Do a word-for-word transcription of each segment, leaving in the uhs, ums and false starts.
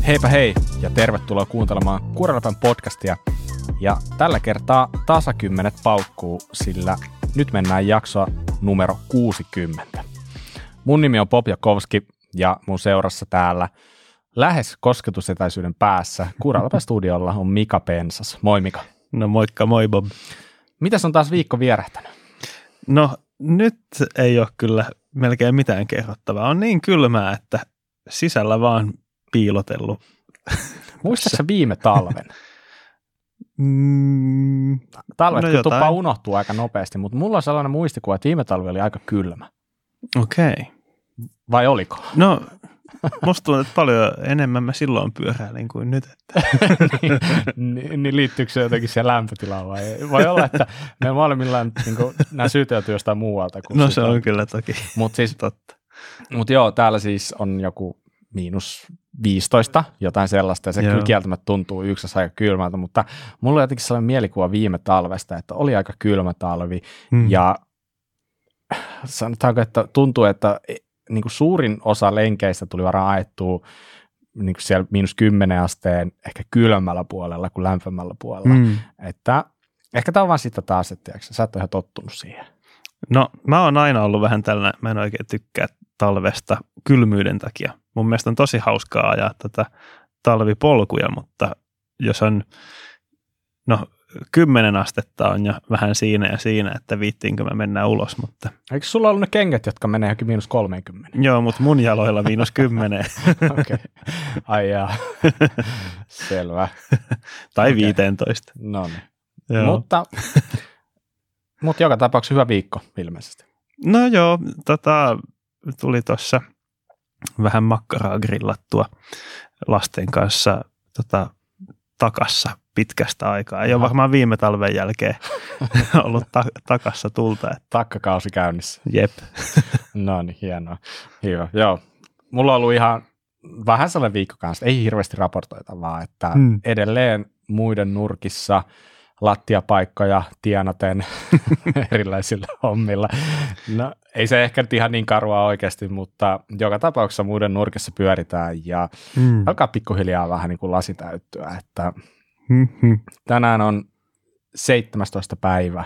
Heipä hei ja tervetuloa kuuntelemaan Kuraläpän podcastia. Ja tällä kertaa tasakymmenet paukkuu, sillä nyt mennään jaksoa numero kuusikymmentä. Mun nimi on Bob Jakovski ja mun seurassa täällä lähes kosketusetäisyyden päässä Kuraläpän studiolla on Mika Pensas. Moi Mika. No moikka, moi Bob. Mitäs on taas viikko vierähtänyt? No nyt ei ole kyllä melkein mitään kerrottavaa. On niin kylmää, että sisällä vaan piilotellut. Muistatko viime talven? Mm, Talvet no kyllä tuppaa unohtuu aika nopeasti, mutta mulla on sellainen muistikuva, että viime talvi oli aika kylmä. Okei. Okay. Vai oliko? No musta tuntuu, että paljon enemmän mä silloin pyöräilin kuin nyt. Että. niin, niin liittyykö se jotenkin siihen lämpötilaan vai? Voi olla, että me molemmilla niin nämä syytelty jostain muualta. Kuin no se on kyllä toki Mutta siis, totta. Mut joo, täällä siis on joku miinus viisitoista, jotain sellaista, ja se joo. Kyllä kieltämättä tuntuu yksessä aika kylmältä, mutta mulla on jotenkin sellainen mielikuva viime talvesta, että oli aika kylmä talvi, hmm. ja sanotaanko, että tuntuu, että niin kuin suurin osa lenkeistä tuli varmaan ajettua niin kuin siellä miinus kymmenen asteen ehkä kylmällä puolella kuin lämpimällä puolella. Mm. Että ehkä tämä on vaan sitä taas, että sä et ole ihan tottunut siihen. No mä oon aina ollut vähän tällainen, mä en oikein tykkää talvesta kylmyyden takia. Mun mielestä on tosi hauskaa ajaa tätä talvipolkuja, mutta jos on, no kymmenen astetta on jo vähän siinä ja siinä, että viittiinkö me mennään ulos, mutta. Eikö sulla ollut ne kengät, jotka menee johonkin miinus kolmekymmentä? Joo, mutta mun jaloilla miinus kymmenen. Okei, okay. Ai jaa, selvä. Tai okay. viisitoista. No niin, mutta, mutta joka tapauksessa hyvä viikko ilmeisesti. No joo, tota, tuli tuossa vähän makkaraa grillattua lasten kanssa tota, takassa pitkästä aikaa. Ei ole varmaan viime talven jälkeen ollut ta- takassa tulta. Että. Takkakausi käynnissä. Jep. No niin, hienoa. Hyvä. Joo. Mulla on ollut ihan vähän sellainen viikko kanssa, ei hirveästi raportoita, vaan että hmm. edelleen muiden nurkissa lattiapaikkoja tienaten erilaisilla hommilla. No, ei se ehkä ihan niin karua oikeasti, mutta joka tapauksessa muiden nurkissa pyöritään ja mm. alkaa pikkuhiljaa vähän niin kuin lasi täyttyä, että mm-hmm. tänään on seitsemästoista päivä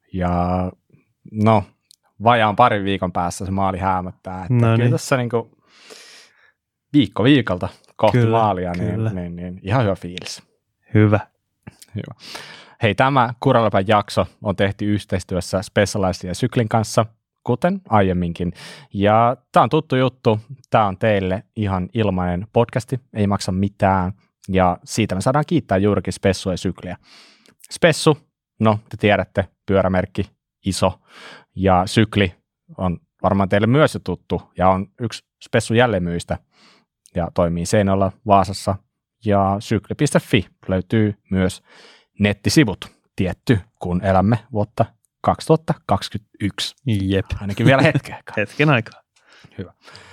ja no vajaan parin viikon päässä se maali häämöttää, että no niin. Kyllä tässä niin kuin viikko viikolta kohti kyllä, maalia, niin, niin, niin ihan hyvä fiilis. Hyvä. Hyvä. Hei, tämä Kuraläpän jakso on tehty yhteistyössä Specialized ja Syklin kanssa, kuten aiemminkin. Ja tämä on tuttu juttu. Tämä on teille ihan ilmainen podcasti, ei maksa mitään. Ja siitä me saadaan kiittää juurikin Spessua ja Sykliä. Spessu, no te tiedätte, pyörämerkki, iso. Ja Sykli on varmaan teille myös jo tuttu ja on yksi Spessun jälleenmyyjistä ja toimii Seinäjoella, Vaasassa. Ja sykli piste fi löytyy myös nettisivut, tietty, kun elämme vuotta kaksituhattakaksikymmentäyksi. Jep. Ainakin vielä hetken aikaa. Hetken aikaa. Hyvä.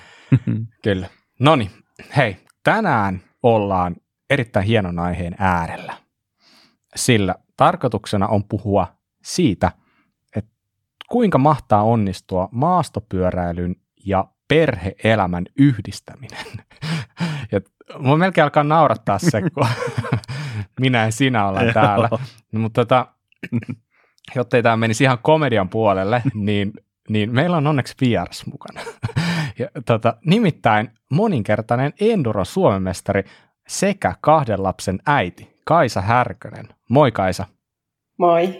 Kyllä. Noniin, hei, tänään ollaan erittäin hienon aiheen äärellä, sillä tarkoituksena on puhua siitä, että kuinka mahtaa onnistua maastopyöräilyn ja perhe-elämän yhdistäminen. Ja mua melkein alkaa naurattaa se, kun minä ja sinä ollaan täällä. No, mutta tota, jotta ei tämä menisi ihan komedian puolelle, niin, niin meillä on onneksi vieras mukana. Ja, tota, nimittäin moninkertainen Enduro Suomenmestari sekä kahden lapsen äiti, Kaisa Härkönen. Moi Kaisa. Moi.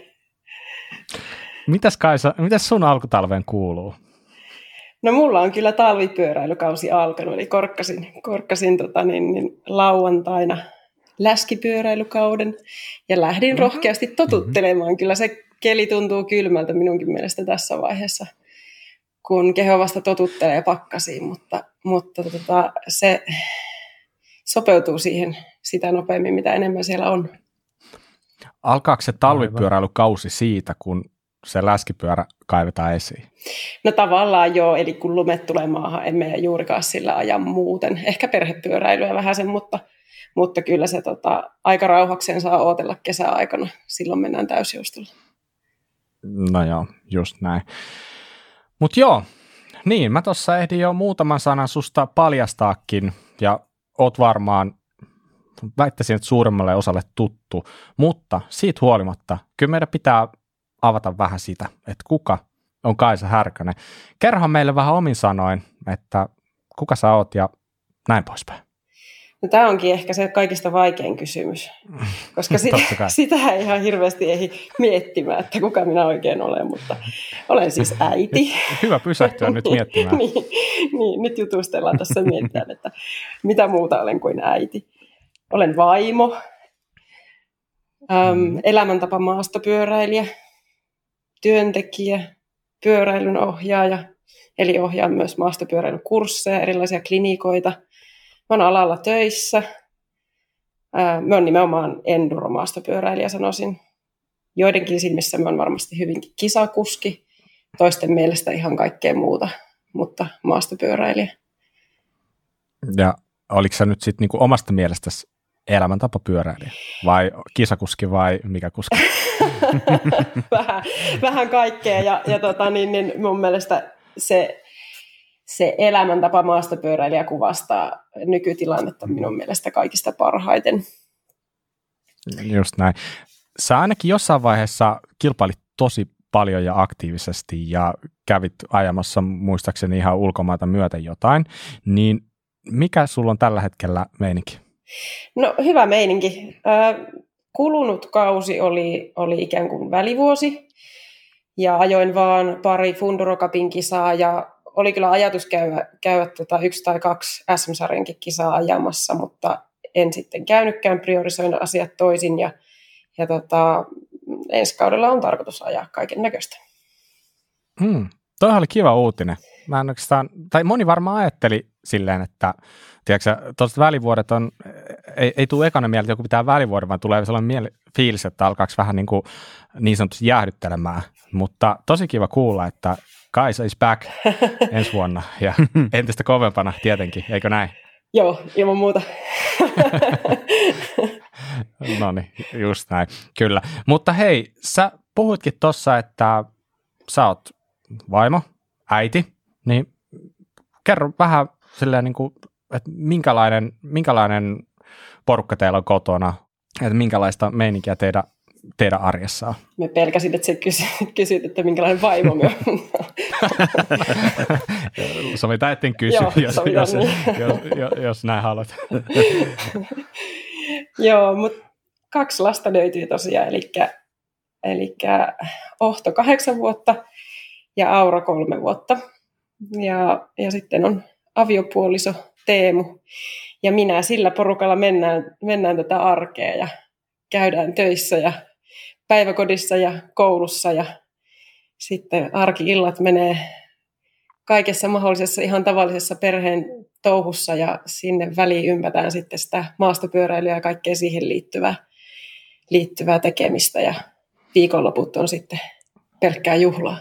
Mitäs Kaisa, mitäs sun alkutalveen kuuluu? No mulla on kyllä talvipyöräilykausi alkanut, eli korkkasin, korkkasin tota, niin, niin, lauantaina läskipyöräilykauden ja lähdin mm-hmm. rohkeasti totuttelemaan. Mm-hmm. Kyllä se keli tuntuu kylmältä minunkin mielestä tässä vaiheessa, kun keho vasta totuttelee pakkasiin, mutta, mutta tota, se sopeutuu siihen sitä nopeammin, mitä enemmän siellä on. Alkaako se talvipyöräilykausi siitä, kun se läskipyörä kaivetaan esiin? No tavallaan joo, eli kun lumet tulee maahan, emme juurikaan sillä ajan muuten. Ehkä perhepyöräilyä vähän sen, mutta, mutta kyllä se tota, aika rauhakseen saa ootella kesäaikana. Silloin mennään täysjoustolla. No joo, just näin. Mutta joo, niin mä tuossa ehdin jo muutaman sanan susta paljastaakin, ja oot varmaan väittäisin, että suuremmalle osalle tuttu, mutta siitä huolimatta, kyllä meidän pitää avata vähän sitä, että kuka on Kaisa Härkönen. Kerrohan meille vähän omin sanoin, että kuka sä oot ja näin poispäin. No, tämä onkin ehkä se kaikista vaikein kysymys, koska sitä, sitä ei ihan hirveästi ehdi miettimään, että kuka minä oikein olen, mutta olen siis äiti. Hyvä pysähtyä nyt miettimään. niin, niin, nyt jutustellaan tässä mietitään, että mitä muuta olen kuin äiti. Olen vaimo, äm, elämäntapa maastopyöräilijä, työntekijä, pyöräilyn ohjaaja, eli ohjaan myös maastopyöräilykursseja, erilaisia klinikoita. Mä oon alalla töissä. Mä oon nimenomaan enduro-maastopyöräilijä, sanoisin. Joidenkin silmissä mä oon varmasti hyvinkin kisakuski, toisten mielestä ihan kaikkea muuta, mutta maastopyöräilijä. Ja oliko sä nyt sitten niinku omasta mielestäsi elämäntapapyöräilijä vai kisakuski vai mikä kuski? vähän, vähän kaikkea ja, ja tota, niin, niin mun mielestä se... Se elämäntapa maastopyöräilijä kuvastaa nykytilannetta minun mielestä kaikista parhaiten. Just näin. Sä ainakin jossain vaiheessa kilpailit tosi paljon ja aktiivisesti ja kävit ajamassa muistaakseni ihan ulkomaita myöten jotain, niin mikä sulla on tällä hetkellä meininki? No hyvä meininki. Kulunut kausi oli, oli ikään kuin välivuosi ja ajoin vaan pari Funduro Cupin kisaa ja oli kyllä ajatus käydä, käydä tota yksi tai kaksi S M-sarjankin kisaa ajamassa, mutta en sitten käynytkään, priorisoin asiat toisin ja, ja tota, ensi kaudella on tarkoitus ajaa kaiken näköistä. Hmm, toihan oli kiva uutinen. Mä en oikeastaan, tai moni varmaan ajatteli silleen, että tiedätkö, tuollaiset välivuodet on, ei, ei tule ekana mieltä, että joku pitää välivuoden, vaan tulee sellainen mieli, fiilis, että alkaako vähän niin, kuin, niin sanotusti jäähdyttelemään. Mutta tosi kiva kuulla, että Kaisa is back ensi vuonna ja entistä kovempana tietenkin, eikö näin? Joo, ilman muuta. No niin, just näin, kyllä. Mutta hei, sä puhuitkin tuossa, että sä oot vaimo, äiti, niin kerro vähän silleen niin kuin, että minkälainen, minkälainen porukka teillä on kotona, että minkälaista meininkiä teidän teidän arjessa on? Me pelkäsin, että sä kysyt, kysyt, että minkälainen vaimo me on. Sovitaan, etten kysy, Joo, jos, jos, niin. jos, jos, jos näin haluat. Joo, mutta kaksi lasta löytyy tosiaan, eli, eli Ohto kahdeksan vuotta ja Aura kolme vuotta. Ja, ja sitten on aviopuoliso Teemu. Ja minä sillä porukalla mennään, mennään tätä arkea ja käydään töissä ja päiväkodissa ja koulussa ja sitten arki-illat menee kaikessa mahdollisessa ihan tavallisessa perheen touhussa ja sinne väliin ympätään sitten sitä maastopyöräilyä ja kaikkea siihen liittyvää, liittyvää tekemistä ja viikonloput on sitten pelkkää juhlaa.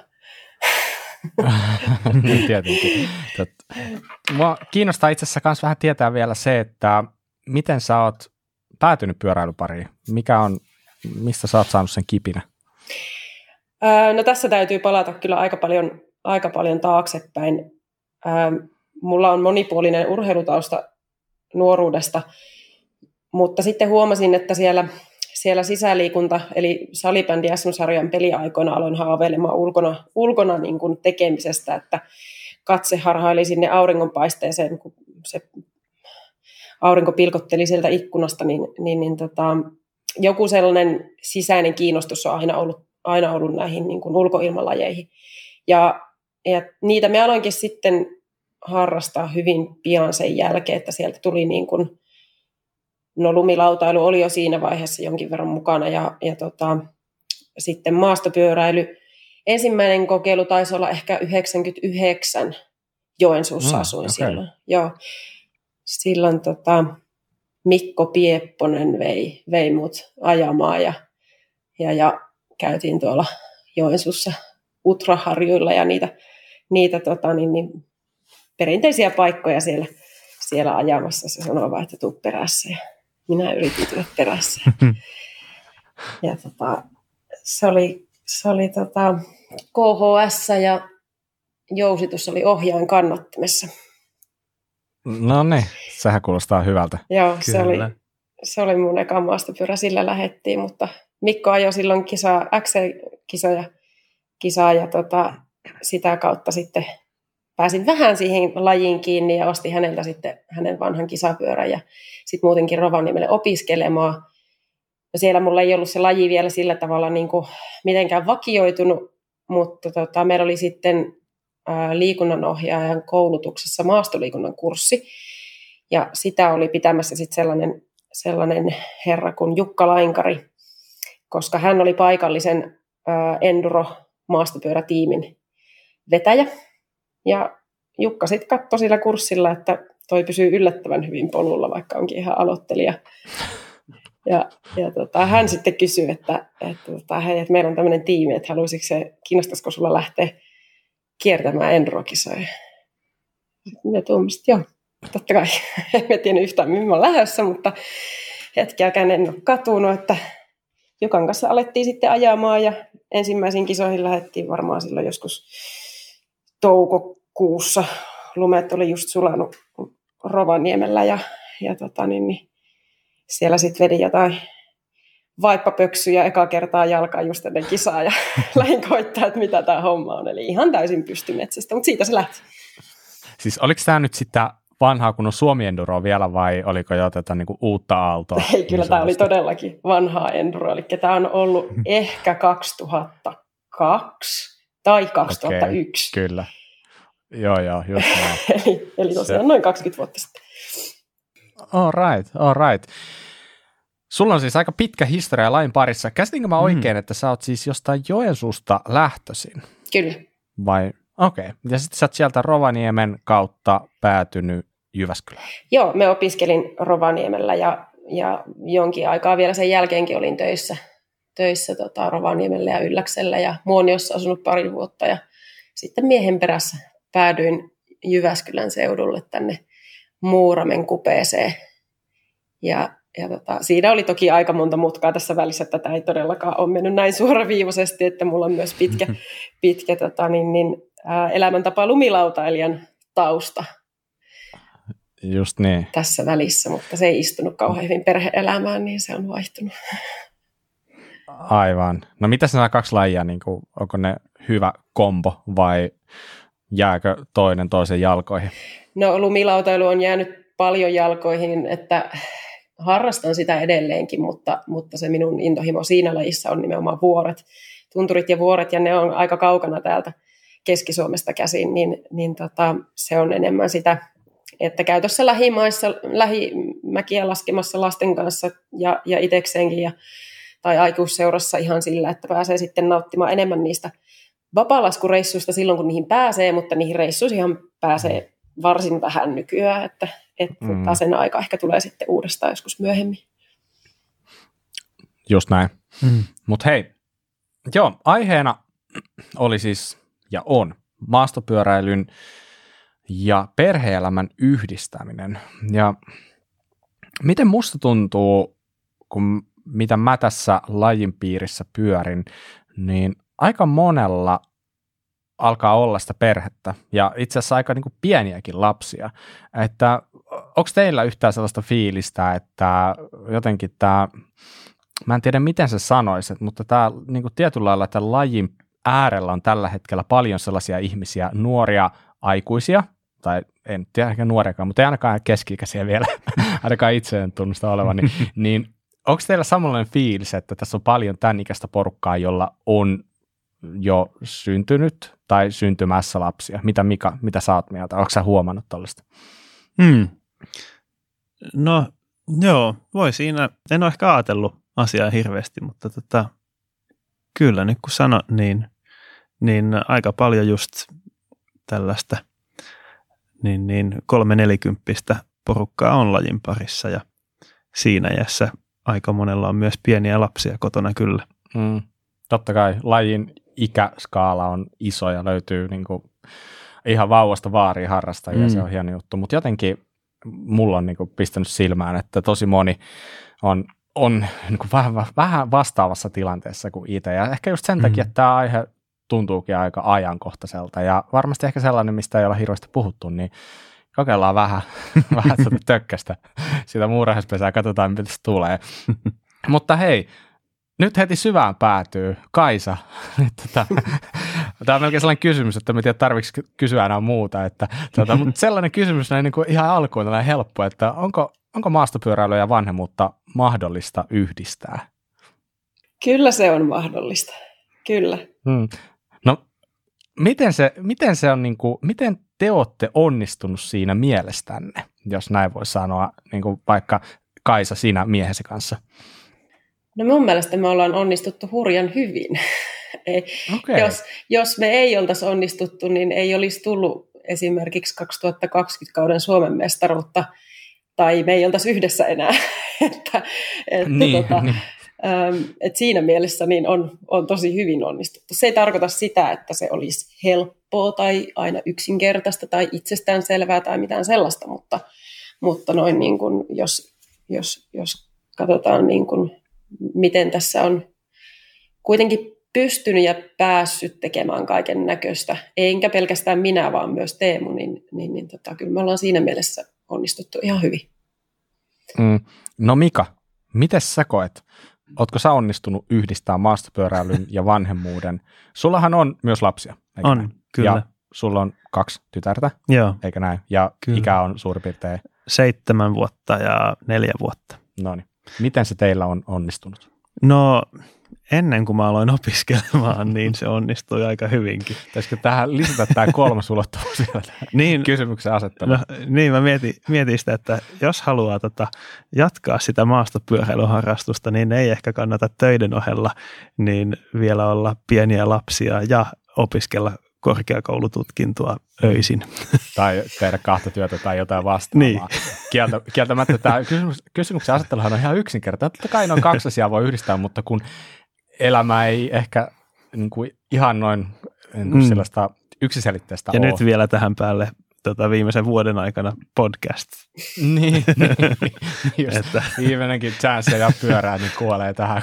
Tietenkin. Mua kiinnostaa itse asiassa myös vähän tietää vielä se, että miten sä oot päätynyt pyöräilypariin? Mikä on, mistä sä oot saanut sen kipinä? No tässä täytyy palata kyllä aika paljon, aika paljon taaksepäin. Mulla on monipuolinen urheilutausta nuoruudesta, mutta sitten huomasin, että siellä, siellä sisäliikunta, eli salibändi S M-sarjan peliaikoina aloin haaveilemaan ulkona, ulkona niin kuin tekemisestä, että katse harhaili sinne auringonpaisteeseen, kun se aurinko pilkotteli sieltä ikkunasta, niin, niin, niin tota, joku sellainen sisäinen kiinnostus on aina ollut, aina ollut näihin niin kuin ulkoilmalajeihin. Ja, ja niitä me aloinkin sitten harrastaa hyvin pian sen jälkeen, että sieltä tuli niin kuin, no lumilautailu oli jo siinä vaiheessa jonkin verran mukana ja, ja tota, sitten maastopyöräily. Ensimmäinen kokeilu taisi olla ehkä yhdeksänkymmentäyhdeksän Joensuussa mm, asuin okay. Silloin. Joo. Silloin tota, Mikko Piepponen vei, vei mut ajamaan ja, ja, ja käytiin tuolla Joensuussa Utraharjuilla ja niitä, niitä tota, niin, niin, perinteisiä paikkoja siellä, siellä ajamassa. Se sanoi vaan, että tuu perässä ja minä yritin tulla perässä. Ja tota, se oli, se oli tota, K H S ja jousitus oli ohjaajan kannattimessa. No niin, sehän kuulostaa hyvältä. Joo, se oli, se oli mun eka maastopyörä, sillä lähettiin, mutta Mikko ajoi silloin kisaa, X C-kisoja kisaa ja tota, sitä kautta sitten pääsin vähän siihen lajiin kiinni ja ostin häneltä sitten hänen vanhan kisapyörän ja sitten muutenkin Rovaniemelle opiskelemaan. Ja siellä mulla ei ollut se laji vielä sillä tavalla niin kuin mitenkään vakioitunut, mutta tota, meillä oli sitten ää, liikunnanohjaajan koulutuksessa maastoliikunnan kurssi. Ja sitä oli pitämässä sitten sellainen, sellainen herra kuin Jukka Lainkari, koska hän oli paikallisen ää, enduro-maastopyörätiimin vetäjä. Ja Jukka sitten katsoi sillä kurssilla, että toi pysyy yllättävän hyvin polulla, vaikka onkin ihan aloittelija. Ja, ja tota, hän sitten kysyi, että, että, että, hei, että meillä on tämmöinen tiimi, että haluaisitko se, kiinnostaisiko sulla lähteä kiertämään enduro-kisoja. Me tuomisin, että joo, totta kai. En tiedä yhtään, mihin mä olen lähdössä, mutta hetkeäkään en ole katunut, että Jukan kanssa alettiin sitten ajamaan ja ensimmäisiin kisoihin lähdettiin varmaan silloin joskus toukokuussa. Lumet oli just sulanut Rovaniemellä ja, ja tota niin, niin siellä sitten vedin jotain vaippapöksyjä eka kertaa jalkaan just ennen kisaa ja lähdin koittaa, että mitä tämä homma on. Eli ihan täysin pystymetsästä, mutta siitä se lähti. Siis oliko tämä nyt sitä vanhaa kunnon Suomi-enduroa vielä vai oliko jo tätä niinku uutta aaltoa? Ei, kyllä tämä oli todellakin vanhaa enduroa. Eli tämä on ollut ehkä kaksituhattakaksi tai kaksituhattayksi. Okay, kyllä. Joo, joo, just näin. eli, eli tosiaan se noin kaksikymmentä vuotta sitten. All right, all right. Sulla on siis aika pitkä historia lain parissa. Käsitinkö mä oikein, mm. että sä oot siis jostain Joensuusta lähtöisin? Kyllä. Vai, okei. Okay. Ja sitten sä oot sieltä Rovaniemen kautta päätynyt Jyväskylään? Joo, me opiskelin Rovaniemellä ja, ja jonkin aikaa vielä sen jälkeenkin olin töissä, töissä tota, Rovaniemellä ja Ylläksellä ja Muoniossa asunut pari vuotta ja sitten miehen perässä päädyin Jyväskylän seudulle tänne Muuramen kupeeseen. Ja, ja tota, siinä oli toki aika monta mutkaa tässä välissä, että tämä ei todellakaan ole mennyt näin suoraviivaisesti, että mulla on myös pitkä, pitkä tota, niin, niin, ää, elämäntapa lumilautailijan tausta. Just niin. Tässä välissä, mutta se ei istunut kauhean hyvin perhe-elämään, niin se on vaihtunut. Aivan. No mitäs nämä kaksi lajia, niin kuin, onko ne hyvä kombo vai jääkö toinen toisen jalkoihin? No lumilautailu on jäänyt paljon jalkoihin, että harrastan sitä edelleenkin, mutta, mutta se minun intohimo siinä lajissa on nimenomaan vuoret, tunturit ja vuoret, ja ne on aika kaukana täältä Keski-Suomesta käsin, niin, niin tota, se on enemmän sitä, että käytössä lähimaissa, lähimäkiä laskemassa lasten kanssa ja, ja itsekseenkin, ja, tai aikuisseurassa ihan sillä, että pääsee sitten nauttimaan enemmän niistä vapaalaskureissuista silloin, kun niihin pääsee, mutta niihin reissuihin pääsee varsin vähän nykyään, että, että mm. sen aika ehkä tulee sitten uudestaan joskus myöhemmin. Just näin. Mm. Mutta hei, joo, aiheena oli siis ja on maastopyöräilyn ja perhe-elämän yhdistäminen. Ja miten musta tuntuu, kun mitä mä tässä lajin piirissä pyörin, niin aika monella alkaa olla sitä perhettä ja itse asiassa aika niin kuin pieniäkin lapsia. Että onko teillä yhtään sellaista fiilistä, että jotenkin tämä, mä en tiedä miten se sanoisi, mutta tämä niin kuin tietyllä lailla tämän lajin äärellä on tällä hetkellä paljon sellaisia ihmisiä, nuoria aikuisia, tai en tiedä ehkä nuoriakaan, mutta ei ainakaan keski-ikäisiä vielä, ainakaan itse en tunnusta olevan, niin, niin onko teillä samanlainen fiilis, että tässä on paljon tämän ikäistä porukkaa, jolla on jo syntynyt tai syntymässä lapsia? Mitä Mika, mitä sä oot mieltä? Onko sä huomannut tällaista? Hmm. No joo, voi siinä, en ole ehkä ajatellut asiaa hirveästi, mutta tota, kyllä nyt kun sano, niin, niin aika paljon just tällaista niin, niin kolme nelikymppistä porukkaa on lajin parissa ja siinä iässä aika monella on myös pieniä lapsia kotona kyllä. Mm. Totta kai lajin ikäskaala on iso ja löytyy niin kuin ihan vauvasta vaariin harrastajia, mm. se on hieno juttu, mutta jotenkin mulla on niin kuin pistänyt silmään, että tosi moni on, on niin kuin vähän, vähän vastaavassa tilanteessa kuin itse, ja ehkä just sen mm. takia, että tämä aihe tuntuukin aika ajankohtaiselta, ja varmasti ehkä sellainen, mistä ei olla hirveästi puhuttu, niin kokeillaan vähän, vähän tuota tökkästä sitä muurahaispesää, katsotaan mitä se tulee. Mutta hei, nyt heti syvään päätyy. Kaisa, tota, tämä on melkein sellainen kysymys, että en tiedä tarvitsetko kysyä enää muuta, että, tota, mutta sellainen kysymys näin niin kuin ihan alkuun tällainen helppo, että onko, onko maastopyöräilyä ja vanhemmuutta mahdollista yhdistää? Kyllä se on mahdollista, kyllä. Hmm. No, miten se, miten se on, niin kuin, miten te olette onnistunut siinä mielestänne, jos näin voi sanoa, niin kuin vaikka Kaisa sinä miehesi kanssa? No mun mielestä me ollaan onnistuttu hurjan hyvin. Okay. Jos, jos me ei oltaisi onnistuttu, niin ei olisi tullut esimerkiksi kaksituhattakaksikymmentä kauden Suomen mestaruutta, tai me ei oltaisi yhdessä enää. että, että, niin, tota, niin. ähm, että siinä mielessä niin on, on tosi hyvin onnistuttu. Se ei tarkoita sitä, että se olisi helppoa tai aina yksinkertaista tai itsestäänselvää tai mitään sellaista, mutta, mutta noin niin kuin, jos, jos, jos katsotaan niin kuin, miten tässä on kuitenkin pystynyt ja päässyt tekemään kaiken näköistä, enkä pelkästään minä, vaan myös Teemu, niin, niin, niin tota, kyllä me ollaan siinä mielessä onnistuttu ihan hyvin. Mm. No Mika, miten sä koet? Ootko sä onnistunut yhdistämään maastopyöräilyn ja vanhemmuuden? Sullahan on myös lapsia, eikö On, näin? kyllä. Ja sulla on kaksi tytärtä, Joo. eikö näin? Ja Kyllä. ikä on suurin piirtein? Seitsemän vuotta ja neljä vuotta. No niin. Miten se teillä on onnistunut? No ennen kuin mä aloin opiskelemaan, niin se onnistui aika hyvinkin. Pitäisikö tähän lisätä tämä kolmas ulottuvuus vielä niin, kysymyksen asetteluun? No, niin, mä mietin, mietin sitä, että jos haluaa tota, jatkaa sitä maastopyöräilyharrastusta, niin ei ehkä kannata töiden ohella niin vielä olla pieniä lapsia ja opiskella korkeakoulututkintoa öisin. Tai tehdä kahta työtä tai jotain vastaavaa. Niin. Kieltä, kieltämättä tämä kysymys, kysymyksen asetteluhan on ihan yksinkertainen. Totta kai noin kaksi asiaa voi yhdistää, mutta kun elämä ei ehkä niin kuin ihan noin niin kuin mm. sellaista yksiselitteistä ja ole. nyt vielä tähän päälle tota, viimeisen vuoden aikana podcast. niin, niin, just että viimeinenkin chance ja pyörää, niin kuolee tähän.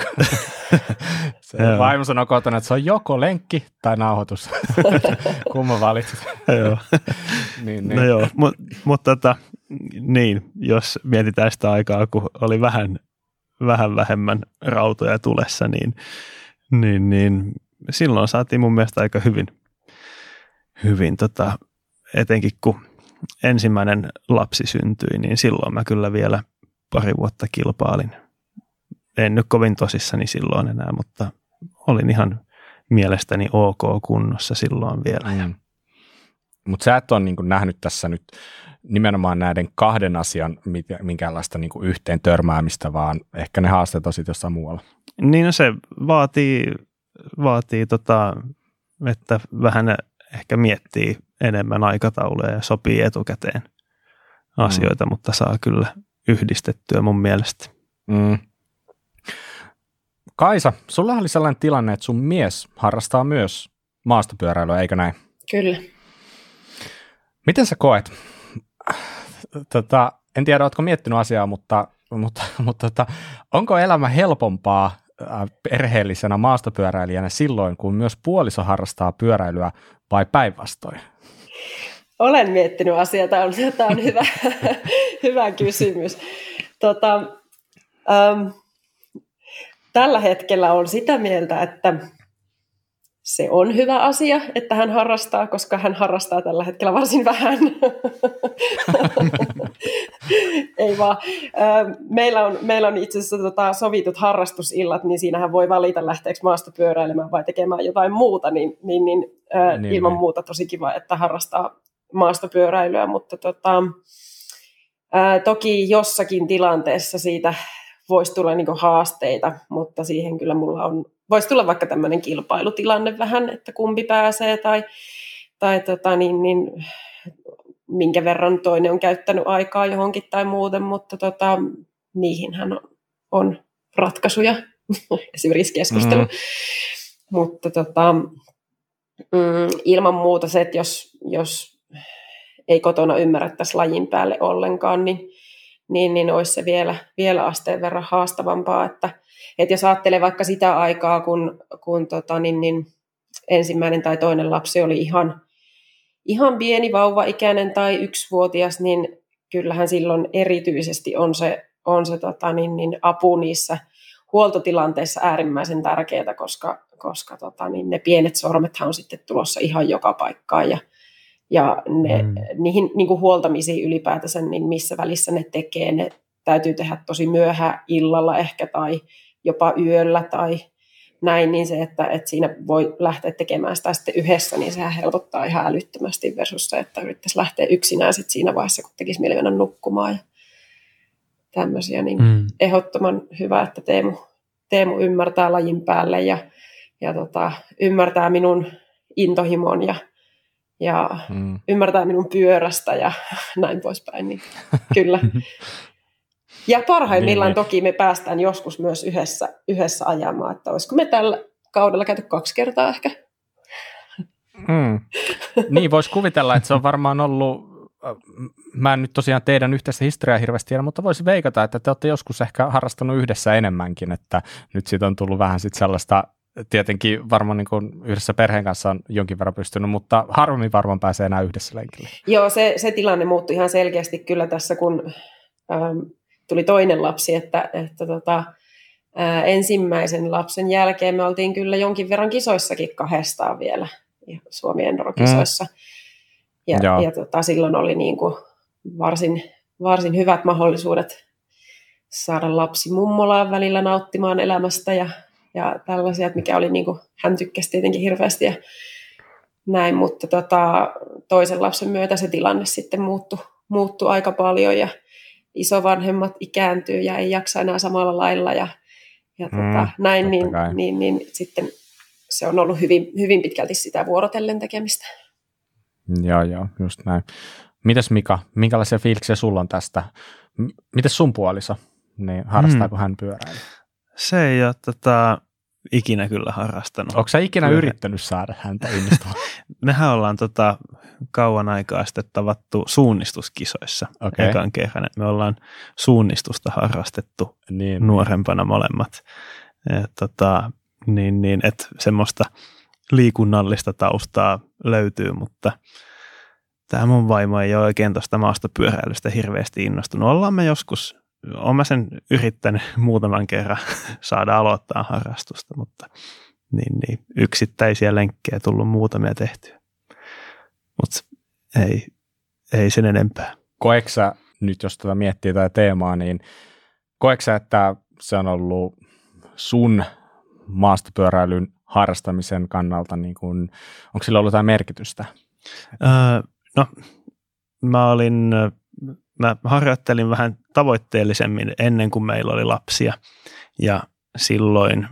Se vaimo sanoo kotona, että se on joko lenkki tai nauhoitus. Kumman valitset? Joo. niin, niin. No joo, mutta mut, tota, niin, jos mietitään sitä aikaa, kun oli vähän, vähän vähemmän rautoja tulessa, niin, niin, niin silloin saatiin mun mielestä aika hyvin, hyvin tota, etenkin kun ensimmäinen lapsi syntyi, niin silloin mä kyllä vielä pari vuotta kilpailin. En nyt kovin tosissani silloin enää, mutta olin ihan mielestäni ok kunnossa silloin vielä. Mm. Mutta sä et ole niin kuin nähnyt tässä nyt nimenomaan näiden kahden asian minkäänlaista niin kuin yhteen törmäämistä, vaan ehkä ne haasteet on sitten jossain muualla. Niin no se vaatii, vaatii tota, että vähän ehkä miettii enemmän aikatauluja ja sopii etukäteen asioita, mm. mutta saa kyllä yhdistettyä mun mielestä. Mm. Kaisa, sulla oli sellainen tilanne, että sun mies harrastaa myös maastopyöräilyä, eikö näin? Kyllä. Miten sä koet? Tota, en tiedä, ootko miettinyt asiaa, mutta, mutta, mutta tota, onko elämä helpompaa perheellisenä maastopyöräilijänä silloin, kun myös puoliso harrastaa pyöräilyä vai päinvastoin? Olen miettinyt asiaa. Tämä on, tämä on hyvä, hyvä kysymys. Tota, ähm, tällä hetkellä on sitä mieltä, että se on hyvä asia, että hän harrastaa, koska hän harrastaa tällä hetkellä varsin vähän. Ei vaan. Meillä on, meillä on itse asiassa tota sovitut harrastusillat, niin siinähän voi valita lähteekö maastopyöräilemään vai tekemään jotain muuta, niin, niin, niin, ää, niin ilman niin. muuta tosi kiva, että harrastaa maastopyöräilyä, mutta tota, ää, toki jossakin tilanteessa siitä voisi tulla niinku haasteita, mutta siihen kyllä mulla on, voisi tulla vaikka tämmöinen kilpailutilanne vähän, että kumpi pääsee tai, tai tota, niin, niin, minkä verran toinen on käyttänyt aikaa johonkin tai muuten, mutta tota, niihinhän on, on ratkaisuja, esimerkiksi keskustelu. Mm. Mutta tota, mm, ilman muuta se, että jos, jos ei kotona ymmärrettäisi lajin päälle ollenkaan, niin niin, niin olisi se vielä, vielä asteen verran haastavampaa, että, että jos ajattelee vaikka sitä aikaa, kun, kun tota, niin, niin ensimmäinen tai toinen lapsi oli ihan, ihan pieni vauvaikäinen tai yksivuotias, niin kyllähän silloin erityisesti on se, on se tota, niin, niin apu niissä huoltotilanteissa äärimmäisen tärkeää, koska, koska tota, niin ne pienet sormethan on sitten tulossa ihan joka paikkaan ja, ja ne, mm. niihin niin kuin huoltamisiin ylipäätänsä, niin missä välissä ne tekee, ne täytyy tehdä tosi myöhään illalla ehkä tai jopa yöllä tai näin, niin se, että, että siinä voi lähteä tekemään sitä sitten yhdessä, niin sehän helpottaa ihan älyttömästi versus se, että yrittäisi lähteä yksinään sitten siinä vaiheessa, kun tekisi mieli mennä nukkumaan ja tämmöisiä, niin mm. ehdottoman hyvä, että Teemu, Teemu ymmärtää lajin päälle ja, ja tota, ymmärtää minun intohimon ja, ja mm. ymmärtää minun pyörästä ja näin poispäin, niin kyllä. Ja parhaimmillaan niin, toki me päästään joskus myös yhdessä, yhdessä ajamaan, että olisiko me tällä kaudella käyty kaksi kertaa ehkä. Mm. Niin, voisi kuvitella, että se on varmaan ollut, mä en nyt tosiaan teidän yhteistä historiaa hirveästi tiedä, mutta voisi veikata, että te olette joskus ehkä harrastanut yhdessä enemmänkin, että nyt siitä on tullut vähän sitten sellaista, tietenkin varmaan niin kuin yhdessä perheen kanssa on jonkin verran pystynyt, mutta harvemmin varmaan pääsee enää yhdessä lenkille. Joo, se, se tilanne muuttui ihan selkeästi kyllä tässä, kun Ähm, tuli toinen lapsi, että, että tota, ää, ensimmäisen lapsen jälkeen me oltiin kyllä jonkin verran kisoissakin kahdestaan vielä, Suomi Enduro-kisoissa. Mm. Ja, ja tota, silloin oli niin kuin varsin, varsin hyvät mahdollisuudet saada lapsi mummolaan välillä nauttimaan elämästä ja, ja tällaisia, mikä oli niin kuin, hän tykkäsi tietenkin hirveästi ja näin, mutta tota, toisen lapsen myötä se tilanne sitten muuttui, muuttui aika paljon ja isovanhemmat ikääntyy ja ei jaksa enää samalla lailla ja, ja mm, tota, näin, niin, niin, niin sitten se on ollut hyvin, hyvin pitkälti sitä vuorotellen tekemistä. Joo, joo, just näin. Mites Mika, minkälaisia fiiliksiä sulla on tästä? Mites sun puoliso, niin harrastaako mm. hän pyöräilyä? Se ei ole tota, ikinä kyllä harrastanut. Onko sä ikinä Pyörä... yrittänyt saada häntä innostumaan? Mehän ollaan tota, kauan aikaa sitten tavattu suunnistuskisoissa okay. ekan kerran. Me ollaan suunnistusta harrastettu niin, nuorempana molemmat. Ja, tota, niin, niin, että semmoista liikunnallista taustaa löytyy, mutta tämä mun vaimo ei ole oikein tuosta maastopyöräilystä hirveästi innostunut. Ollaan me joskus, olen mä sen yrittänyt muutaman kerran saada aloittaa harrastusta, mutta niin, niin, yksittäisiä lenkkejä tullut muutamia tehtyä. Mutta ei, ei sen enempää. Koetko sä, nyt jos tätä miettii tätä teemaa, niin koetko sä, että se on ollut sun maastopyöräilyn harrastamisen kannalta, niin kun, onko sillä ollut jotain merkitystä? Öö, no, mä olin, mä harjoittelin vähän tavoitteellisemmin ennen kuin meillä oli lapsia ja silloin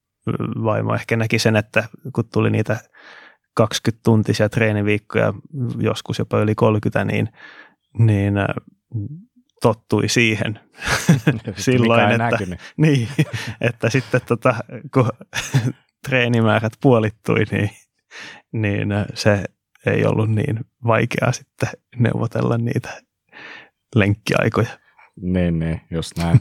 vaimo ehkä näki sen, että kun tuli niitä kaksikymmentä-tuntisia treeniviikkoja, joskus jopa yli kolmekymmentä, niin, niin tottui siihen silloin, että, niin, että sitten tota, kun treenimäärät puolittui, niin, niin se ei ollut niin vaikeaa sitten neuvotella niitä lenkkiaikoja. Niin, niin, just näin.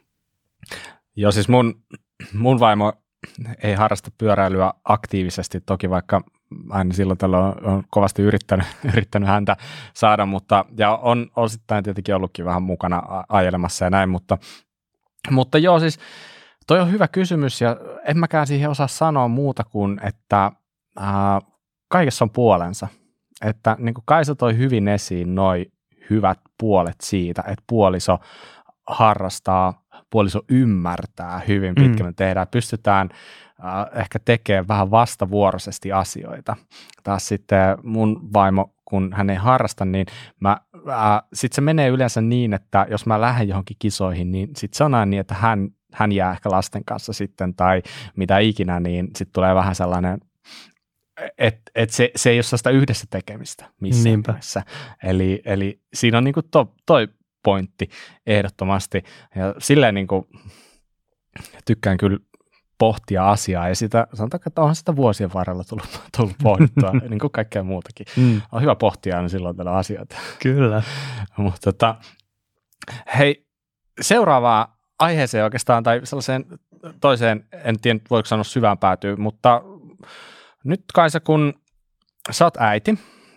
Joo, siis mun, mun vaimo ei harrasta pyöräilyä aktiivisesti, toki vaikka aina silloin tällä on, on kovasti yrittänyt, yrittänyt häntä saada, mutta ja on osittain tietenkin ollutkin vähän mukana ajelemassa ja näin, mutta, mutta joo, siis toi on hyvä kysymys ja en mäkään siihen osaa sanoa muuta kuin, että ää, kaikessa on puolensa, että niin kuin Kaisa toi hyvin esiin noi hyvät puolet siitä, että puoliso harrastaa, puoliso ymmärtää hyvin pitkälle mm. tehdään, pystytään äh, ehkä tekemään vähän vastavuoroisesti asioita. Taas sitten mun vaimo, kun hän ei harrasta, niin äh, sitten se menee yleensä niin, että jos mä lähden johonkin kisoihin, niin sitten se on aina niin, että hän, hän jää ehkä lasten kanssa sitten tai mitä ikinä, niin sitten tulee vähän sellainen, että et se, se ei ole sellaista yhdessä tekemistä missään nimessä. Eli, eli siinä on niinku to, toi pointti ehdottomasti. Ja silleen niin kuin tykkään kyllä pohtia asiaa ja sitä, sanotaanko, että onhan sitä vuosien varrella tullut, tullut pohdittua, niin kuin kaikkea muutakin. Mm. On hyvä pohtia aina silloin tällä asioita. Kyllä. Mutta tota, hei, seuraavaan aiheeseen oikeastaan, tai sellaiseen toiseen, en tiedä voiko sanoa syvään päätyy, mutta nyt Kaisa, kun sä oot äiti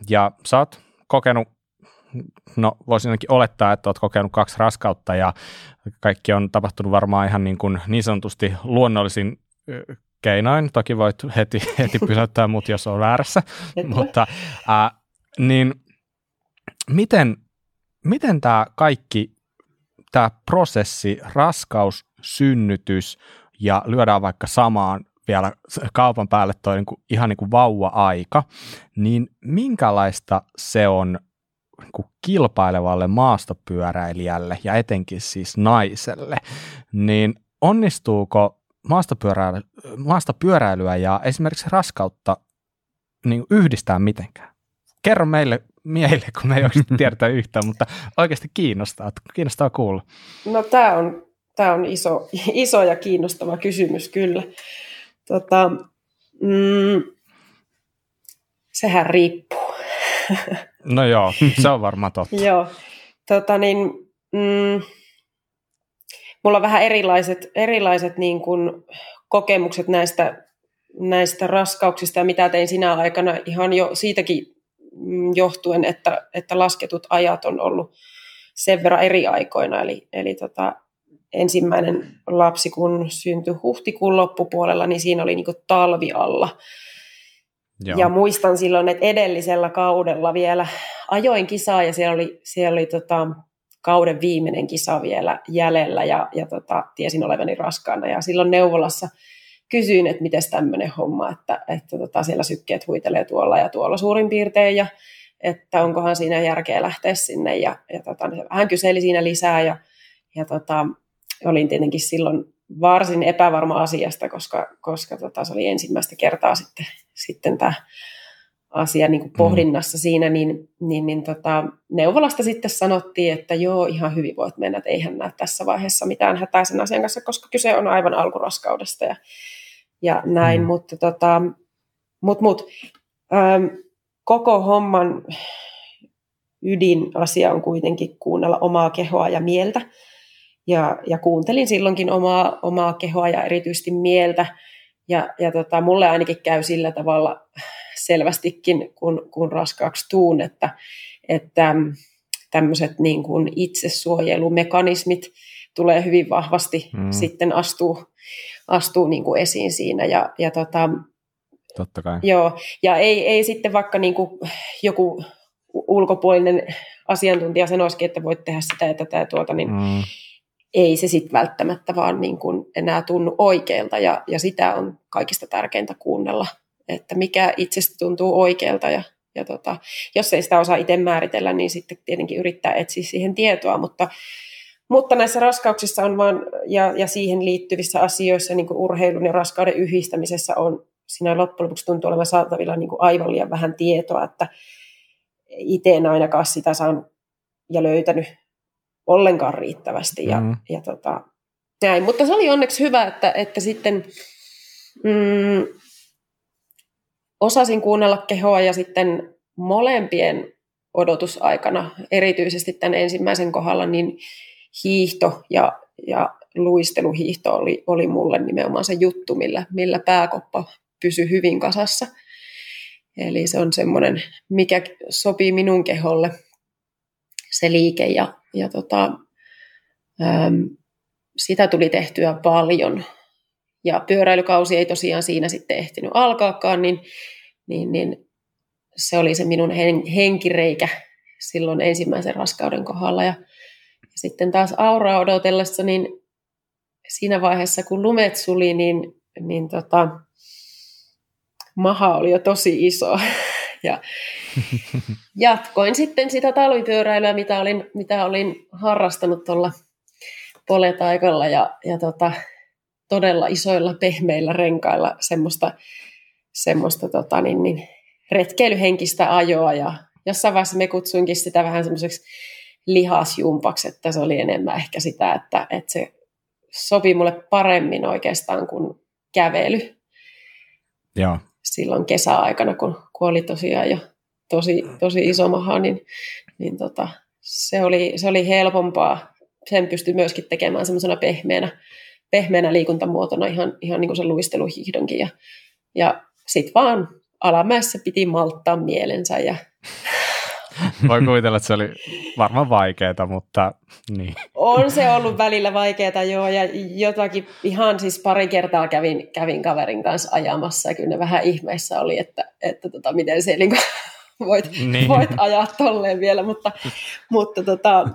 ja sä oot kokenut, no voisin ainakin olettaa, että oot kokenut kaksi raskautta ja kaikki on tapahtunut varmaan ihan niin, kuin niin sanotusti luonnollisin keinoin. Toki voit heti, heti pysäyttää mut, jos on väärässä, mutta äh, niin miten, miten tämä kaikki, tämä prosessi, raskaus, synnytys ja lyödään vaikka samaan vielä kaupan päälle toi niin kuin, ihan niin kuin vauva-aika, niin minkälaista se on niin kuin kilpailevalle maastopyöräilijälle ja etenkin siis naiselle, niin onnistuuko maastopyöräily, maastopyöräilyä ja esimerkiksi raskautta niin yhdistää mitenkään? Kerro meille miehille, kun me ei oikeasti tiedetä yhtään, mutta oikeasti kiinnostaa, kiinnostaa kuulla. No tämä on, tää on iso, iso ja kiinnostava kysymys kyllä. Tota, mm, sehän riippuu. No joo, se on varmaan totta. Joo, tota niin, mm, mulla on vähän erilaiset, erilaiset niin kuin kokemukset näistä, näistä raskauksista ja mitä tein sinä aikana ihan jo siitäkin johtuen, että, että lasketut ajat on ollut sen verran eri aikoina. Eli, eli tota, ensimmäinen lapsi, kun syntyi huhtikuun loppupuolella, niin siinä oli niin kuin talvi alla. Joo. Ja muistan silloin, että edellisellä kaudella vielä ajoin kisaa ja siellä oli, siellä oli tota, kauden viimeinen kisa vielä jäljellä ja, ja tota, tiesin olevani raskaana. Ja silloin neuvolassa kysyin, että miten tämmöinen homma, että, että tota, siellä sykkeet huitelee tuolla ja tuolla suurin piirtein ja että onkohan siinä järkeä lähteä sinne. Ja, ja tota, hän kyseli siinä lisää ja, ja tota, olin tietenkin silloin varsin epävarma asiasta, koska, koska tota, se oli ensimmäistä kertaa sitten, sitten tämä asia niin kuin pohdinnassa mm. siinä, niin, niin, niin tota, neuvolasta sitten sanottiin, että joo, ihan hyvin voit mennä, että eihän näe tässä vaiheessa mitään hätää sen asian kanssa, koska kyse on aivan alkuraskaudesta ja, ja näin, mm. mutta tota, mut, mut, ähm, koko homman ydinasia on kuitenkin kuunnella omaa kehoa ja mieltä. Ja, ja kuuntelin silloinkin omaa, omaa kehoa ja erityisesti mieltä. Ja, ja tota, mulle ainakin käy sillä tavalla selvästikin, kun, kun raskaaksi tuun, että, että tämmöiset niin kuin itsesuojelumekanismit tulee hyvin vahvasti mm. sitten astuu, astuu niin kuin esiin siinä. Ja, ja tota, Totta kai. Joo, ja ei, ei sitten vaikka niin kuin joku ulkopuolinen asiantuntija sanoisikin, että voit tehdä sitä ja tätä ja tuota, niin mm. ei se sitten välttämättä vaan niin kuin enää tunnu oikealta, ja, ja sitä on kaikista tärkeintä kuunnella, että mikä itsestä tuntuu oikealta, ja, ja tota, jos ei sitä osaa itse määritellä, niin sitten tietenkin yrittää etsiä siihen tietoa, mutta, mutta näissä raskauksissa on vaan, ja, ja siihen liittyvissä asioissa, niin kuin urheilun ja raskauden yhdistämisessä on, siinä loppujen lopuksi tuntuu olevan saatavilla niin kuin aivan liian vähän tietoa, että itse en ainakaan sitä saanut ja löytänyt ollenkaan riittävästi. Ja, mm. ja tota, näin. Mutta se oli onneksi hyvä, että, että sitten mm, osasin kuunnella kehoa ja sitten molempien odotusaikana, erityisesti tämän ensimmäisen kohdalla, niin hiihto ja, ja luisteluhiihto oli, oli mulle nimenomaan se juttu, millä, millä pääkoppa pysyi hyvin kasassa. Eli se on semmoinen, mikä sopii minun keholle, se liike. Ja, ja tota, äm, sitä tuli tehtyä paljon. Ja pyöräilykausi ei tosiaan siinä sitten ehtinyt alkaakaan, niin, niin, niin se oli se minun hen, henkireikä silloin ensimmäisen raskauden kohdalla. Ja, ja sitten taas auraa odotellessa, niin siinä vaiheessa kun lumet suli, niin, niin tota, maha oli jo tosi iso. Ja jatkoin sitten sitä talvipyöräilyä, mitä olin, mitä olin harrastanut tuolla poletaikalla ja, ja tota, todella isoilla pehmeillä renkailla semmoista, semmoista tota, niin, niin, retkeilyhenkistä ajoa. Ja jossain vaiheessa me kutsuinkin sitä vähän semmoiseksi lihasjumpaksi, että se oli enemmän ehkä sitä, että, että se sopi mulle paremmin oikeastaan kuin kävely. Joo. Silloin kesäaikana, kun, kun oli tosiaan jo tosi, tosi iso maha, niin, niin tota, se, oli, se oli helpompaa. Sen pystyi myöskin tekemään semmoisena pehmeänä, pehmeänä liikuntamuotona ihan, ihan niin kuin se luisteluhiihdonkin. Ja, ja sitten vaan alamäessä piti malttaa mielensä. Ja voi kuvitella, että se oli varmaan vaikeaa, mutta niin. On se ollut välillä vaikeaa, joo, ja jotakin ihan siis pari kertaa kävin, kävin kaverin kanssa ajamassa, ja kyllä ne vähän ihmeissä oli, että, että tota, miten se niin kuin, voit, niin. voit ajaa tolleen vielä, mutta, mutta tota,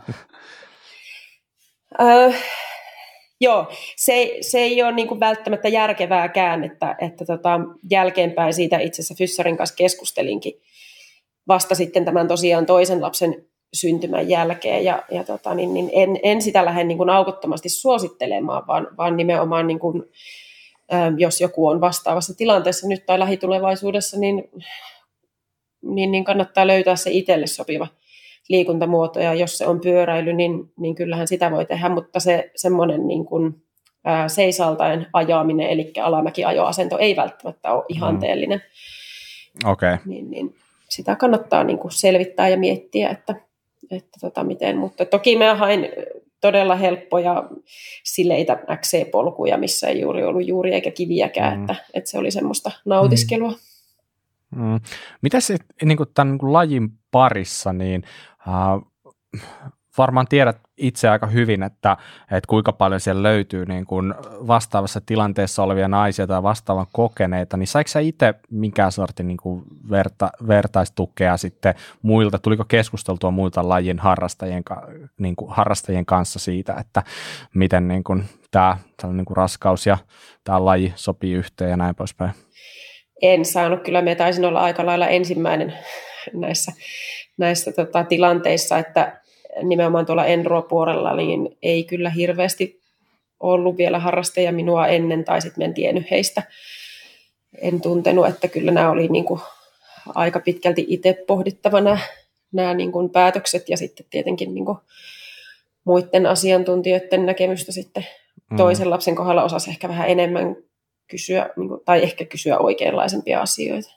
äh, joo, se, se ei ole niin kuin välttämättä järkevääkään, että, että tota, jälkeenpäin siitä itse asiassa Fyssarin kanssa keskustelinkin vasta sitten tämän tosiaan toisen lapsen syntymän jälkeen, ja, ja tota, niin, niin en, en sitä lähde niin kuin aukottomasti suosittelemaan, vaan, vaan nimenomaan, niin kuin, ä, jos joku on vastaavassa tilanteessa nyt tai lähitulevaisuudessa, niin, niin, niin kannattaa löytää se itselle sopiva liikuntamuoto, ja jos se on pyöräily, niin, niin kyllähän sitä voi tehdä, mutta se semmoinen niin kuin, ä, seisaltaen ajaminen, eli alamäkiajoasento ei välttämättä ole ihanteellinen. Mm. Okei. Okay. Niin, niin sitä kannattaa niin kuin selvittää ja miettiä, että, että tota miten. Mutta toki mä hain todella helppoja sileitä X C-polkuja, missä ei juuri ollut juuri eikä kiviäkään, mm. että, että se oli semmoista nautiskelua. Mm. Mm. Mitä se niin kuin tämän niin kuin lajin parissa, niin äh, varmaan tiedät itse aika hyvin, että, että kuinka paljon siellä löytyy niin kuin vastaavassa tilanteessa olevia naisia tai vastaavan kokeneita, niin saiko sä itse minkään sortin niin kuin verta, vertaistukea sitten muilta, tuliko keskusteltua muilta lajin harrastajien, niin kuin harrastajien kanssa siitä, että miten niin kuin tämä niin kuin raskaus ja tämä laji sopii yhteen ja näin poispäin? En saanut, kyllä me taisin olla aika lailla ensimmäinen näissä, näissä tota, tilanteissa, että nimenomaan tuolla Enro-puolella niin ei kyllä hirveästi ollut vielä harrastajia minua ennen, tai sitten en tiennyt heistä. En tuntenut, että kyllä nämä oli niin kuin aika pitkälti itse pohdittavana nämä niin kuin päätökset, ja sitten tietenkin niin kuin muiden asiantuntijoiden näkemystä sitten toisen mm. lapsen kohdalla osasi ehkä vähän enemmän kysyä, niin kuin, tai ehkä kysyä oikeanlaisempia asioita.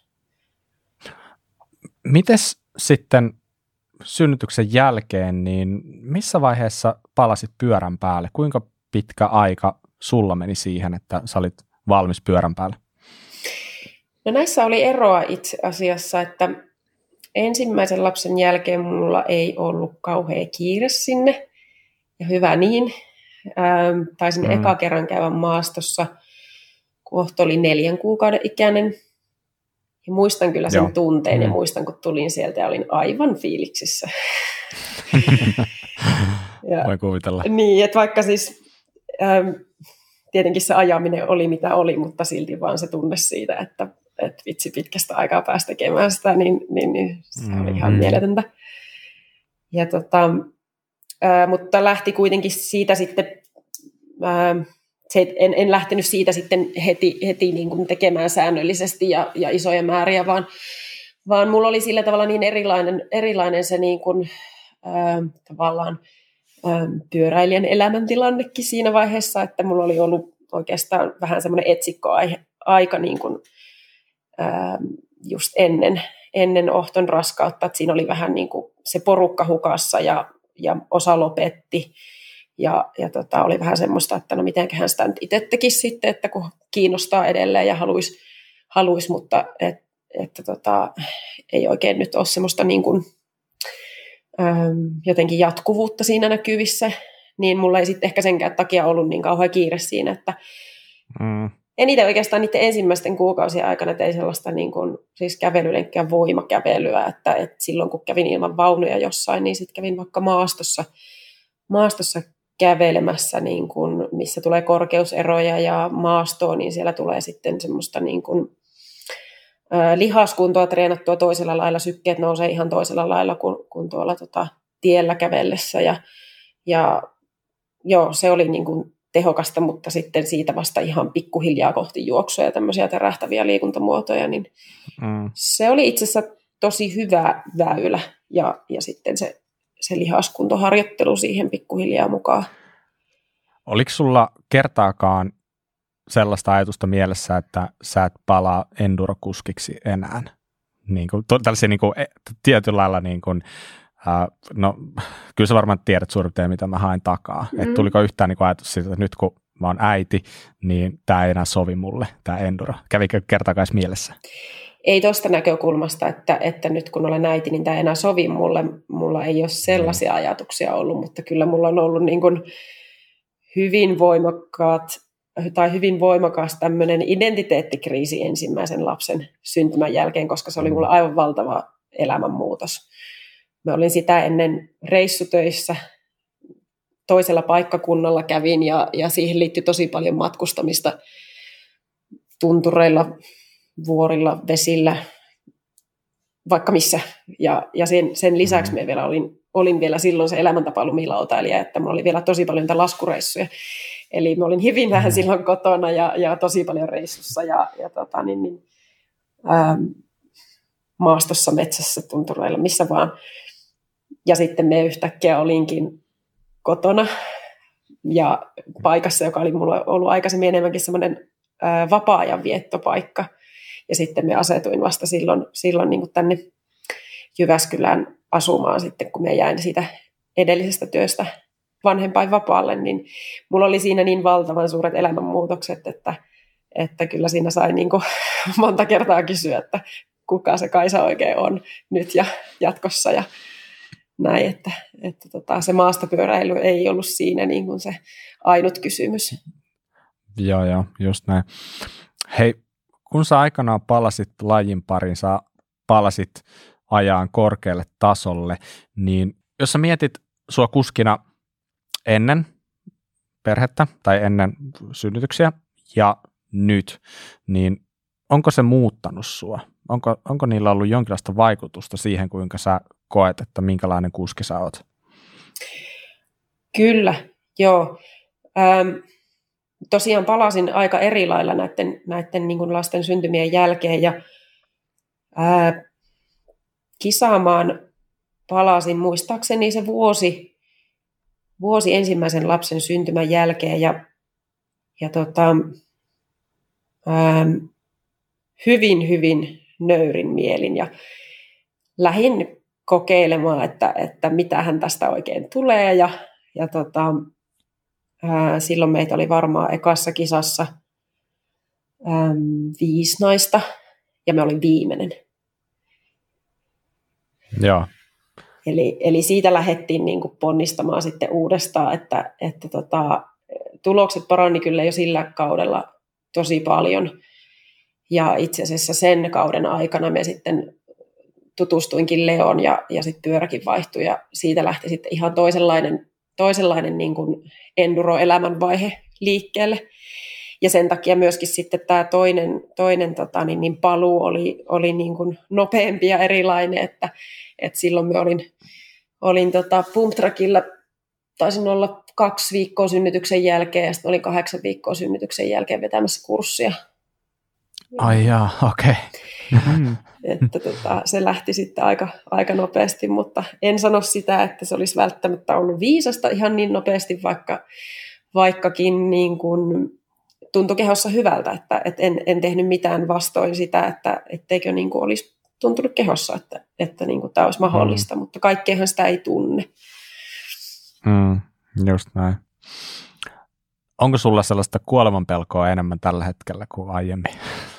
Mites sitten synnytyksen jälkeen, niin missä vaiheessa palasit pyörän päälle? Kuinka pitkä aika sulla meni siihen, että sä olit valmis pyörän päälle? No näissä oli eroa itse asiassa, että ensimmäisen lapsen jälkeen mulla ei ollut kauhea kiire sinne, ja hyvä niin. Ähm, taisin mm. eka kerran käydä maastossa, kohta oli neljän kuukauden ikäinen. Ja muistan kyllä sen Joo. tunteen, ja muistan, kun tulin sieltä ja olin aivan fiiliksissä. ja, Voin kuvitella. Niin, että vaikka siis ähm, tietenkin se ajaminen oli mitä oli, mutta silti vaan se tunne siitä, että, että vitsi pitkästä aikaa päästä tekemään sitä, niin, niin, niin se mm-hmm. oli ihan mieletöntä. Ja tota, äh, mutta lähti kuitenkin siitä sitten... Äh, Se, en, en lähtenyt siitä sitten heti, heti niin kuin tekemään säännöllisesti ja, ja isoja määriä, vaan, vaan mulla oli sillä tavalla niin erilainen, erilainen se niin kuin, ää, tavallaan ää, pyöräilijän elämäntilannekin siinä vaiheessa, että mulla oli ollut oikeastaan vähän semmoinen etsikkoaihe aika niin kuin, ää, just ennen, ennen ohton raskautta, että siinä oli vähän niin kuin se porukka hukassa ja, ja osa lopetti. Ja, ja tota, oli vähän semmoista, että no mitenköhän sitä nyt itse tekisi sitten, että kun kiinnostaa edelleen ja haluaisi, haluais, mutta et, että tota, ei oikein nyt ole semmoista niin kuin, äm, jotenkin jatkuvuutta siinä näkyvissä, niin mulla ei sitten ehkä senkään takia ollut niin kauhean kiire siinä, että mm. en itse oikeastaan niiden ensimmäisten kuukausien aikana tein sellaista niin kuin, siis kävelylenkkiä voimakävelyä, että, että silloin kun kävin ilman vaunuja jossain, niin sitten kävin vaikka maastossa, maastossa kävelemässä, niin kun, missä tulee korkeuseroja ja maastoa, niin siellä tulee sitten semmoista niin kun, ä, lihaskuntoa treenattua toisella lailla, sykkeet nousee ihan toisella lailla kuin, kuin tuolla tota, tiellä kävellessä. Ja, ja joo, se oli niin kun tehokasta, mutta sitten siitä vasta ihan pikkuhiljaa kohti juoksua ja tämmöisiä tärähtäviä liikuntamuotoja, niin mm. se oli itse asiassa tosi hyvä väylä, ja, ja sitten se se lihaskuntoharjoittelu siihen pikkuhiljaa mukaan. Oliko sulla kertaakaan sellaista ajatusta mielessä, että sä et palaa endurokuskiksi enää? Niin kuin, tällaisia niin kuin, tietyllä lailla, niin kuin, äh, no kyllä sä varmaan tiedät suurin piirtein, mitä mä haen takaa. Mm. Et tuliko yhtään niin kuin ajatus siitä, että nyt kun mä oon äiti, niin tämä ei enää sovi mulle, tämä enduro. Kävikö kertakais mielessä? Ei tuosta näkökulmasta, että, että nyt kun olen äiti, niin tämä ei enää sovi mulle. Mulla ei ole sellaisia mm. ajatuksia ollut, mutta kyllä mulla on ollut niin kuin hyvin voimakkaat tai hyvin voimakas tämmöinen identiteettikriisi ensimmäisen lapsen syntymän jälkeen, koska se oli mulla aivan valtava elämänmuutos. Mä olin sitä ennen reissutöissä, toisella paikkakunnalla kävin ja, ja siihen liittyi tosi paljon matkustamista tuntureilla, vuorilla, vesillä, vaikka missä. Ja, ja sen, sen lisäksi mä vielä olin, olin vielä silloin se elämäntapa lumilautailija, että mulla oli vielä tosi paljon niitä laskureissuja. Eli mä olin hyvin vähän silloin kotona ja, ja tosi paljon reissussa ja, ja tota, niin, niin, ää, maastossa, metsässä, tuntureilla, missä vaan. Ja sitten me yhtäkkiä olinkin kotona ja paikassa, joka oli mulla ollut aikaisemmin enemmänkin semmoinen ää, vapaa-ajan viettopaikka. Ja sitten me asetuin vasta silloin, silloin niin kuin tänne Jyväskylään asumaan sitten, kun me jäin siitä edellisestä työstä vanhempainvapaalle, niin mulla oli siinä niin valtavan suuret elämänmuutokset, että, että kyllä siinä sai niin kuin monta kertaa kysyä, että kuka se Kaisa oikein on nyt ja jatkossa ja näin, että, että tota, se maastopyöräily ei ollut siinä niin kuin se ainut kysymys. Joo, joo, just näin. Hei, kun sä aikanaan palasit lajin pariin, sä palasit ajaan korkealle tasolle, niin jos sä mietit sua kuskina ennen perhettä tai ennen synnytyksiä ja nyt, niin onko se muuttanut sua? Onko, onko niillä ollut jonkinlaista vaikutusta siihen, kuinka sä koet, että minkälainen kuski sä oot? Kyllä, joo. Ähm, tosiaan palasin aika eri lailla näiden, näiden niin kuin lasten syntymien jälkeen ja ää, kisaamaan palasin muistaakseni se vuosi, vuosi ensimmäisen lapsen syntymän jälkeen ja, ja tota, ää, hyvin, hyvin nöyrin mielin ja lähdin kokeilemaan, että, että mitähän tästä oikein tulee ja, ja tota, ää, silloin meitä oli varmaan ekassa kisassa ää, viisi naista ja me olin viimeinen. Joo. Eli, eli siitä lähdettiin niin kuin ponnistamaan sitten uudestaan, että, että tota, tulokset parani kyllä jo sillä kaudella tosi paljon. Ja itse asiassa sen kauden aikana me sitten tutustuinkin Leon ja, ja sitten pyöräkin vaihtui ja siitä lähti sitten ihan toisenlainen, toisenlainen niin kuin enduro-elämänvaihe liikkeelle. Ja sen takia myöskin sitten tämä toinen, toinen tota, niin, niin paluu oli, oli niin kuin nopeampi ja erilainen, että, että silloin me olin, olin tota Pumptrackilla, taisin olla kaksi viikkoa synnytyksen jälkeen ja sitten olin kahdeksan viikkoa synnytyksen jälkeen vetämässä kurssia. Ai jaa, okei. Okay. Että tota, se lähti sitten aika, aika nopeasti, mutta en sano sitä, että se olisi välttämättä ollut viisasta ihan niin nopeasti, vaikka, vaikkakin niin kuin tuntui kehossa hyvältä, että, että en, en tehnyt mitään vastoin sitä, että etteikö niin kuin olisi tuntunut kehossa, että, että niin kuin tämä olisi mahdollista, mm. mutta kaikkeahan sitä ei tunne. Mm, just näin. Onko sulla sellaista kuolemanpelkoa enemmän tällä hetkellä kuin aiemmin?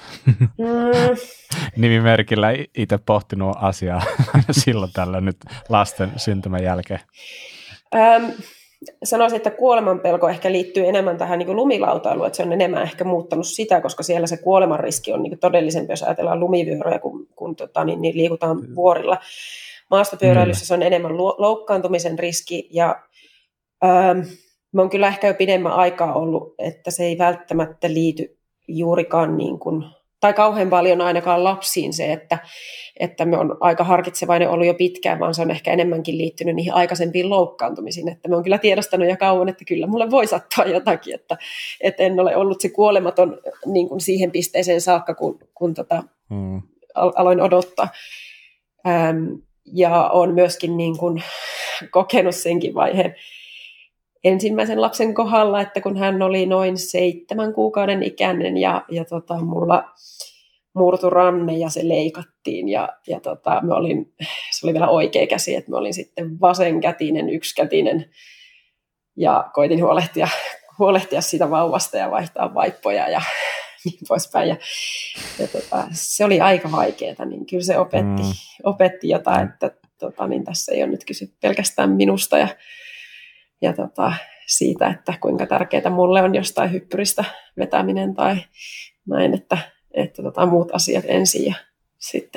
Mm. Nimimerkillä itse pohtinut asiaa silloin tällä nyt lasten syntymän jälkeen. Ähm, sanoisin, että kuolemanpelko ehkä liittyy enemmän tähän niin kuin lumilautailuun, että se on enemmän ehkä muuttanut sitä, koska siellä se kuolemanriski on niin kuin todellisempi, jos ajatellaan lumivyöryjä, kun, kun tota, niin, niin liikutaan vuorilla. Maastopyöräilyssä mm. se on enemmän loukkaantumisen riski ja ähm, mä oon kyllä ehkä jo pidemmän aikaa ollut, että se ei välttämättä liity juurikaan niin kuin, tai kauhean paljon ainakaan lapsiin se, että, että me on aika harkitsevainen ollut jo pitkään, vaan se on ehkä enemmänkin liittynyt niihin aikaisempiin loukkaantumisiin, että me on kyllä tiedostanut jo kauan, että kyllä mulle voi sattua jotakin, että, että en ole ollut se kuolematon niin kuin siihen pisteeseen saakka, kun, kun tota, hmm. aloin odottaa. Ähm, ja olen myöskin niin kuin kokenut senkin vaiheen ensimmäisen lapsen kohdalla, että kun hän oli noin seitsemän kuukauden ikäinen ja, ja tota, mulla murtu ranne ja se leikattiin ja, ja tota, me olin, se oli vielä oikea käsi, että mä olin sitten vasenkätinen, yksikätinen ja koitin huolehtia huolehtia siitä vauvasta ja vaihtaa vaippoja ja niin poispäin. Ja, ja tota, se oli aika vaikeaa, niin kyllä se opetti, mm. opetti jotain, että tota, niin tässä ei ole nyt kysy pelkästään minusta ja, ja tota, siitä, että kuinka tärkeää mulle on jostain hyppyristä vetäminen tai näin, että, että tota, muut asiat ensin ja sitten,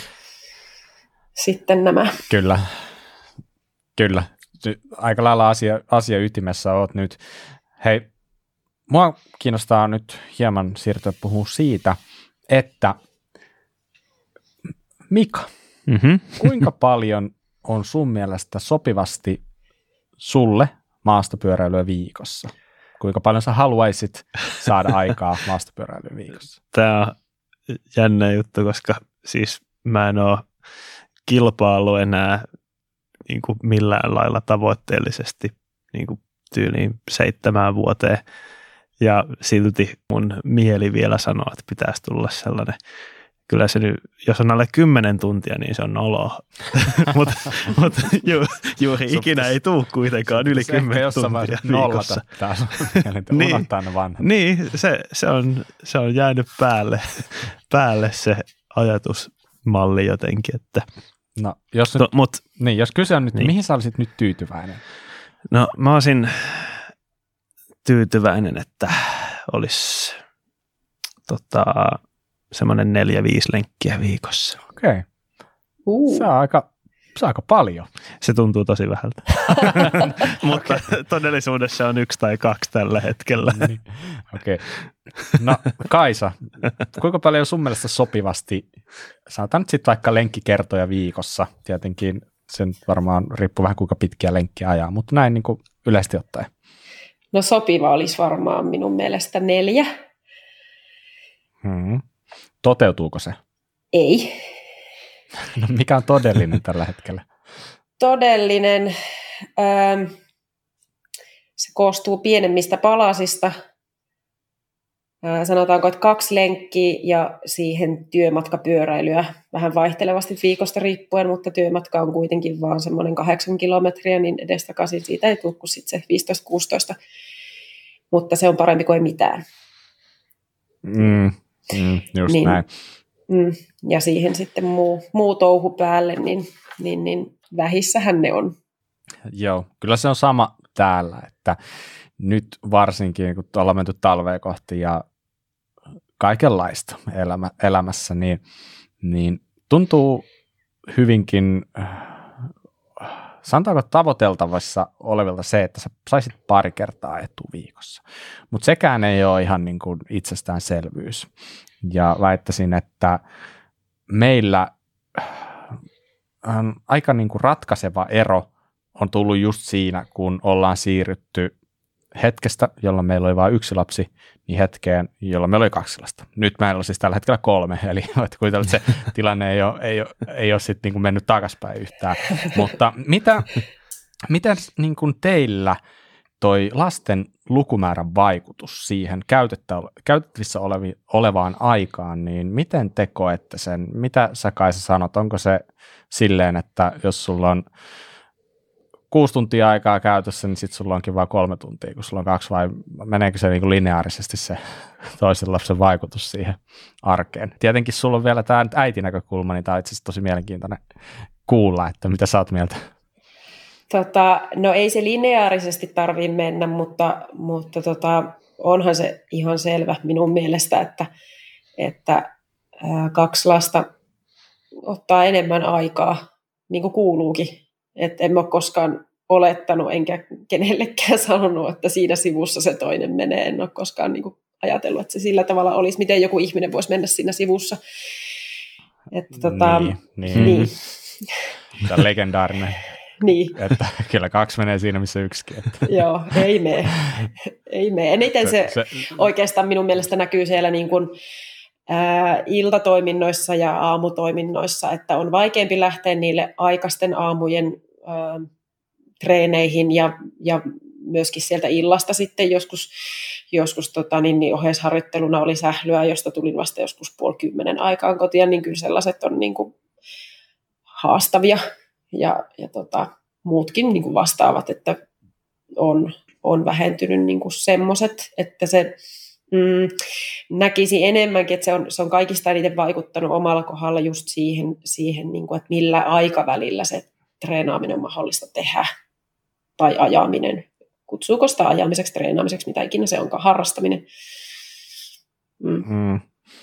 sitten nämä. Kyllä, kyllä. Aika lailla asia, asia ytimessä oot nyt. Hei, mua kiinnostaa nyt hieman siirtyä puhua siitä, että Mika, mm-hmm. kuinka paljon on sun mielestä sopivasti sulle maastopyöräilyä viikossa? Kuinka paljon sä haluaisit saada aikaa maastopyöräilyä viikossa? Tämä on jännä juttu, koska siis mä en ole kilpaillut enää niin kuin millään lailla tavoitteellisesti niin kuin tyyliin seitsemään vuoteen. Ja silti mun mieli vielä sanoo, että pitäisi tulla sellainen. Kyllä se nyt, jos on alle kymmenen tuntia, niin se on noloa. Mutta mut, ju, juuri Suptis. Ikinä ei tule kuitenkaan yli kymmenen tuntia viikossa. Niin, unohtaa ne vanhat. Niin, se, se, on, se on jäänyt päälle, päälle se ajatusmalli jotenkin. Että. No, jos, nyt, to, mut, niin, jos kyse on nyt, niin. mihin sä olisit nyt tyytyväinen? No mä olisin tyytyväinen, että olisi tota, semmoinen neljä, viisi lenkkiä viikossa. Okei. Okay. Uh. Se on aika, se on aika paljon. Se tuntuu tosi vähältä. Mutta okay. Todellisuudessa on yksi tai kaksi tällä hetkellä. Niin. Okei. Okay. No Kaisa, kuinka paljon sun mielestä sopivasti, sanotaan nyt sitten vaikka lenkkikertoja viikossa, tietenkin sen varmaan riippuu vähän kuinka pitkiä lenkkiä ajaa, mutta näin niin kuin yleisesti ottaen. No sopiva olisi varmaan minun mielestä neljä. Hmm. Toteutuuko se? Ei. No mikä on todellinen tällä hetkellä? Todellinen, ähm, se koostuu pienemmistä palasista. Äh, sanotaanko, että kaksi lenkkiä ja siihen työmatkapyöräilyä vähän vaihtelevasti viikosta riippuen, mutta työmatka on kuitenkin vaan semmoinen kahdeksan kilometriä, niin edestakaisin siitä ei tule kuin sitten se viisitoista kuusitoista, mutta se on parempi kuin mitään. Mm, mm, just niin, näin. Mm, ja siihen sitten muu, muu touhu päälle, niin, niin, niin vähissähän ne on. Joo, kyllä se on sama täällä, että nyt varsinkin kun ollaan menty talvea kohti ja kaikenlaista elämä, elämässä, niin, niin tuntuu hyvinkin, sanotaanko tavoiteltavassa olevilta se, että sä saisit pari kertaa etuviikossa. Mutta sekään ei ole ihan niin kuin itsestäänselvyys. Ja väittäisin, että meillä on aika niin kuin ratkaiseva ero on tullut just siinä, kun ollaan siirrytty hetkestä, jolloin meillä oli vain yksi lapsi, niin hetkeen, jolloin meillä oli kaksi lasta. Nyt meillä on siis tällä hetkellä kolme, eli voit kuvitella, että se tilanne ei ole, ei ole, ei ole sitten niin kuin mennyt takaspäin yhtään. Mutta mitä, miten niin kuin teillä toi lasten lukumäärän vaikutus siihen käytettävissä olevi, olevaan aikaan, niin miten te koette sen? Mitä sä Kaisa sanot? Onko se silleen, että jos sulla on kuusi tuntia aikaa käytössä, niin sitten sulla onkin vain kolme tuntia, kun sulla on kaksi, vai meneekö se niin kuin lineaarisesti se toisen lapsen vaikutus siihen arkeen? Tietenkin sulla on vielä tämä äitinäkökulma, niin tämä on itse asiassa tosi mielenkiintoinen kuulla, että mitä sä oot mieltä? Tota, no ei se lineaarisesti tarvitse mennä, mutta, mutta tota, onhan se ihan selvä minun mielestä, että, että ää, kaksi lasta ottaa enemmän aikaa, niin kuin kuuluukin. Että en ole koskaan olettanut enkä kenellekään sanonut, että siinä sivussa se toinen menee. En ole koskaan niin kuin ajatellut, että se sillä tavalla olisi, miten joku ihminen voisi mennä siinä sivussa. Että, tota, niin, niin. niin. Tämä on legendaarinen. Niin. Että kyllä kaksi menee siinä, missä yksikin. Että. Joo, ei mene. Ei mene. Eniten se, se, se oikeastaan minun mielestä näkyy siellä niin kuin, ää, iltatoiminnoissa ja aamutoiminnoissa, että on vaikeampi lähteä niille aikaisten aamujen ää, treeneihin ja, ja myöskin sieltä illasta sitten joskus, joskus tota, niin, niin oheisharjoitteluna oli sählyä, josta tulin vasta joskus puoli kymmenen aikaan kotia, niin kyllä sellaiset on niin kuin haastavia. Ja, ja tota, muutkin niin kuin vastaavat, että on, on vähentynyt niin kuin semmoiset, että se mm, näkisi enemmänkin, että se on, se on kaikista eniten vaikuttanut omalla kohdalla just siihen, siihen niin kuin, että millä aikavälillä se treenaaminen on mahdollista tehdä tai ajaminen. Kutsuuko sitä ajamiseksi, treenaamiseksi, mitä ikinä se onkaan, harrastaminen. Mm. Mm.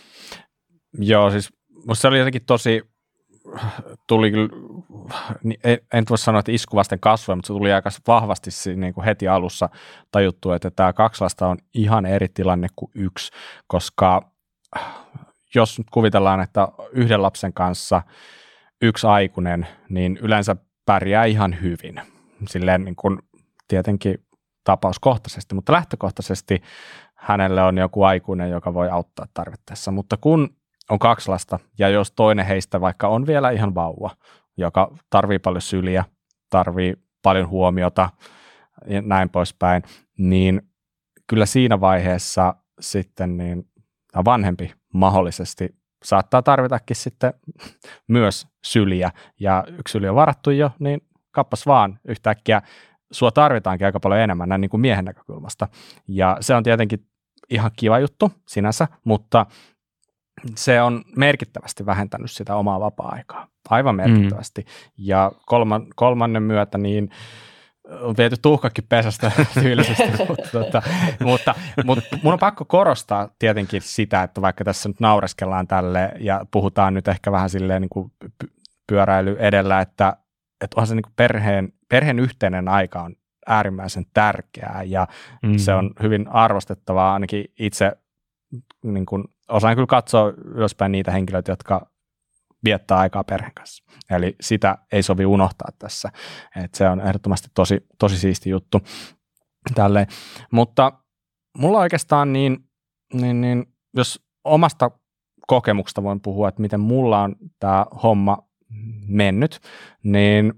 Joo, siis musta se oli jotenkin tosi, tuli kyllä, en, en voi sanoa, että isku vasten kasvoja, mutta se tuli aika vahvasti niin kuin heti alussa tajuttu, että tämä kaksi lasta on ihan eri tilanne kuin yksi, koska jos nyt kuvitellaan, että yhden lapsen kanssa yksi aikuinen, niin yleensä pärjää ihan hyvin, silleen niin kuin tietenkin tapauskohtaisesti, mutta lähtökohtaisesti hänelle on joku aikuinen, joka voi auttaa tarvittaessa, mutta kun on kaksi lasta, ja jos toinen heistä vaikka on vielä ihan vauva, joka tarvii paljon syliä, tarvii paljon huomiota ja näin poispäin, niin kyllä siinä vaiheessa sitten niin vanhempi mahdollisesti saattaa tarvitakin sitten myös syliä, ja yksi syli on varattu jo, niin kappas vaan yhtäkkiä sua tarvitaankin aika paljon enemmän näin niin kuin miehen näkökulmasta, ja se on tietenkin ihan kiva juttu sinänsä, mutta se on merkittävästi vähentänyt sitä omaa vapaa-aikaa, aivan merkittävästi. Mm. Ja kolman, kolmannen myötä niin on viety tuhkakin pesästä tyylisesti, mutta, tota, mutta, mutta mun on pakko korostaa tietenkin sitä, että vaikka tässä nyt naureskellaan tälle ja puhutaan nyt ehkä vähän silleen niin kuin pyöräily edellä, että, että onhan se niin kuin perheen, perheen yhteinen aika on äärimmäisen tärkeää ja mm. se on hyvin arvostettavaa ainakin itse niin kuin osaan kyllä katsoa ylöspäin niitä henkilöitä, jotka viettää aikaa perheen kanssa. Eli sitä ei sovi unohtaa tässä. Et se on ehdottomasti tosi, tosi siisti juttu. Tälleen. Mutta mulla oikeastaan niin, niin, niin, jos omasta kokemuksesta voin puhua, että miten mulla on tämä homma mennyt, niin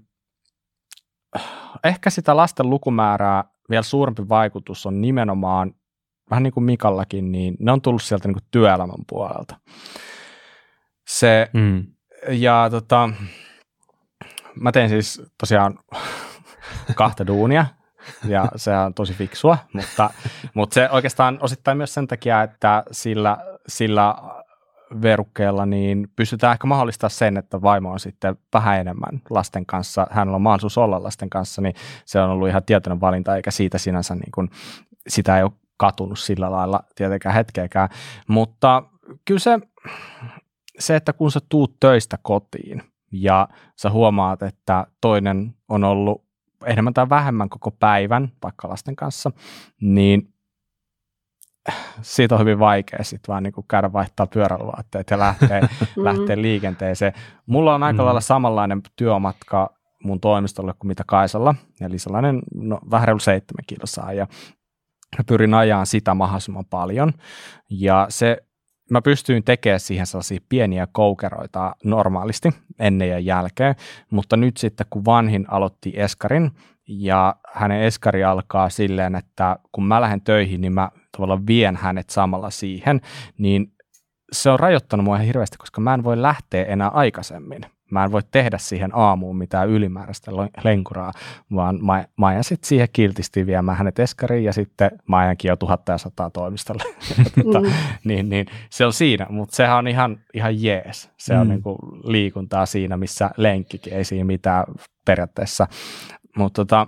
ehkä sitä lasten lukumäärää vielä suurempi vaikutus on nimenomaan vähän niin kuin Mikallakin, niin ne on tullut sieltä niin kuin työelämän puolelta. Se, mm. ja tota, mä tein siis tosiaan kahta duunia, ja se on tosi fiksua, mutta, mutta se oikeastaan osittain myös sen takia, että sillä, sillä verukkeella niin pystytään ehkä mahdollistamaan sen, että vaimo on sitten vähän enemmän lasten kanssa, hänellä on mahdollisuus olla lasten kanssa, niin se on ollut ihan tietoinen valinta, eikä siitä sinänsä niin kuin, sitä ei ole katunut sillä lailla tietenkään hetkeäkään, mutta kyllä se, se, että kun sä tuut töistä kotiin ja sä huomaat, että toinen on ollut enemmän tai vähemmän koko päivän vaikka lasten kanssa, niin siitä on hyvin vaikea sitten vaan niin kuin käydä vaihtaa pyöräilyvaatteet ja lähteä, lähteä liikenteeseen. Mulla on aika lailla samanlainen työmatka mun toimistolle kuin mitä Kaisalla, eli sellainen no, vähän reilu seitsemän kilsaa, ja mä pyrin ajaa sitä mahdollisimman paljon, ja se, mä pystyin tekemään siihen sellaisia pieniä koukeroita normaalisti ennen ja jälkeen, mutta nyt sitten kun vanhin aloitti eskarin, ja hänen eskari alkaa silleen, että kun mä lähden töihin, niin mä tavallaan vien hänet samalla siihen, niin se on rajoittanut mua ihan hirveästi, koska mä en voi lähteä enää aikaisemmin. Mä en voi tehdä siihen aamuun mitään ylimääräistä lenkuraa, vaan mä, mä ajan sitten siihen kiltisti viemään hänet eskariin ja sitten mä ajankin jo tuhatta ja sataa toimistolle. tota, mm. niin, niin, se on siinä, mutta sehän on ihan, ihan jees. Se mm. on niinku liikuntaa siinä, missä lenkkikin, ei siinä mitään periaatteessa. Mutta tota,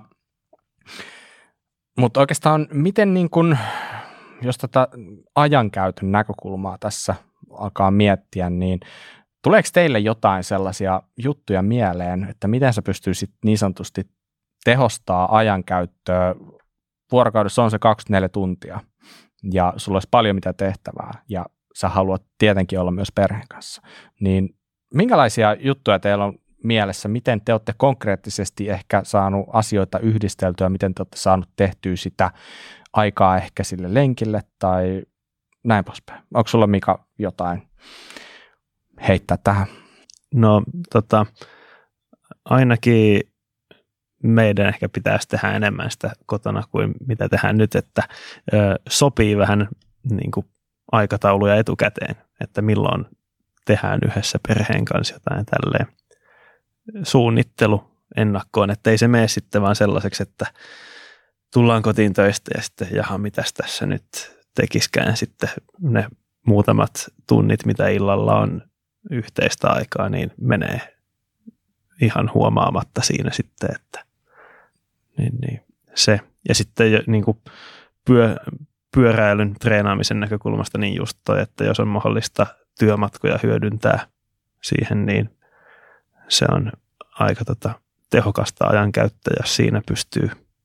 mut oikeastaan miten niin kun, jos tätä ajankäytön näkökulmaa tässä alkaa miettiä, niin tuleeko teille jotain sellaisia juttuja mieleen, että miten sä pystyisit niin sanotusti tehostaa ajankäyttöä? Vuorokaudessa on se kaksikymmentäneljä tuntia ja sulla olisi paljon mitä tehtävää ja sä haluat tietenkin olla myös perheen kanssa. Niin minkälaisia juttuja teillä on mielessä, miten te olette konkreettisesti ehkä saanut asioita yhdisteltyä, miten te olette saanut tehtyä sitä aikaa ehkä sille lenkille tai näin poispäin? Onko sulla, Mika, jotain heittää tähän? No tota, ainakin meidän ehkä pitäisi tehdä enemmän sitä kotona kuin mitä tehdään nyt, että ö, sopii vähän niin kuin aikatauluja etukäteen, että milloin tehdään yhdessä perheen kanssa jotain tälleen suunnittelu ennakkoon, että ei se mene sitten vaan sellaiseksi, että tullaan kotiin töistä ja sitten jaha, mitäs tässä nyt tekiskään sitten ne muutamat tunnit, mitä illalla on yhteistä aikaa, niin menee ihan huomaamatta siinä sitten, että niin, niin, se. Ja sitten niin kuin pyö, pyöräilyn treenaamisen näkökulmasta niin just toi, että jos on mahdollista työmatkoja hyödyntää siihen, niin se on aika tota, tehokasta ajankäyttöä, jos siinä pystyy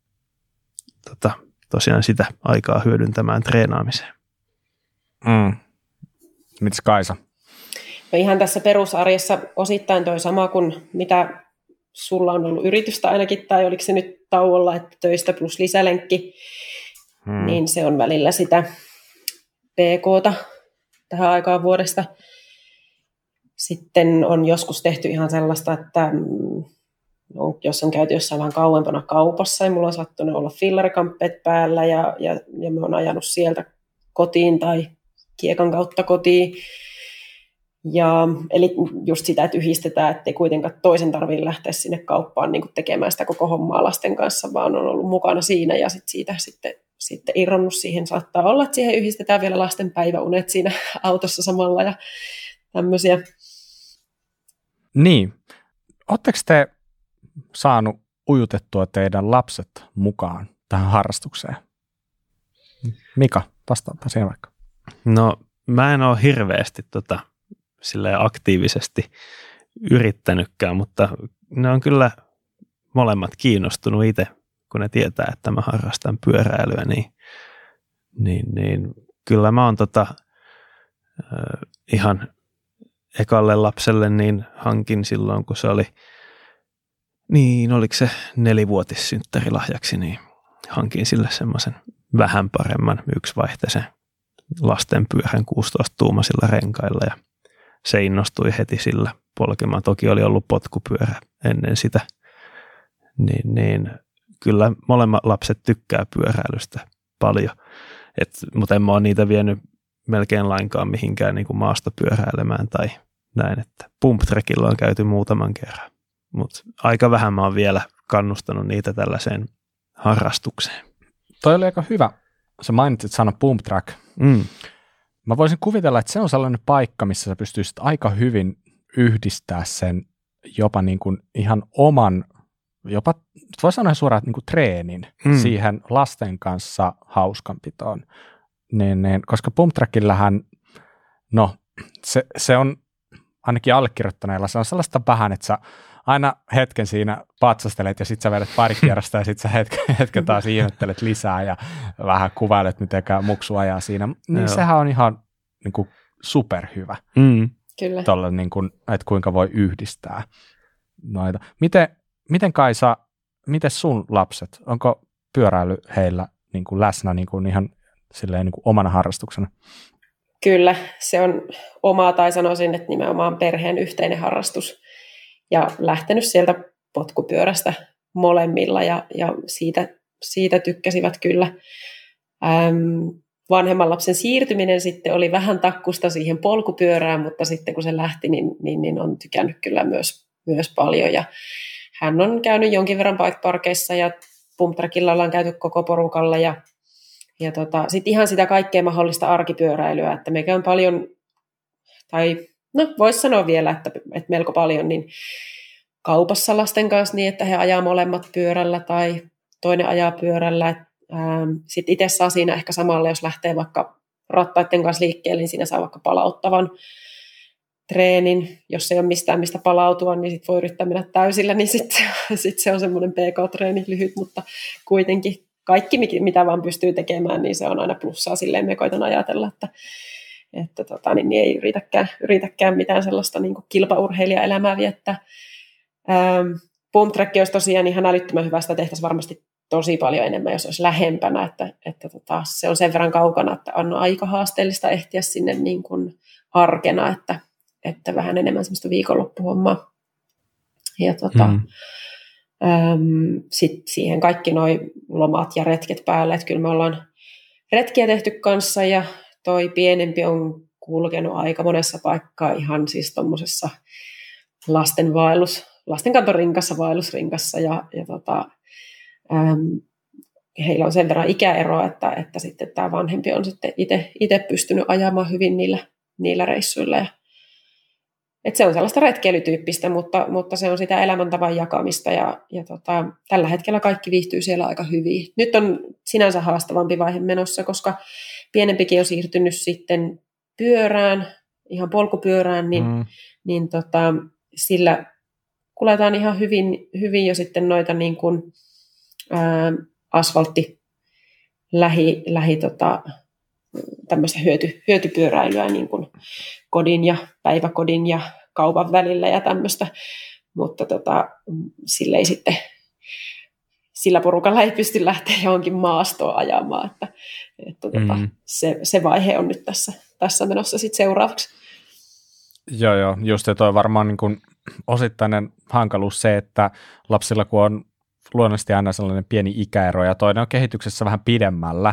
tota, tosiaan sitä aikaa hyödyntämään treenaamiseen. Mm. Mitäs Kaisa? No ihan tässä perusarjessa osittain toi sama kuin mitä sulla on ollut yritystä ainakin, tai oliko se nyt tauolla, että töistä plus lisälenkki, hmm. niin se on välillä sitä P K:ta tähän aikaan vuodesta. Sitten on joskus tehty ihan sellaista, että no, jos on käyty jossain vähän kauempana kaupassa, ja mulla on sattunut olla fillarikamppeet päällä, ja, ja, ja mä oon ajanut sieltä kotiin tai kiekan kautta kotiin. Ja, eli just sitä, että yhdistetään, ettei kuitenkaan toisen tarvitse lähteä sinne kauppaan niin kuin tekemään sitä koko hommaa lasten kanssa, vaan on ollut mukana siinä ja sit siitä sitten, sitten irronnut siihen. Saattaa olla, että siihen yhdistetään vielä lasten päiväunet siinä autossa samalla ja tämmöisiä. Niin. Oletteko te saanut ujutettua teidän lapset mukaan tähän harrastukseen? Mika, vastaanpa siihen vaikka. No, mä en ole hirveästi tota silleen aktiivisesti yrittänytkään, mutta ne on kyllä molemmat kiinnostunut itse, kun ne tietää, että mä harrastan pyöräilyä, niin, niin, niin kyllä mä oon tota, äh, ihan ekalle lapselle niin hankin silloin, kun se oli, niin oliko se nelivuotissynttärilahjaksi, niin hankin sille semmoisen vähän paremman yksivaihteisen lastenpyörän kuusitoista-tuumaisilla renkailla ja se innostui heti sillä polkemaan. Toki oli ollut potkupyörä ennen sitä. Niin, niin kyllä molemmat lapset tykkää pyöräilystä paljon. Et, mutta en mä ole niitä vienyt melkein lainkaan mihinkään niin kuin maastopyöräilemään tai näin. Että pumptrackilla on käyty muutaman kerran. Mutta aika vähän mä oon vielä kannustanut niitä tällaiseen harrastukseen. Toi oli aika hyvä. Sä mainitsit sana pumptrack. Mm. Mä voisin kuvitella, että se on sellainen paikka, missä sä pystyisit aika hyvin yhdistää sen jopa niin kuin ihan oman, jopa voi sanoa suoraan, että niin kuin treenin mm. siihen lasten kanssa hauskanpitoon. Niin, niin, koska pumptrackillähän, no se, se on ainakin allekirjoittaneella, se on sellaista vähän, että sä aina hetken siinä patsastelet ja sit sä vedät pari kierrosta ja sit sä hetken, hetken taas ihmettelet lisää ja vähän kuvailet, mitenkään muksu ajaa siinä. Niin Joo. Sehän on ihan niin kuin superhyvä. Mm. Kyllä. Tolle, niin kuin, että kuinka voi yhdistää noita. Miten, miten Kaisa, miten sun lapset, onko pyöräily heillä niin kuin läsnä niin kuin ihan silleen niin kuin omana harrastuksena? Kyllä, se on omaa tai sanoisin, että nimenomaan perheen yhteinen harrastus. Ja lähtenyt sieltä potkupyörästä molemmilla ja, ja siitä, siitä tykkäsivät kyllä. Ähm, vanhemman lapsen siirtyminen sitten oli vähän takkusta siihen polkupyörään, mutta sitten kun se lähti, niin, niin, niin on tykännyt kyllä myös, myös paljon. Ja hän on käynyt jonkin verran bike-parkeissa ja pumptrackilla ollaan käyty koko porukalla ja, ja tota, sitten ihan sitä kaikkea mahdollista arkipyöräilyä, että me käyn paljon, tai no voisi sanoa vielä, että, että melko paljon, niin kaupassa lasten kanssa niin, että he ajaa molemmat pyörällä tai toinen ajaa pyörällä. Sitten itse saa siinä ehkä samalla, jos lähtee vaikka rattaiden kanssa liikkeelle, niin siinä saa vaikka palauttavan treenin. Jos ei ole mistään mistä palautua, niin sitten voi yrittää mennä täysillä, niin sitten sit se on semmoinen P K-treeni lyhyt, mutta kuitenkin kaikki, mitä vaan pystyy tekemään, niin se on aina plussaa. Silleen me koitan ajatella, että että tota, niin, niin ei yritäkään, yritäkään mitään sellaista niin kuin kilpaurheilijaelämää viettää. Ähm, pumptrack olisi tosiaan ihan älyttömän hyvä, sitä tehtäisiin varmasti tosi paljon enemmän, jos olisi lähempänä, että, että tota, se on sen verran kaukana, että on aika haasteellista ehtiä sinne niin kuin arkena, että, että vähän enemmän semmoista viikonloppuhommaa. Ja tota, mm. ähm, sitten siihen kaikki nuo lomat ja retket päälle, että kyllä me ollaan retkiä tehty kanssa ja toi pienempi on kulkenut aika monessa paikkaa ihan siis tuommoisessa lasten vaellus, lastenkantorinkassa, vaellusrinkassa ja, ja tota, äm, heillä on sen verran ikäeroa, että, että sitten tämä vanhempi on sitten itse, itse pystynyt ajamaan hyvin niillä, niillä reissuilla. Ja, että se on sellaista retkeilytyyppistä, mutta, mutta se on sitä elämäntavan jakamista ja, ja tota, tällä hetkellä kaikki viihtyy siellä aika hyvin. Nyt on sinänsä haastavampi vaihe menossa, koska pienempikin on siirtynyt sitten pyörään, ihan polkupyörään, niin, mm. niin tota, sillä kuljetaan ihan hyvin, hyvin jo sitten noita niin kuin, ää, asfaltti lähi, lähi tota, tämmöistä hyöty, hyötypyöräilyä niin kuin kodin ja päiväkodin ja kaupan välillä ja tämmöistä, mutta tota, sille ei sitten, sillä porukalla ei pysty lähteä johonkin maastoon ajamaan, että, että tota, mm. se, se vaihe on nyt tässä, tässä menossa sitten seuraavaksi. Joo, joo, just toi varmaan niin kuin osittainen hankaluus se, että lapsilla kun on luonnollisesti aina sellainen pieni ikäero ja toinen on kehityksessä vähän pidemmällä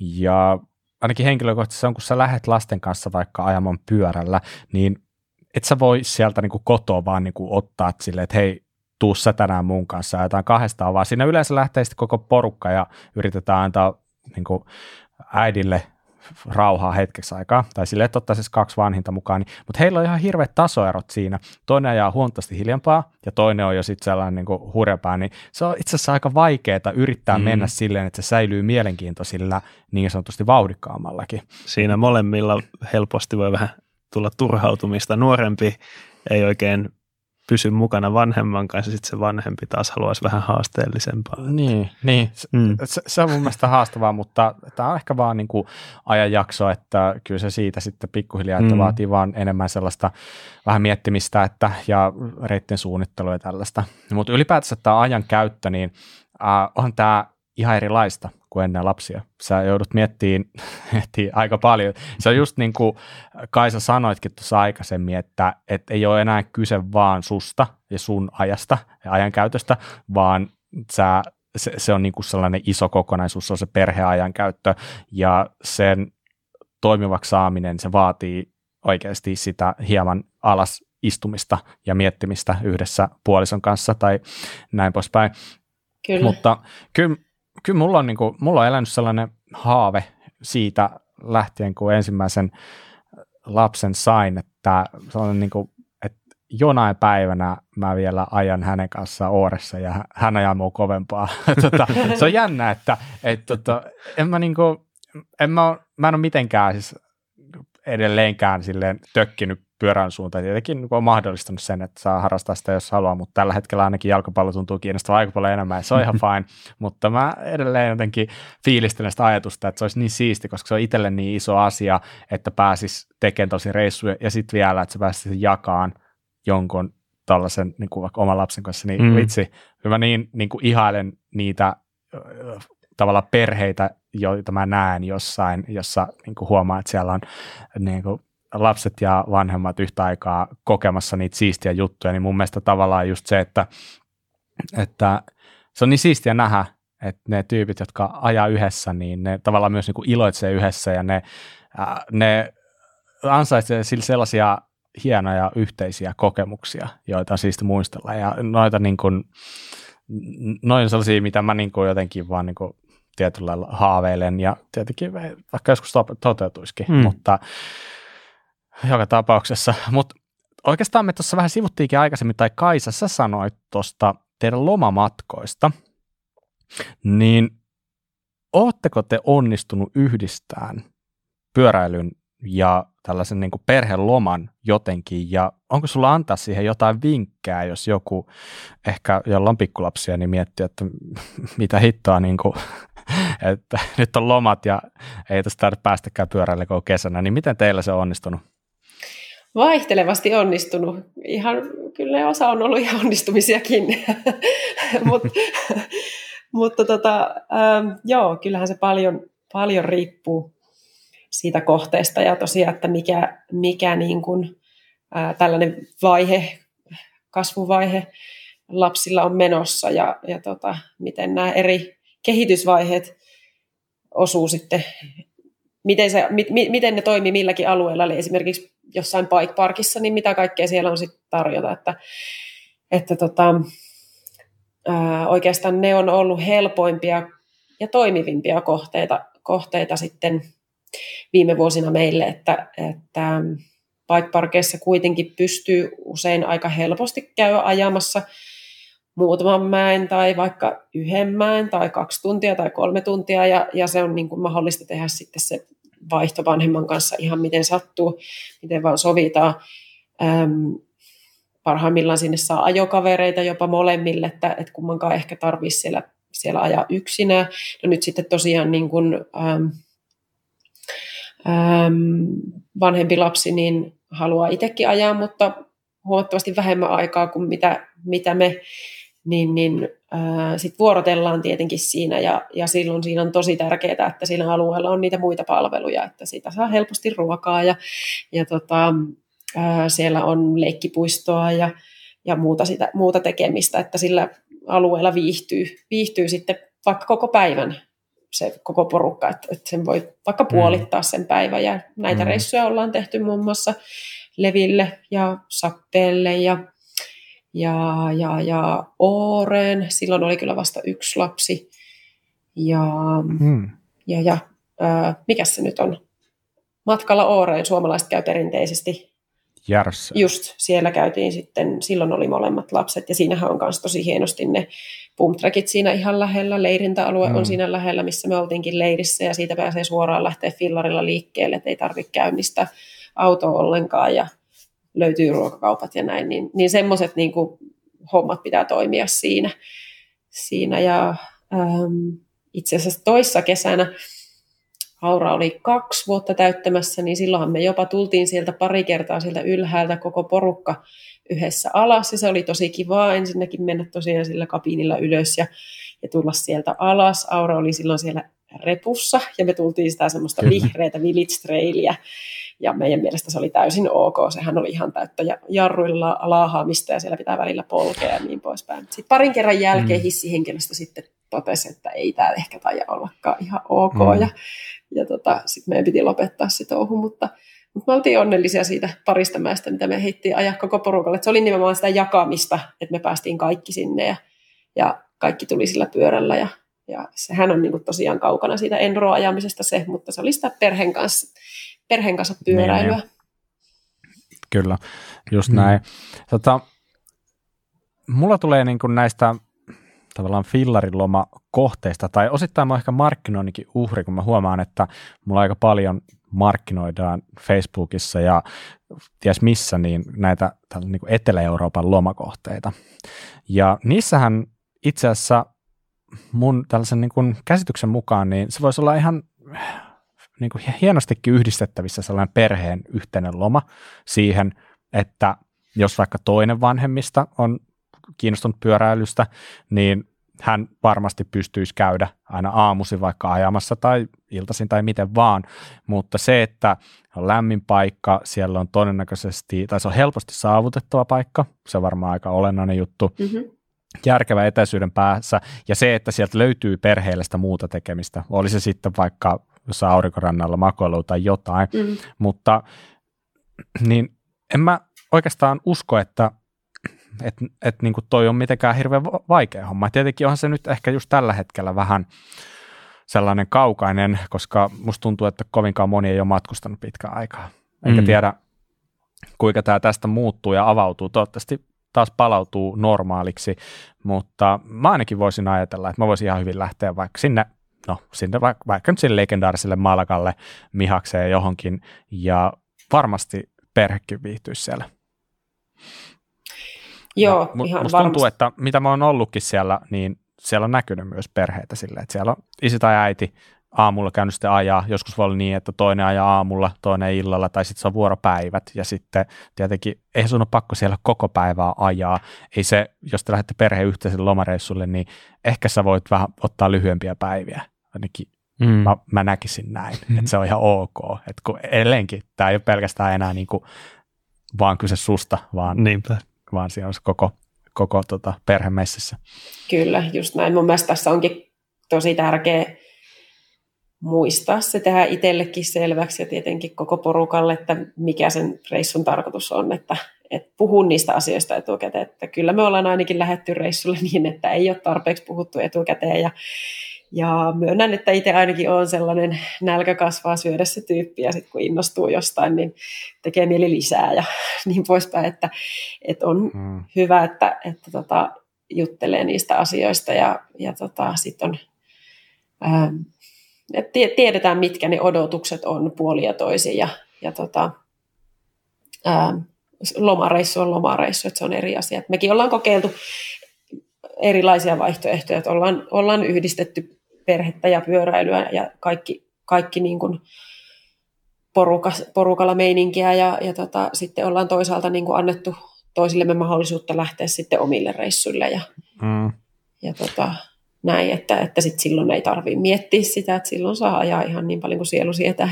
ja ainakin henkilökohtaisesti on, kun sä lähdet lasten kanssa vaikka ajamaan pyörällä, niin et sä voi sieltä niin kuin kotoa vaan niin kuin ottaa silleen, että hei, tuu sä tänään mun kanssa ja jotain kahdestaan, vaan siinä yleensä lähtee sitten koko porukka ja yritetään antaa niin kuin äidille rauhaa hetkeksi aikaa, tai silleen, että ottaa siis kaksi vanhinta mukaan, niin, mutta heillä on ihan hirveät tasoerot siinä. Toinen ajaa huomattavasti hiljempaa, ja toinen on jo sitten sellainen niin kuin hurjapää, niin se on itse asiassa aika vaikeaa yrittää mm. mennä silleen, että se säilyy mielenkiintoisilla niin sanotusti vauhdikkaammallakin. Siinä molemmilla helposti voi vähän tulla turhautumista. Nuorempi ei oikein pysy mukana vanhemman kanssa, sitten se vanhempi taas haluaisi vähän haasteellisempaa. Niin, niin. Mm. Se, se on mun mielestä haastavaa, mutta tämä on ehkä vaan niin kuin ajanjakso, että kyllä se siitä sitten pikkuhiljaa, että mm. vaatii vaan enemmän sellaista vähän miettimistä että, ja reittien suunnittelua ja tällaista. Mutta ylipäätänsä tämä ajan käyttö, niin äh, on tämä ihan erilaista kuin ennen lapsia. Sä joudut miettimään, miettimään aika paljon. Se on just niin kuin Kaisa sanoitkin tuossa aikaisemmin, että, että ei ole enää kyse vaan susta ja sun ajasta ja ajankäytöstä, vaan sä, se, se on niin kuin sellainen iso kokonaisuus, se on se perheajankäyttö ja sen toimivaksi saaminen, se vaatii oikeasti sitä hieman alas istumista ja miettimistä yhdessä puolison kanssa tai näin poispäin. Kyllä. Mutta kyllä Kyllä mulla on, niin kuin, mulla on elänyt sellainen haave siitä lähtien, kun ensimmäisen lapsen sain, että, sellainen niin kuin, että jonain päivänä mä vielä ajan hänen kanssaan Ooressa ja hän ajaa mua kovempaa. tota, se on jännä, että et, tota, en mä, niin kuin, en mä, mä en ole mitenkään siis edelleenkään silleen tökkinyt pyörän suuntaan. Tietenkin on mahdollistanut sen, että saa harrastaa sitä, jos haluaa, mutta tällä hetkellä ainakin jalkapallo tuntuu kiinnostavaa aika paljon enemmän, ja se on ihan fine, mutta mä edelleen jotenkin fiilistelen sitä ajatusta, että se olisi niin siisti, koska se on itselle niin iso asia, että pääsis tekemään tosi reissuja, ja sitten vielä, että se pääsisi jakaan jonkun tällaisen niin kuin vaikka oman lapsen kanssa, niin mm. vitsi, mä niin, niin kuin ihailen niitä tavallaan perheitä, joita mä näen jossain, jossa niin kuin huomaa, että siellä on niin kuin lapset ja vanhemmat yhtä aikaa kokemassa niitä siistiä juttuja, niin mun mielestä tavallaan just se, että, että se on niin siistiä nähdä, että ne tyypit, jotka ajaa yhdessä, niin ne tavallaan myös niin kuin iloitsee yhdessä ja ne, ne ansaitsee sillä sellaisia hienoja yhteisiä kokemuksia, joita on siisti muistella ja noita niin kuin, noin sellaisia, mitä mä niin kuin jotenkin vaan niin kuin tietyllä lailla haaveilen ja tietenkin vaikka joskus toteutuisikin, hmm. mutta joka tapauksessa, mutta oikeastaan me tuossa vähän sivuttiinkin aikaisemmin, tai Kaisa, sä sanoit tuosta teidän lomamatkoista, niin ootteko te onnistunut yhdistämään pyöräilyn ja tällaisen niin kuin perheloman jotenkin, ja onko sulla antaa siihen jotain vinkkejä, jos joku ehkä, jolla on pikkulapsia, niin miettii, että mitä hittoa, niin kuin, että nyt on lomat ja ei tästä tarvitse päästäkään pyöräille koko kesänä, niin miten teillä se on onnistunut? Vaihtelevasti onnistunut. Ihan, kyllä osa on ollut ihan onnistumisiakin, Mut, mutta tota, ähm, joo, kyllähän se paljon, paljon riippuu siitä kohteesta ja tosiaan, että mikä, mikä niin kuin, ää, tällainen vaihe, kasvuvaihe lapsilla on menossa ja, ja tota, miten nämä eri kehitysvaiheet osuu sitten, miten, se, mi, miten ne toimii milläkin alueella, eli esimerkiksi jossain bike parkissa, niin mitä kaikkea siellä on sitten tarjota, että, että tota, ää, oikeastaan ne on ollut helpoimpia ja toimivimpia kohteita, kohteita sitten viime vuosina meille, että, että bikeparkeissa kuitenkin pystyy usein aika helposti käydä ajamassa muutaman mäen tai vaikka yhden mäen tai kaksi tuntia tai kolme tuntia ja, ja se on niin kuin mahdollista tehdä sitten se vaihto vanhemman kanssa ihan miten sattuu, miten vaan sovitaan. Ähm, parhaimmillaan sinne saa ajokavereita jopa molemmille, että, että kummankaan ehkä tarvitsisi siellä, siellä ajaa yksinään. No nyt sitten tosiaan niin kuin, ähm, ähm, vanhempi lapsi niin haluaa itsekin ajaa, mutta huomattavasti vähemmän aikaa kuin mitä, mitä me, niin, niin äh, sitten vuorotellaan tietenkin siinä ja, ja silloin siinä on tosi tärkeää, että siinä alueella on niitä muita palveluja, että siitä saa helposti ruokaa ja, ja tota, äh, siellä on leikkipuistoa ja, ja muuta, sitä, muuta tekemistä, että sillä alueella viihtyy, viihtyy sitten vaikka koko päivän se koko porukka, että, että sen voi vaikka puolittaa sen päivän ja näitä mm. reissuja ollaan tehty muun muassa Leville ja Sappeelle ja, ja, ja, ja Ooreen. Silloin oli kyllä vasta yksi lapsi. Ja, hmm. ja, ja äh, mikäs se nyt on? Matkalla Ooreen suomalaiset käy perinteisesti. Järssä. Just, siellä käytiin sitten, silloin oli molemmat lapset ja siinähän on myös tosi hienosti ne pumptrackit siinä ihan lähellä. Leirintäalue hmm. on siinä lähellä, missä me oltiinkin leirissä ja siitä pääsee suoraan lähteä fillarilla liikkeelle, että ei tarvitse käynnistää autoa ollenkaan ja löytyy ruokakaupat ja näin, niin, niin semmoiset niin kuin hommat pitää toimia siinä. siinä. Ja ähm, itse asiassa toissa kesänä Aura oli kaksi vuotta täyttämässä, niin silloinhan me jopa tultiin sieltä pari kertaa sieltä ylhäältä koko porukka yhdessä alas, ja se oli tosi kivaa ensinnäkin mennä tosiaan sillä kabiinilla ylös ja, ja tulla sieltä alas. Aura oli silloin siellä repussa, ja me tultiin sitä semmoista Kyllä. vihreätä village trailia, ja meidän mielestä se oli täysin ok. Sehän oli ihan täyttä jarruilla laahaamista ja siellä pitää välillä polkea ja niin poispäin. Sitten parin kerran jälkeen hissihenkilöstö sitten totesi, että ei tämä ehkä taida ollakaan ihan ok. Mm. Ja, ja tota, sitten meidän piti lopettaa se touhu, mutta, mutta me oltiin onnellisia siitä parista mäestä, mitä me heittiin ajaa koko porukalle. Et se oli nimenomaan sitä jakamista, että me päästiin kaikki sinne ja, ja kaikki tuli sillä pyörällä. Ja, ja sehän on niin kuin tosiaan kaukana siitä Enro-ajamisesta se, mutta se oli sitä perheen kanssa. perheen kanssa pyöräilyä. Niin, kyllä, just mm. näin. Tota, mulla tulee niin kuin näistä tavallaan fillarilomakohteista, tai osittain mä oon ehkä markkinoinnikin uhri, kun mä huomaan, että mulla aika paljon markkinoidaan Facebookissa ja ties missä niin näitä niin kuin Etelä-Euroopan lomakohteita. Ja niissähän itse asiassa mun tällaisen niin kuin käsityksen mukaan, niin se voisi olla ihan niin kuin hienostikin yhdistettävissä sellainen perheen yhteinen loma siihen, että jos vaikka toinen vanhemmista on kiinnostunut pyöräilystä, niin hän varmasti pystyisi käydä aina aamuisin vaikka ajamassa tai iltaisin tai miten vaan, mutta se, että on lämmin paikka, siellä on todennäköisesti, tai se on helposti saavutettava paikka, se on varmaan aika olennainen juttu, mm-hmm. järkevä etäisyyden päässä, ja se, että sieltä löytyy perheelle sitä muuta tekemistä, oli se sitten vaikka jossain aurinkorannalla makoilua tai jotain, mm. mutta niin en mä oikeastaan usko, että et, et, niin kuin toi on mitenkään hirveän vaikea homma. Tietenkin onhan se nyt ehkä just tällä hetkellä vähän sellainen kaukainen, koska musta tuntuu, että kovinkaan moni ei ole matkustanut pitkään aikaa. Enkä mm. tiedä, kuinka tämä tästä muuttuu ja avautuu. Toivottavasti taas palautuu normaaliksi, mutta mä ainakin voisin ajatella, että mä voisin ihan hyvin lähteä vaikka sinne No, sinne vaikka, vaikka nyt sille legendaariselle Malagalle, Mihakseen johonkin, ja varmasti perhekin viihtyisi siellä. Joo, ja ihan musta varmasti. Tuntuu, että mitä mä oon ollutkin siellä, niin siellä on näkynyt myös perheitä silleen, että siellä on isi tai äiti aamulla käynyt sitten ajaa, joskus voi olla niin, että toinen ajaa aamulla, toinen illalla, tai sitten se on vuoropäivät, ja sitten tietenkin ei sun ole pakko siellä koko päivää ajaa, ei se, jos te lähdette perheen yhteiselle lomareissulle, niin ehkä sä voit vähän ottaa lyhyempiä päiviä, ainakin mm. mä, mä näkisin näin, mm. että se on ihan ok, että kun edelleenkin tämä ei ole pelkästään enää niin kuin vaan kyse susta, vaan, Niinpä. vaan siellä on se koko, koko tota, perhe messissä. Kyllä, just näin, mun mielestä tässä onkin tosi tärkeä muistaa se tehdä itsellekin selväksi ja tietenkin koko porukalle, että mikä sen reissun tarkoitus on, että, että puhun niistä asioista etukäteen, että kyllä me ollaan ainakin lähdetty reissulle niin, että ei ole tarpeeksi puhuttu etukäteen ja, Ja myönnän, että itse ainakin olen sellainen nälkä kasvaa syödessä tyyppi, ja sitten kun innostuu jostain, niin tekee mieli lisää ja niin poispäin, että, että on hmm. hyvä, että, että tota, juttelee niistä asioista ja, ja tota, sitten on, ää, tiedetään, mitkä ne odotukset on puolin ja toisin ja, ja tota, ää, lomareissu on lomareissu, että se on eri asia. Mekin ollaan kokeiltu erilaisia vaihtoehtoja, että ollaan, ollaan yhdistetty perhettä ja pyöräilyä ja kaikki, kaikki niin kuin porukas, porukalla meininkiä ja, ja tota, sitten ollaan toisaalta niin kuin annettu toisillemme mahdollisuutta lähteä sitten omille reissuille ja, mm. ja tota, näin, että, että sit silloin ei tarvitse miettiä sitä, että silloin saa ajaa ihan niin paljon kuin sielu sietää.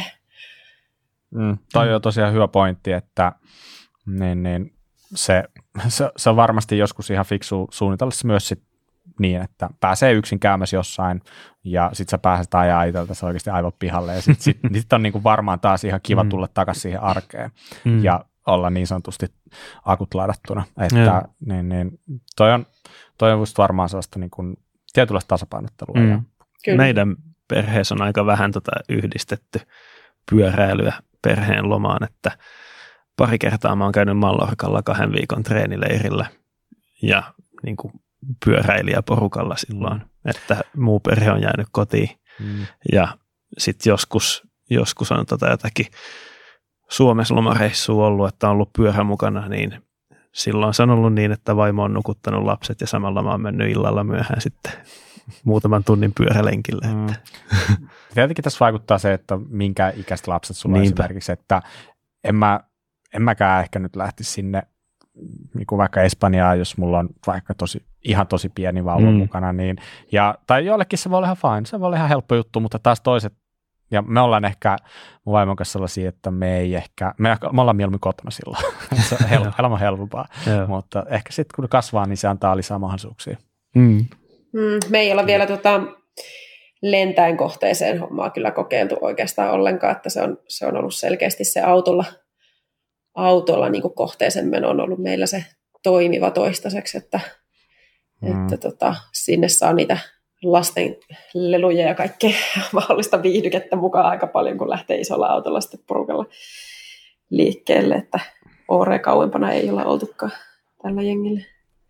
Mm, toi on tosiaan hyvä pointti, että niin, niin, se, se, se on varmasti joskus ihan fiksu suunnitella se myös sit niin, että pääsee yksin käymässä jossain ja sitten sä pääset ajaa itseltä se oikeasti aivan pihalle ja sitten sit, sit on niinku varmaan taas ihan kiva tulla mm. takaisin siihen arkeen mm. ja olla niin sanotusti akut ladattuna. Että, niin, niin, toi on, toi on varmaan sellaista niin kuin tietynlaista tasapainottelua. Mm. Ja meidän perheessä on aika vähän tota yhdistetty pyöräilyä perheen lomaan, että pari kertaa mä oon käynyt Mallorcalla kahden viikon treenileirillä ja niin kuin pyöräilijäporukalla silloin, että muu perhe on jäänyt kotiin. Mm. Ja sitten joskus, joskus on tota jotakin Suomessa lomareissua ollut, että on ollut pyörä mukana, niin silloin se on ollut niin, että vaimo on nukuttanut lapset ja samalla mä oon mennyt illalla myöhään sitten muutaman tunnin pyörälenkille. Mm. Tietenkin tässä vaikuttaa se, että minkä ikäiset lapset sulla on esimerkiksi, että en, mä, en mäkään ehkä nyt lähtisi sinne niin kuin vaikka Espanjaan, jos mulla on vaikka tosi, ihan tosi pieni vauva mm. mukana, niin, ja, tai joillekin se voi olla ihan fine, se voi olla ihan helppo juttu, mutta taas toiset, ja me ollaan ehkä mun vaimon kanssa sellaisia, että me ei ehkä, me, me ollaan mieluummin kotona silloin, se on hel, elämä helpompaa, mutta ehkä sitten kun kasvaa, niin se antaa lisää mahdollisuuksia. Mm. Mm, me ei olla vielä tota, lentäen kohteeseen hommaa kyllä kokeiltu oikeastaan ollenkaan, että se on, se on ollut selkeästi se autolla, autolla niin kuin kohteeseen meno on ollut meillä se toimiva toistaiseksi, että, mm. että tota, sinne saa niitä lasten leluja ja kaikkea mahdollista viihdykettä mukaan aika paljon, kun lähtee isolla autolla sitten porukalla liikkeelle, että ooreen kauempana ei olla oltukaan tällä jengillä.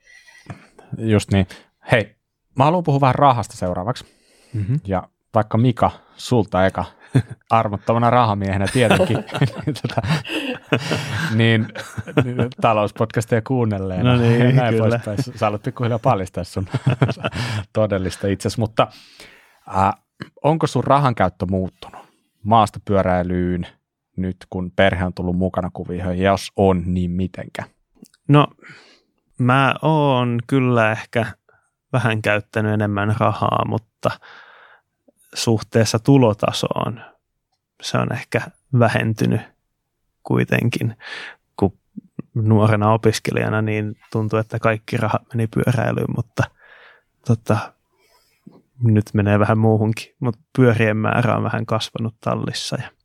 Just niin. Hei, mä haluan puhua vähän rahasta seuraavaksi. Mm-hmm. Ja vaikka Mika, sulta eka armottavana rahamiehenä tietenkin, niin, tota, niin, niin talouspodcastia kuunnelleen. No niin, näin kyllä. Poispäin. Sä haluat pikkuhiljaa paljastaa sun todellista itsesi, mutta äh, onko sun rahankäyttö muuttunut maasta pyöräilyyn nyt, kun perhe on tullut mukana kuvioihin, ja jos on, niin mitenkä? No, mä oon kyllä ehkä vähän käyttänyt enemmän rahaa, mutta suhteessa tulotasoon se on ehkä vähentynyt kuitenkin, kun nuorena opiskelijana niin tuntui, että kaikki rahat meni pyöräilyyn, mutta tota, nyt menee vähän muuhunkin, mutta pyörien määrä on vähän kasvanut tallissa ja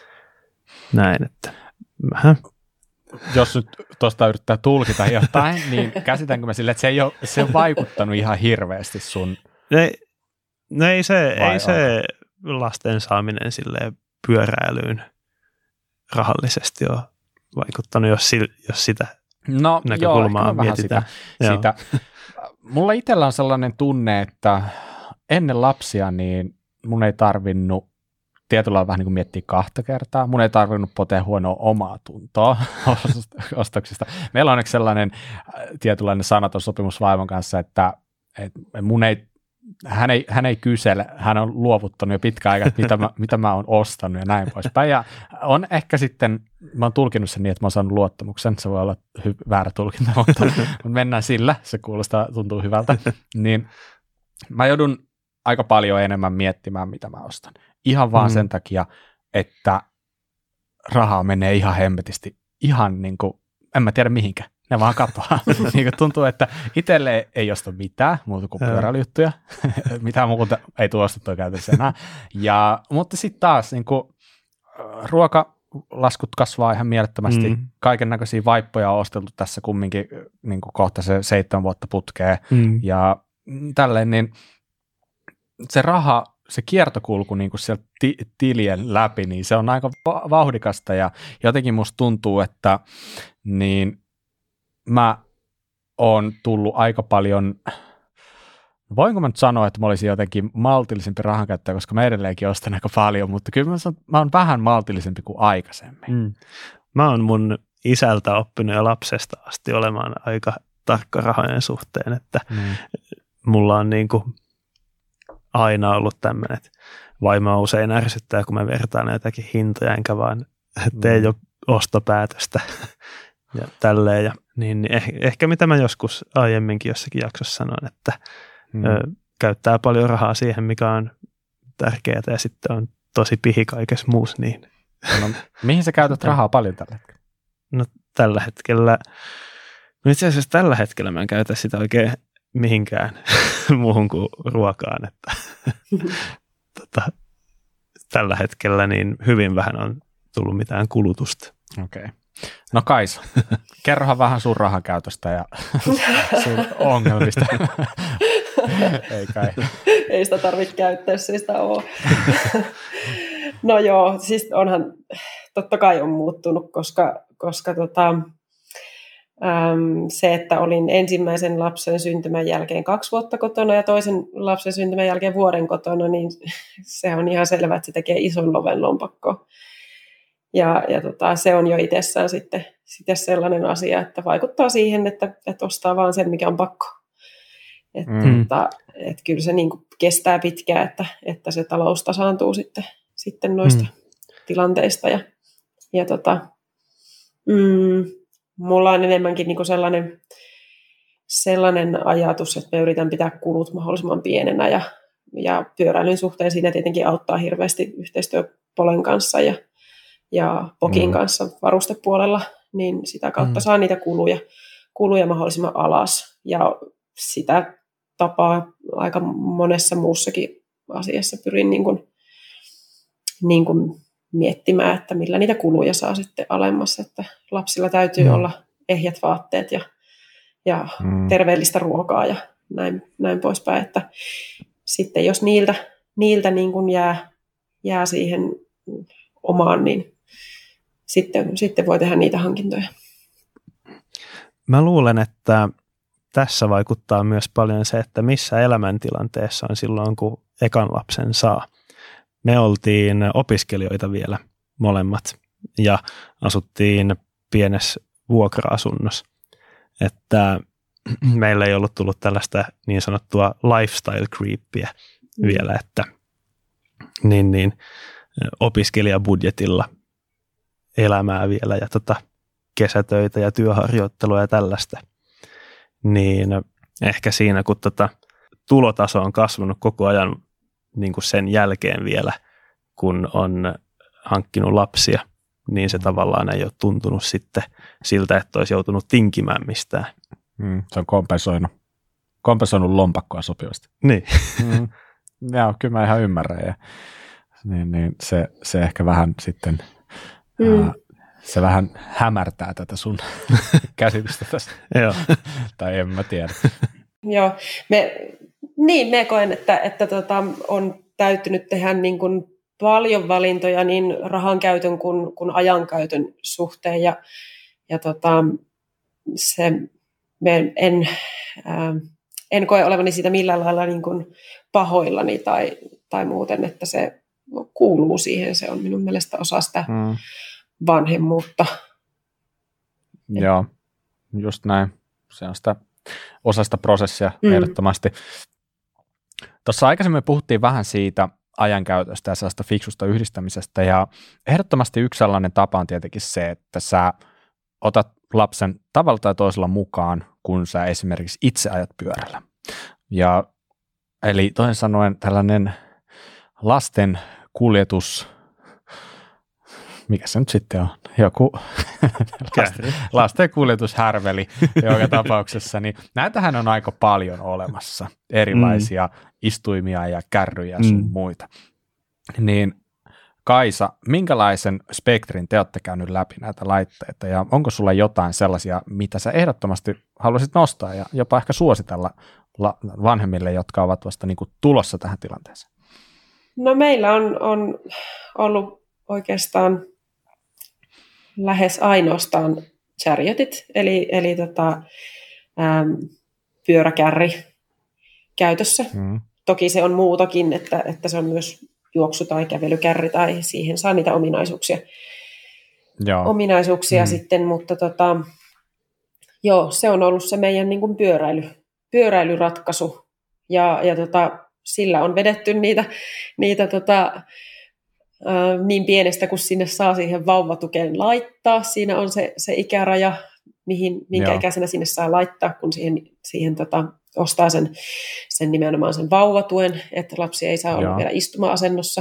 näin, että vähän. Jos nyt tuosta yrittää tulkita jotain, niin käsitänkö mä sille, että se ei ole, se on vaikuttanut ihan hirveästi sun... Ei, no ei se, ei se lasten saaminen silleen pyöräilyyn rahallisesti ole vaikuttanut, jos, jos sitä no, näkökulmaa joo, mietitään. Sitä, sitä. Mulla itsellä on sellainen tunne, että ennen lapsia niin mun ei tarvinnut tietyllä vähän niin kuin miettiä kahta kertaa. Mun ei tarvinnut potea huonoa omaa tuntoa ostoksista. Meillä on onneksi sellainen tietynlainen sanaton sopimus vaimon kanssa, että, että mun ei, hän, ei, hän ei kysele, hän on luovuttanut jo pitkään aikaa, että mitä mä, mitä mä oon ostanut ja näin poispäin. Ja on ehkä sitten, mä oon tulkinut sen niin, että mä oon saanut luottamuksen, se voi olla hy- väärä tulkinta, mutta, mutta mennään sillä, se kuulostaa, tuntuu hyvältä. Niin mä joudun aika paljon enemmän miettimään, mitä mä ostan. Ihan vaan mm. sen takia, että rahaa menee ihan hempetisti, ihan niin kuin, en mä tiedä mihinkä, ne vaan katoaa. Niin kuin tuntuu, että itselle ei osta mitään muuta kuin pyöräilyjuttuja, mitään muuta ei tule ostettua käytössä enää. Ja, mutta sitten taas niin kuin, ruokalaskut kasvaa ihan mielettömästi, mm. kaiken näköisiä vaippoja on osteltu tässä kumminkin niin kuin kohta se seitsemän vuotta putkeen mm. ja tälleen, niin se raha, se kiertokulku niin kuin sieltä ti- tilien läpi, niin se on aika va- vauhdikasta ja jotenkin musta tuntuu, että niin mä oon tullut aika paljon, voinko mä nyt sanoa, että mä olisin jotenkin maltillisempi rahankäyttäjä, koska mä edelleenkin ostan aika paljon, mutta kyllä mä, sanon, mä oon vähän maltillisempi kuin aikaisemmin. Mm. Mä oon mun isältä oppinut jo lapsesta asti olemaan aika tarkka rahojen suhteen, että mm. mulla on niin kuin aina ollut tämmöinen, että vaimoa usein ärsyttää, kun mä vertaan jotakin hintoja, enkä vaan tee jo ostopäätöstä ja tälleen. Ja, niin, niin eh, ehkä mitä mä joskus aiemminkin jossakin jaksossa sanoin, että mm. ö, käyttää paljon rahaa siihen, mikä on tärkeää ja sitten on tosi pihi kaikessa muussa. Niin. No, mihin sä käytät rahaa paljon tällä hetkellä? No tällä hetkellä, no itse asiassa tällä hetkellä mä en käytä sitä oikein mihinkään muuhun kuin ruokaan, että tota, tällä hetkellä niin hyvin vähän on tullut mitään kulutusta. Okei. Okay. No Kaisa, kerrohan vähän sun rahan käytöstä ja sun ongelmista. Ei kai. Ei sitä tarvitse käyttää, jos ei sitä ole. No joo, siis onhan, totta kai on muuttunut, koska, koska tota, äm, se, että olin ensimmäisen lapsen syntymän jälkeen kaksi vuotta kotona ja toisen lapsen syntymän jälkeen vuoden kotona, niin se on ihan selvää, että se tekee ison loven lompakkoon. Ja, ja tota, se on jo itsessään sitten, sitten sellainen asia, että vaikuttaa siihen, että, että ostaa vaan sen, mikä on pakko. Että mm. tota, et kyllä se niin kuin kestää pitkään, että, että se talous tasaantuu sitten, sitten noista mm. tilanteista. Ja, ja tota, mm, mulla on enemmänkin niin kuin sellainen, sellainen ajatus, että mä yritän pitää kulut mahdollisimman pienenä. Ja, ja pyöräilyn suhteen siinä tietenkin auttaa hirveästi yhteistyö Polen kanssa ja ja Pokin mm. kanssa varustepuolella, niin sitä kautta mm. saa niitä kuluja, kuluja mahdollisimman alas. Ja sitä tapaa aika monessa muussakin asiassa pyrin niin kuin, niin kuin miettimään, että millä niitä kuluja saa sitten alemmas. Että lapsilla täytyy mm. olla ehjät vaatteet ja, ja mm. terveellistä ruokaa ja näin, näin poispäin. Että sitten jos niiltä, niiltä niin kuin jää, jää siihen omaan, niin Sitten, sitten voi tehdä niitä hankintoja. Mä luulen, että tässä vaikuttaa myös paljon se, että missä elämäntilanteessa on silloin, kun ekan lapsen saa. Me oltiin opiskelijoita vielä molemmat ja asuttiin pienessä vuokra-asunnossa. Että meillä ei ollut tullut tällaista niin sanottua lifestyle creepia mm. vielä, että niin, niin, opiskelijabudjetilla elämää vielä ja tota, kesätöitä ja työharjoittelua ja tällaista, niin ehkä siinä, kun tota, tulotaso on kasvanut koko ajan niin kuin sen jälkeen vielä, kun on hankkinut lapsia, niin se tavallaan ei ole tuntunut sitten siltä, että olisi joutunut tinkimään mistään. Mm, se on kompensoinut, kompensoinut lompakkoa sopivasti. Niin. Mm, joo, kyllä mä ihan ymmärrän. Ja, niin, niin se, se ehkä vähän sitten... Mm. Se vähän hämärtää tätä sun käsitystä tästä. Joo. Tai en mä tiedä. Joo, me, niin me koen, että, että tota, on täytynyt tehdä niin kuin paljon valintoja niin rahan käytön kuin, kuin ajankäytön suhteen. Ja, ja tota, se, me en, ää, en koe olevani siitä millään lailla niin kuin pahoillani tai, tai muuten, että se kuuluu siihen. Se on minun mielestä osa sitä mm. vanhemmuutta. Joo, just näin. Se on sitä osa sitä prosessia mm. ehdottomasti. Tuossa aikaisemmin puhuttiin vähän siitä ajankäytöstä ja sellaista fiksusta yhdistämisestä, ja ehdottomasti yksi sellainen tapa on tietenkin se, että sä otat lapsen tavalla tai toisella mukaan, kun sä esimerkiksi itse ajat pyörällä. Ja, eli toisin sanoen tällainen lasten kuljetus, mikä se nyt sitten on, joku lasten, lasten kuljetushärveli joka tapauksessa, niin näitähän on aika paljon olemassa, erilaisia mm. istuimia ja kärryjä ja sun mm. muita. Niin Kaisa, minkälaisen spektrin te olette käynyt läpi näitä laitteita, ja onko sulla jotain sellaisia, mitä sä ehdottomasti haluaisit nostaa ja jopa ehkä suositella vanhemmille, jotka ovat vasta niin kuin tulossa tähän tilanteeseen? No meillä on, on ollut oikeastaan lähes ainoastaan chariotit, eli, eli tota, äm, pyöräkärri käytössä. Mm. Toki se on muutakin, että, että se on myös juoksu- tai kävelykärri, tai siihen saa niitä ominaisuuksia, joo. ominaisuuksia mm. sitten, mutta tota, joo, se on ollut se meidän niin kuin pyöräily, pyöräilyratkaisu, ja, ja tota, sillä on vedetty niitä, niitä tota, ä, niin pienestä, kun sinne saa siihen vauvatukeen laittaa. Siinä on se, se ikäraja, mihin, minkä joo. ikäisenä sinne saa laittaa, kun siihen, siihen tota, ostaa sen, sen nimenomaan sen vauvatuen, että lapsi ei saa olla joo. vielä istuma-asennossa.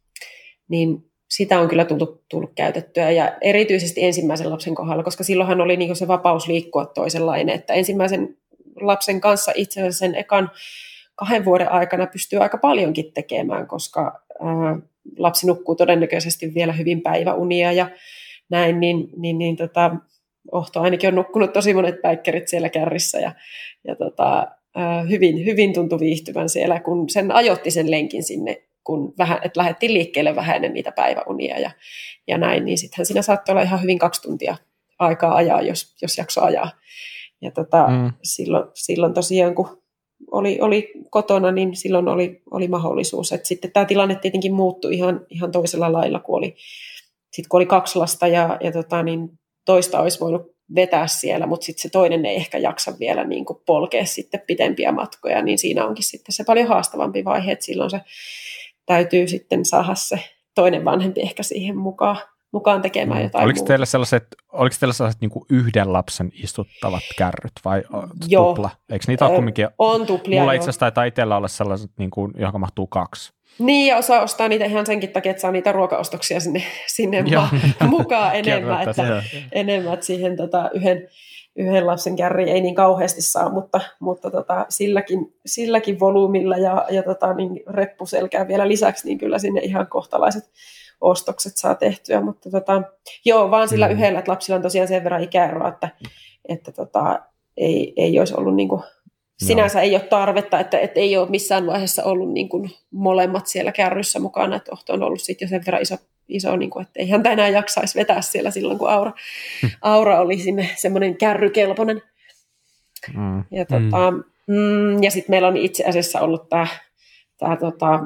Niin sitä on kyllä tullut, tullut käytettyä, ja erityisesti ensimmäisen lapsen kohdalla, koska silloinhan oli niin kuin se vapaus liikkua toisenlainen, että ensimmäisen lapsen kanssa itse asiassa sen ekan kahden vuoden aikana pystyy aika paljonkin tekemään, koska ää, lapsi nukkuu todennäköisesti vielä hyvin päiväunia ja näin, niin, niin, niin tota, Ohto ainakin on nukkunut tosi monet päikkerit siellä kärrissä, ja, ja tota, ää, hyvin, hyvin tuntui viihtyvän siellä, kun sen ajoitti sen lenkin sinne, kun vähän, että lähdettiin liikkeelle vähän ennen niitä päiväunia ja, ja näin, niin sittenhän siinä saattoi olla ihan hyvin kaksi tuntia aikaa ajaa, jos, jos jakso ajaa. Ja tota, mm. silloin, silloin tosiaan, kun oli, oli kotona, niin silloin oli, oli mahdollisuus. Et sitten tämä tilanne tietenkin muuttui ihan, ihan toisella lailla, kun oli, sit kun oli kaksi lasta ja, ja tota, niin toista olisi voinut vetää siellä, mutta sitten se toinen ei ehkä jaksa vielä niin kuin polkea sitten pitempiä matkoja, niin siinä onkin sitten se paljon haastavampi vaihe, että silloin se täytyy sitten saada se toinen vanhempi ehkä siihen mukaan, mukaan tekemään jotain oliko muuta. Teillä sellaiset, oliko teillä sellaiset niin kuin yhden lapsen istuttavat kärryt vai joo. tupla? Eikö niitä ole kumminkin? On tuplia. Mulla itse asiassa taitaa itsellä olla sellaiset, niin kuin, johon mahtuu kaksi. Niin, ja osa ostaa niitä ihan senkin takia, että saa niitä ruokaostoksia sinne, sinne mukaan enemmän, että, enemmän, että siihen tota, yhden, yhden lapsen kärri ei niin kauheasti saa, mutta, mutta tota, silläkin, silläkin volyymilla ja, ja tota, niin reppuselkää vielä lisäksi, niin kyllä sinne ihan kohtalaiset ostokset saa tehtyä, mutta tota, joo, vaan sillä mm. yhdellä, että lapsilla on tosiaan sen verran ikäeroa, että, että tota, ei, ei olisi ollut niin kuin, sinänsä no. ei ole tarvetta, että, että ei ole missään vaiheessa ollut niin kuin molemmat siellä kärryssä mukana, että Ohto on ollut sitten jo sen verran iso, iso niin kuin, että ei häntä enää jaksaisi vetää siellä silloin, kun Aura, hmm. Aura oli sinne semmoinen kärrykelpoinen. Mm. Ja, tota, mm. Mm, ja sitten meillä on itse asiassa ollut tämä, tämä tota,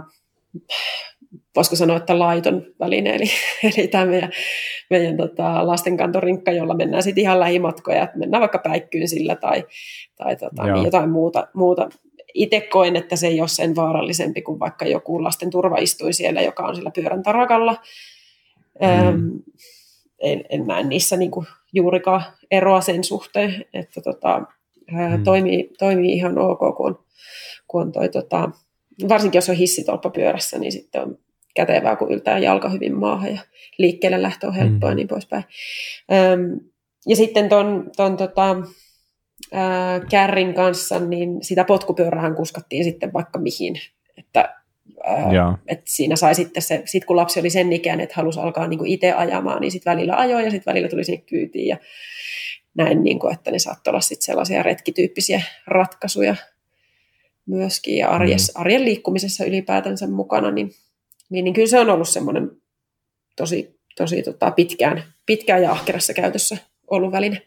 voisiko sanoa, että laiton väline, eli, eli tämä meidän, meidän tota, lastenkantorinkka, jolla mennään sitten ihan lähimatkoja, että mennään vaikka päikkyyn sillä tai, tai tota, niin jotain muuta. muuta. Itse koen, että se ei ole sen vaarallisempi kuin vaikka joku lasten turvaistuin siellä, joka on sillä pyörän tarakalla. Mm. Ähm, en, en näe niissä niinku juurikaan eroa sen suhteen, että tota, ää, mm. toimii, toimii ihan ok, kun on, kun on toi, tota, varsinkin jos on hissitolppa pyörässä, niin sitten on kätevää, kun yltää jalka hyvin maahan ja liikkeelle lähtö on helppoa mm. ja niin poispäin. Öm, ja sitten ton, ton tota, ää, kärrin kanssa, niin sitä potkupyörähän kuskattiin sitten vaikka mihin. Että, ää, että siinä sai sitten se, sit kun lapsi oli sen ikäinen, että halusi alkaa niin kuin itse ajamaan, niin sitten välillä ajoi ja sitten välillä tuli sinne kyytiin ja näin, niin kuin, että ne saattoi olla sitten sellaisia retkityyppisiä ratkaisuja myöskin ja arjes, mm. arjen liikkumisessa ylipäätänsä mukana, niin, niin, niin kyllä se on ollut semmoinen tosi, tosi tota, pitkään, pitkään ja ahkerassa käytössä ollut väline.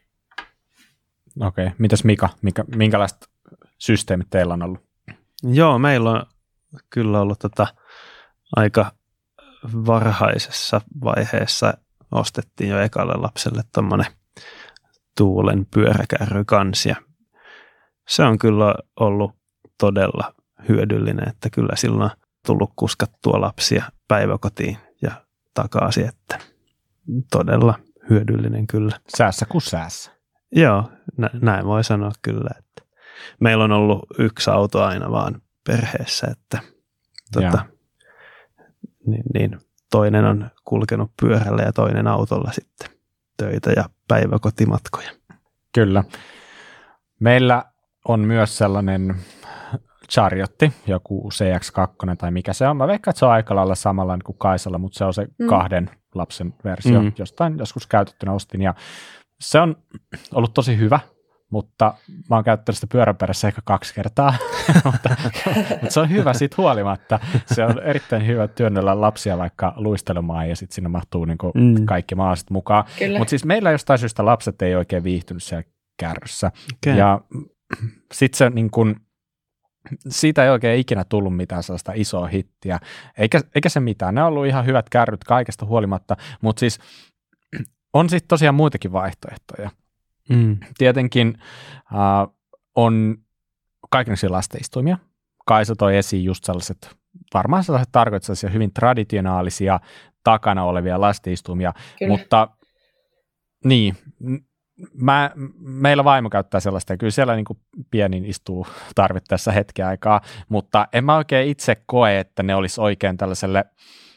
Okei, mitäs Mika, Mikä, minkälaiset systeemit teillä on ollut? Joo, meillä on kyllä ollut tota, aika varhaisessa vaiheessa ostettiin jo ekalle lapselle tommonen Tuulen pyöräkärry kanssa ja se on kyllä ollut todella hyödyllinen, että kyllä silloin on tullut kuskattua lapsia päiväkotiin ja takaisin, että todella hyödyllinen kyllä. Säässä kuin säässä. Joo, nä- näin voi sanoa kyllä, että meillä on ollut yksi auto aina vaan perheessä, että tuota, niin, niin, toinen on kulkenut pyörällä ja toinen autolla sitten töitä ja päiväkotimatkoja. Kyllä. Meillä on myös sellainen chariotti, joku C X kaksi tai mikä se on. Mä veikkaan, että se on aika lailla samanlainen kuin Kaisalla, mutta se on se mm. kahden lapsen versio. Mm. Jostain joskus käytettynä ostin ja se on ollut tosi hyvä. mutta mä oon käyttänyt sitä pyörän perässä ehkä kaksi kertaa, mutta, mutta se on hyvä siitä huolimatta. Se on erittäin hyvä työnnellä lapsia vaikka luistelemaan ja sitten sinne mahtuu niin kuin mm. kaikki maalaset mukaan. Mutta siis meillä jostain syystä lapset ei oikein viihtynyt siellä kärryssä. Okay. Ja sitten se niin kuin, siitä ei oikein ikinä tullut mitään sellaista isoa hittiä, eikä, eikä se mitään. Ne on ollut ihan hyvät kärryt kaikesta huolimatta, mutta siis on sitten tosiaan muitakin vaihtoehtoja. Mm. Tietenkin äh, on kaikenlaisia lasteistuimia. Kaisa toi esiin just sellaiset, varmaan sellaiset tarkoittaisia hyvin traditionaalisia takana olevia lasteistuimia, kyllä. Mutta niin, mä, meillä vaimo käyttää sellaista ja kyllä siellä niin kuin pienin istuu tarvittaessa hetken aikaa, mutta en mä oikein itse koe, että ne olisi oikein tällaiselle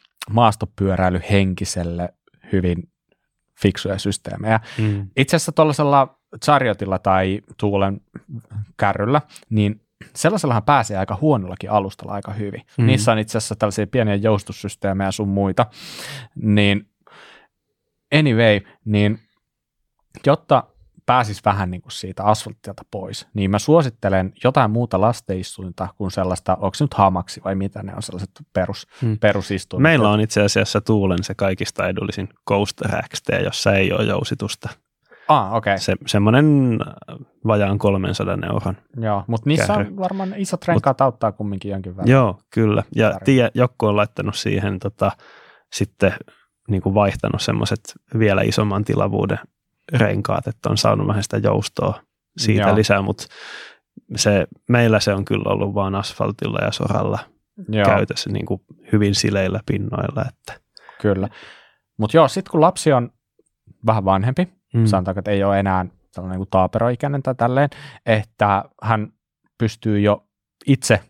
maastopyöräilyhenkiselle hyvin fiksuja systeemejä. Mm. Itse asiassa tuollaisella Chariotilla tai Tuulen kärryllä, niin sellaisellahan pääsee aika huonollakin alustalla aika hyvin. Mm. Niissä on itse asiassa tällaisia pieniä joustussysteemejä sun muita. Niin anyway, niin jotta pääsisi vähän niin kuin siitä asfalttilta pois, niin mä suosittelen jotain muuta lasteistuinta kuin sellaista, onko se nyt hamaksi vai mitä ne on sellaiset perus, hmm. perusistuimet. Meillä on itse asiassa Tuulen se kaikista edullisin Coaster X T, jossa ei ole jousitusta. Ah, okei. Okay. Se, semmoinen vajaan kolmensadan euron. Joo, mutta niissä kärry. On varmaan isot renkaat auttaa kumminkin jonkin verran. Joo, kyllä. Ja tie, joku on laittanut siihen tota, sitten niin kuin vaihtanut semmoiset vielä isomman tilavuuden renkaat, että on saanut vähän sitä joustoa siitä Joo. lisää, mutta se, meillä se on kyllä ollut vaan asfaltilla ja soralla Joo. käytössä niin kuin hyvin sileillä pinnoilla. Että. Kyllä, mutta joo, sitten kun lapsi on vähän vanhempi, mm. sanotaanko, että ei ole enää sellainen kuin taaperoikäinen tai tälleen, että hän pystyy jo itse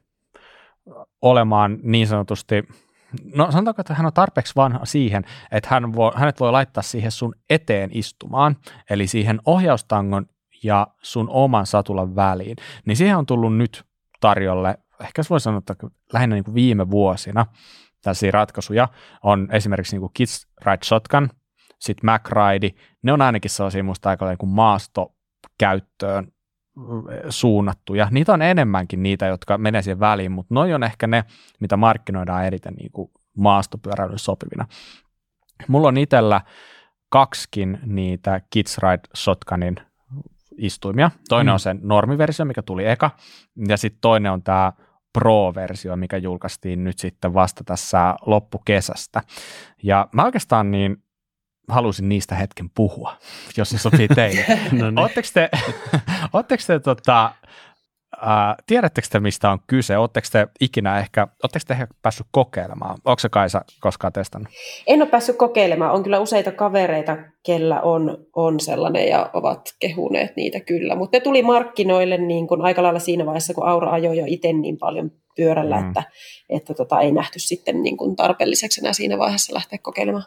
olemaan niin sanotusti, no sanotaanko, että hän on tarpeeksi vanha siihen, että hän voi, hänet voi laittaa siihen sun eteen istumaan, eli siihen ohjaustangon ja sun oman satulan väliin, niin siihen on tullut nyt tarjolle, ehkä voi sanoa, että lähinnä niin kuin viime vuosina tällaisia ratkaisuja, on esimerkiksi niin kuin Kids Ride Shotgun, sitten MacRide, ne on ainakin sellaisia musta aika niin kuin maastokäyttöön suunnattuja. Niitä on enemmänkin niitä, jotka menee siihen väliin, mutta noi on ehkä ne, mitä markkinoidaan eniten niin kuin maastopyöräilyn sopivina. Mulla on itsellä kaksikin niitä Kids Ride Shotgunin istuimia. Toinen mm. on sen normiversio, mikä tuli eka, ja sitten toinen on tämä Pro-versio, mikä julkaistiin nyt sitten vasta tässä loppukesästä. Ja mä oikeastaan niin halusin niistä hetken puhua, jos se sopii teille. no niin. Oletteko te, oletteko te tota, äh, tiedättekö te, mistä on kyse? Oletteko te ikinä ehkä, oletteko te ehkä päässyt kokeilemaan? Onko se Kaisa koskaan testannut? En ole päässyt kokeilemaan. On kyllä useita kavereita, kellä on, on sellainen ja ovat kehuneet niitä kyllä. Mutta ne tuli markkinoille niin kuin aika lailla siinä vaiheessa, kun Aura ajoi jo itse niin paljon pyörällä, mm. että, että tota, ei nähty sitten niin kuin tarpeelliseksi enää siinä vaiheessa lähteä kokeilemaan.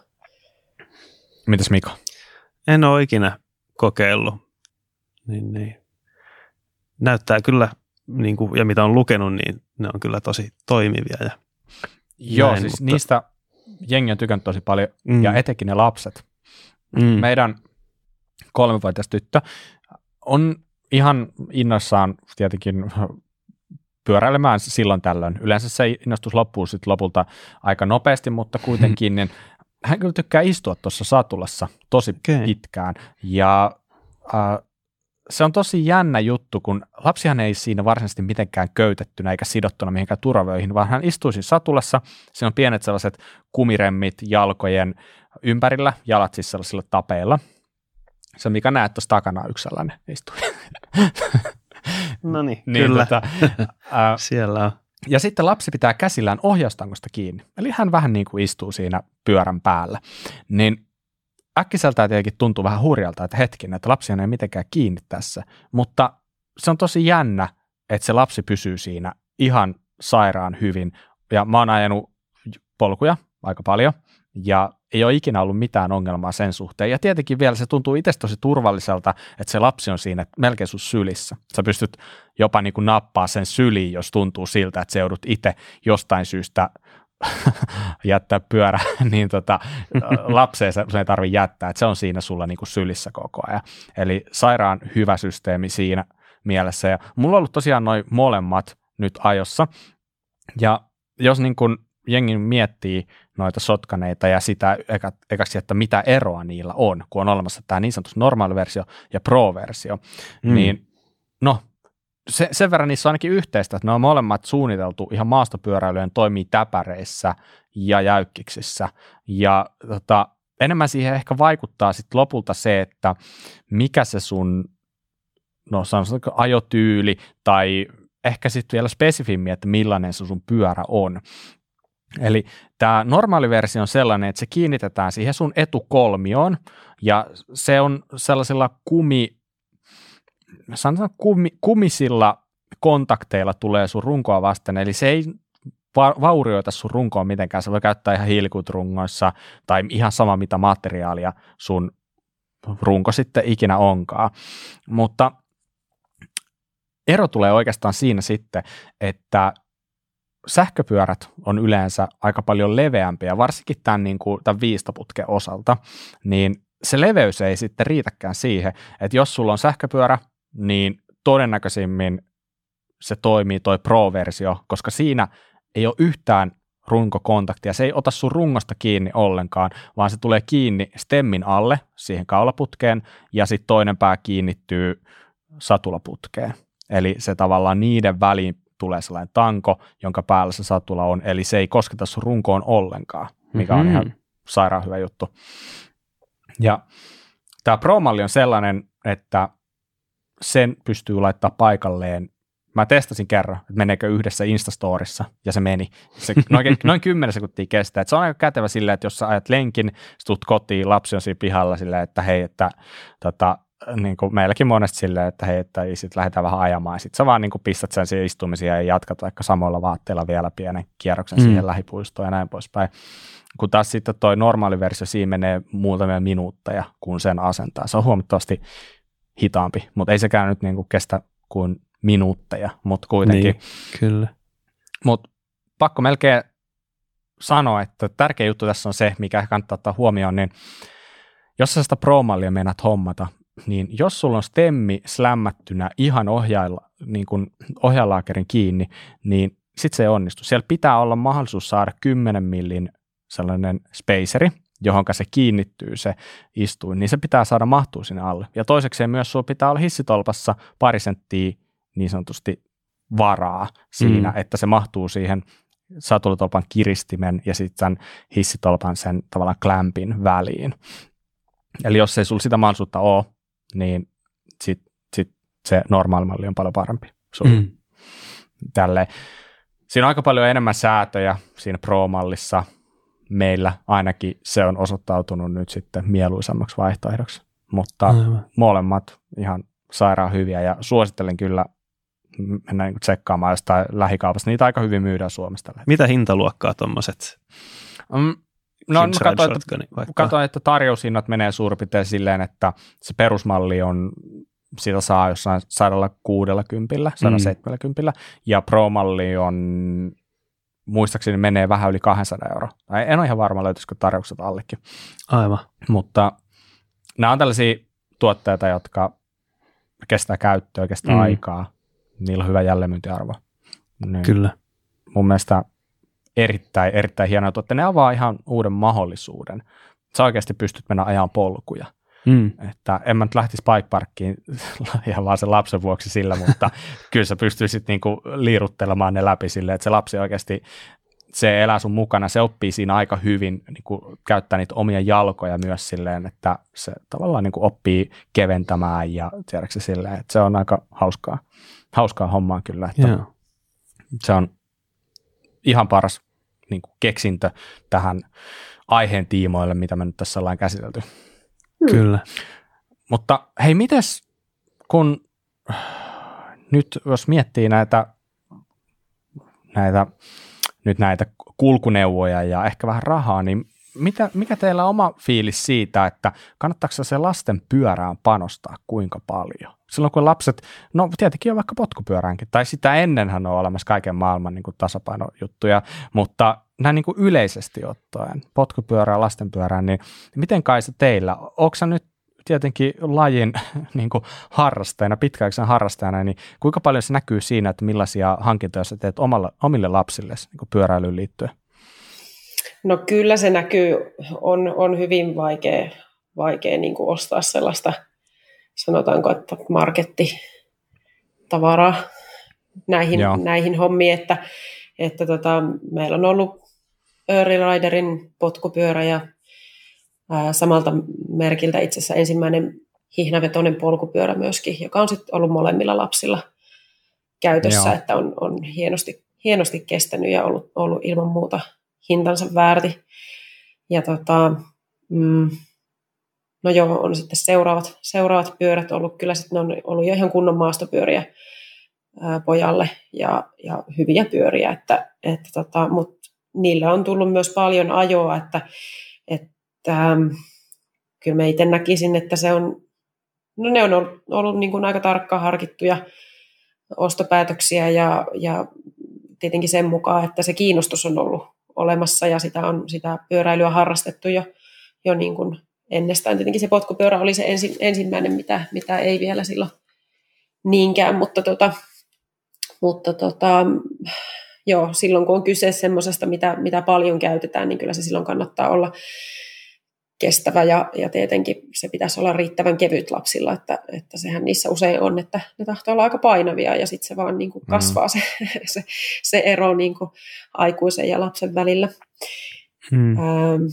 Mitäs Mika? En ole ikinä kokeillut. Niin, niin. Näyttää kyllä, niin kuin, ja mitä on lukenut, niin ne on kyllä tosi toimivia. Ja Joo, näin, siis mutta niistä jengi on tykännyt tosi paljon, mm. ja etenkin ne lapset. Mm. Meidän kolmevuotias tyttö on ihan innoissaan tietenkin pyöräilemään silloin tällöin. Yleensä se innostus loppuu sitten lopulta aika nopeasti, mutta kuitenkin niin hän kyllä tykkää istua tuossa satulassa tosi okay. pitkään, ja äh, se on tosi jännä juttu, kun lapsihan ei siinä varsinaisesti mitenkään köytettynä eikä sidottuna mihinkään turvavöihin, vaan hän istuu siinä satulassa, siinä on pienet sellaiset kumiremmit jalkojen ympärillä, jalat siis sellaisilla tapeilla. Se, mikä näet tuossa takana, yksi sellainen istuu. No niin, kyllä. Tota, äh, siellä on. Ja sitten lapsi pitää käsillään ohjaustangosta kiinni. Eli hän vähän niin kuin istuu siinä pyörän päällä. Niin äkkiseltään tietenkin tuntuu vähän hurjalta, että hetken, että lapsi ei mitenkään kiinni tässä. Mutta se on tosi jännä, että se lapsi pysyy siinä ihan sairaan hyvin. Ja mä oon ajanut polkuja aika paljon. Ja ei ole ikinä ollut mitään ongelmaa sen suhteen. Ja tietenkin vielä se tuntuu itse tosi turvalliselta, että se lapsi on siinä melkein sun sylissä. Sä pystyt jopa niin kuin nappaa sen syliin, jos tuntuu siltä, että se joudut itse jostain syystä jättää pyörä, niin tota, lapseen se ei tarvitse jättää, että se on siinä sulla niin kuin sylissä koko ajan. Eli sairaan hyvä systeemi siinä mielessä. Ja mulla on ollut tosiaan noin molemmat nyt ajossa. Ja jos niin kuin jengi miettii noita sotkaneita ja sitä eka, ekaksi, että mitä eroa niillä on, kun on olemassa tämä niin sanottu normaaliversio ja pro-versio, mm. niin no, se, sen verran niissä on ainakin yhteistä, että ne on molemmat suunniteltu ihan maastopyöräilyjen toimii täpäreissä ja jäykkiksissä. Ja tota, enemmän siihen ehkä vaikuttaa sitten lopulta se, että mikä se sun, no sanotaan ajotyyli tai ehkä sitten vielä spesifimmin, että millainen se sun pyörä on. Eli tämä normaali versio on sellainen, että se kiinnitetään siihen sun etukolmioon ja se on sellaisilla kumi, sanotaan kumi, kumisilla kontakteilla tulee sun runkoa vasten, eli se ei va- vaurioita sun runkoa mitenkään, se voi käyttää ihan hiilikuiturungoissa tai ihan sama mitä materiaalia sun runko sitten ikinä onkaan, mutta ero tulee oikeastaan siinä sitten, että sähköpyörät on yleensä aika paljon leveämpiä, varsinkin tämän, niin kuin, tämän viistoputken osalta, niin se leveys ei sitten riitäkään siihen, että jos sulla on sähköpyörä, niin todennäköisimmin se toimii toi Pro-versio, koska siinä ei ole yhtään runkokontaktia, se ei ota sun rungosta kiinni ollenkaan, vaan se tulee kiinni stemmin alle siihen kaulaputkeen ja sitten toinen pää kiinnittyy satulaputkeen. Eli se tavallaan niiden väliin tulee sellainen tanko, jonka päällä se satula on, eli se ei kosketa sun runkoon ollenkaan, mikä mm-hmm. on ihan sairaan hyvä juttu. Ja tämä Pro-malli on sellainen, että sen pystyy laittaa paikalleen. Mä testasin kerran, että meneekö yhdessä Instastorissa, ja se meni. Se noin, noin kymmenen sekuntia kestää. Et se on aika kätevä silleen, että jos sä ajat lenkin, sä tulet kotiin, lapsi on siinä pihalla silleen, että hei, että tota, niin kuin meilläkin monesti silleen, että hei, että sitten lähdetään vähän ajamaan. Sitten sä vaan niin kuin pistät sen siihen istumisiin ja jatkat vaikka samoilla vaatteilla vielä pienen kierroksen mm. siihen lähipuistoon ja näin poispäin. Kun taas sitten toi normaali versio, siinä menee muutamia minuutteja, kun sen asentaa. Se on huomattavasti hitaampi, mutta ei sekään nyt niin kuin kestä kuin minuutteja, mutta kuitenkin. Niin, kyllä. Mutta pakko melkein sanoa, että tärkeä juttu tässä on se, mikä kannattaa ottaa huomioon, niin jos sä sitä Pro-mallia meinaat hommata, niin jos sulla on stemmi slämmättynä ihan ohjailla, niin kuin ohjailaakerin kiinni, niin sitten se ei onnistu. Siellä pitää olla mahdollisuus saada kymmenen millin sellainen spaceri, johon se kiinnittyy se istuin, niin se pitää saada mahtua sinne alle. Ja toisekseen myös sulla pitää olla hissitolpassa pari senttiä niin sanotusti varaa siinä, mm. että se mahtuu siihen satulatolpan kiristimen ja sitten hissitolpan sen tavallaan klämpin väliin. Eli jos ei sulla sitä mahdollisuutta ole, niin sitten sit se normaalimalli on paljon parempi. Mm. Tälleen. Siinä on aika paljon enemmän säätöjä siinä Pro-mallissa. Meillä ainakin se on osoittautunut nyt sitten mieluisammaksi vaihtoehdoksi, mutta aivan. Molemmat ihan sairaan hyviä ja suosittelen kyllä mennä niin tsekkaamaan jostain lähikaupasta. Niitä aika hyvin myydään Suomesta. Mitä hintaluokkaa tuommoiset? Mm, no katsoin, että, katsoin, että tarjoushinnat menee suurin piirtein silleen, että se perusmalli on, sitä saa jossain sata kuusikymmentä, sata seitsemänkymmentä, mm. ja Pro-malli on muistaakseni menee vähän yli kaksisataa euroa. En ole ihan varma, löytyisikö tarjoukset allekin. Aivan. Mutta nämä on tällaisia tuotteita, jotka kestää käyttöä, kestää mm. aikaa. Niillä on hyvä jälleenmyyntiarvo. Niin kyllä. Mun mielestä erittäin, erittäin hienoja tuotteita. Ne avaa ihan uuden mahdollisuuden. Sä oikeasti pystyt mennä ajan polkuja. Mm. Että en mä nyt lähtisi bike parkkiin ihan vaan sen lapsen vuoksi sillä, mutta kyllä sä pystyisit niinku liiruttelemaan ne läpi silleen, että se lapsi oikeasti, se elää sun mukana, se oppii siinä aika hyvin niinku käyttää niitä omia jalkoja myös silleen, että se tavallaan niinku oppii keventämään ja tiedätkö silleen, että se on aika hauskaa, hauskaa hommaa kyllä, että yeah. se on ihan paras niinku keksintö tähän aiheen tiimoille, mitä me nyt tässä ollaan käsitelty. Kyllä. Mutta hei, mites kun nyt jos miettii näitä, näitä, nyt näitä kulkuneuvoja ja ehkä vähän rahaa, niin mitä, mikä teillä on oma fiilis siitä, että kannattaako se lasten pyörään panostaa kuinka paljon? Silloin kun lapset, no tietenkin on vaikka potkupyöräänkin, tai sitä ennenhän on olemassa kaiken maailman niin kuin tasapainojuttuja, mutta näin niin kuin yleisesti ottaen, potkupyörää, lastenpyörää, niin miten Kaisa teillä, onko sä nyt tietenkin lajin niin kuin harrastajana, pitkäaikaisena harrastajana, niin kuinka paljon se näkyy siinä, että millaisia hankintoja sä teet omalla, omille lapsille niin kuin pyöräilyyn liittyen? No kyllä se näkyy, on, on hyvin vaikea, vaikea niin kuin ostaa sellaista, sanotaanko, että markettitavaraa näihin, näihin hommiin, että, että tota, meillä on ollut Early Riderin potkupyörä ja ää, samalta merkiltä itse asiassa ensimmäinen hihnavetoinen polkupyörä myöskin, joka on sitten ollut molemmilla lapsilla käytössä, Joo. että on, on hienosti, hienosti kestänyt ja ollut, ollut ilman muuta hintansa väärti. Ja tota, mm, no joo, on sitten seuraavat, seuraavat pyörät ollut, kyllä sitten ne on ollut jo ihan kunnon maastopyöriä ää, pojalle ja, ja hyviä pyöriä, että, että tota, mutta niillä on tullut myös paljon ajoa, että, että ähm, kyllä mä itse näkisin, että se on, no ne on ollut, ollut niin kuin aika tarkkaan harkittuja ostopäätöksiä ja, ja tietenkin sen mukaan, että se kiinnostus on ollut olemassa ja sitä on sitä pyöräilyä harrastettu jo, jo niin kuin ennestään. Tietenkin se potkupyörä oli se ensi, ensimmäinen, mitä, mitä ei vielä silloin niinkään, mutta, tota, mutta tota, joo, silloin kun on kyse semmoisesta, mitä, mitä paljon käytetään, niin kyllä se silloin kannattaa olla kestävä ja, ja tietenkin se pitäisi olla riittävän kevyt lapsilla, että, että sehän niissä usein on, että ne tahtoo olla aika painavia ja sitten se vaan niin kuin kasvaa mm. se, se, se ero niin kuin aikuisen ja lapsen välillä. Mm. Ähm,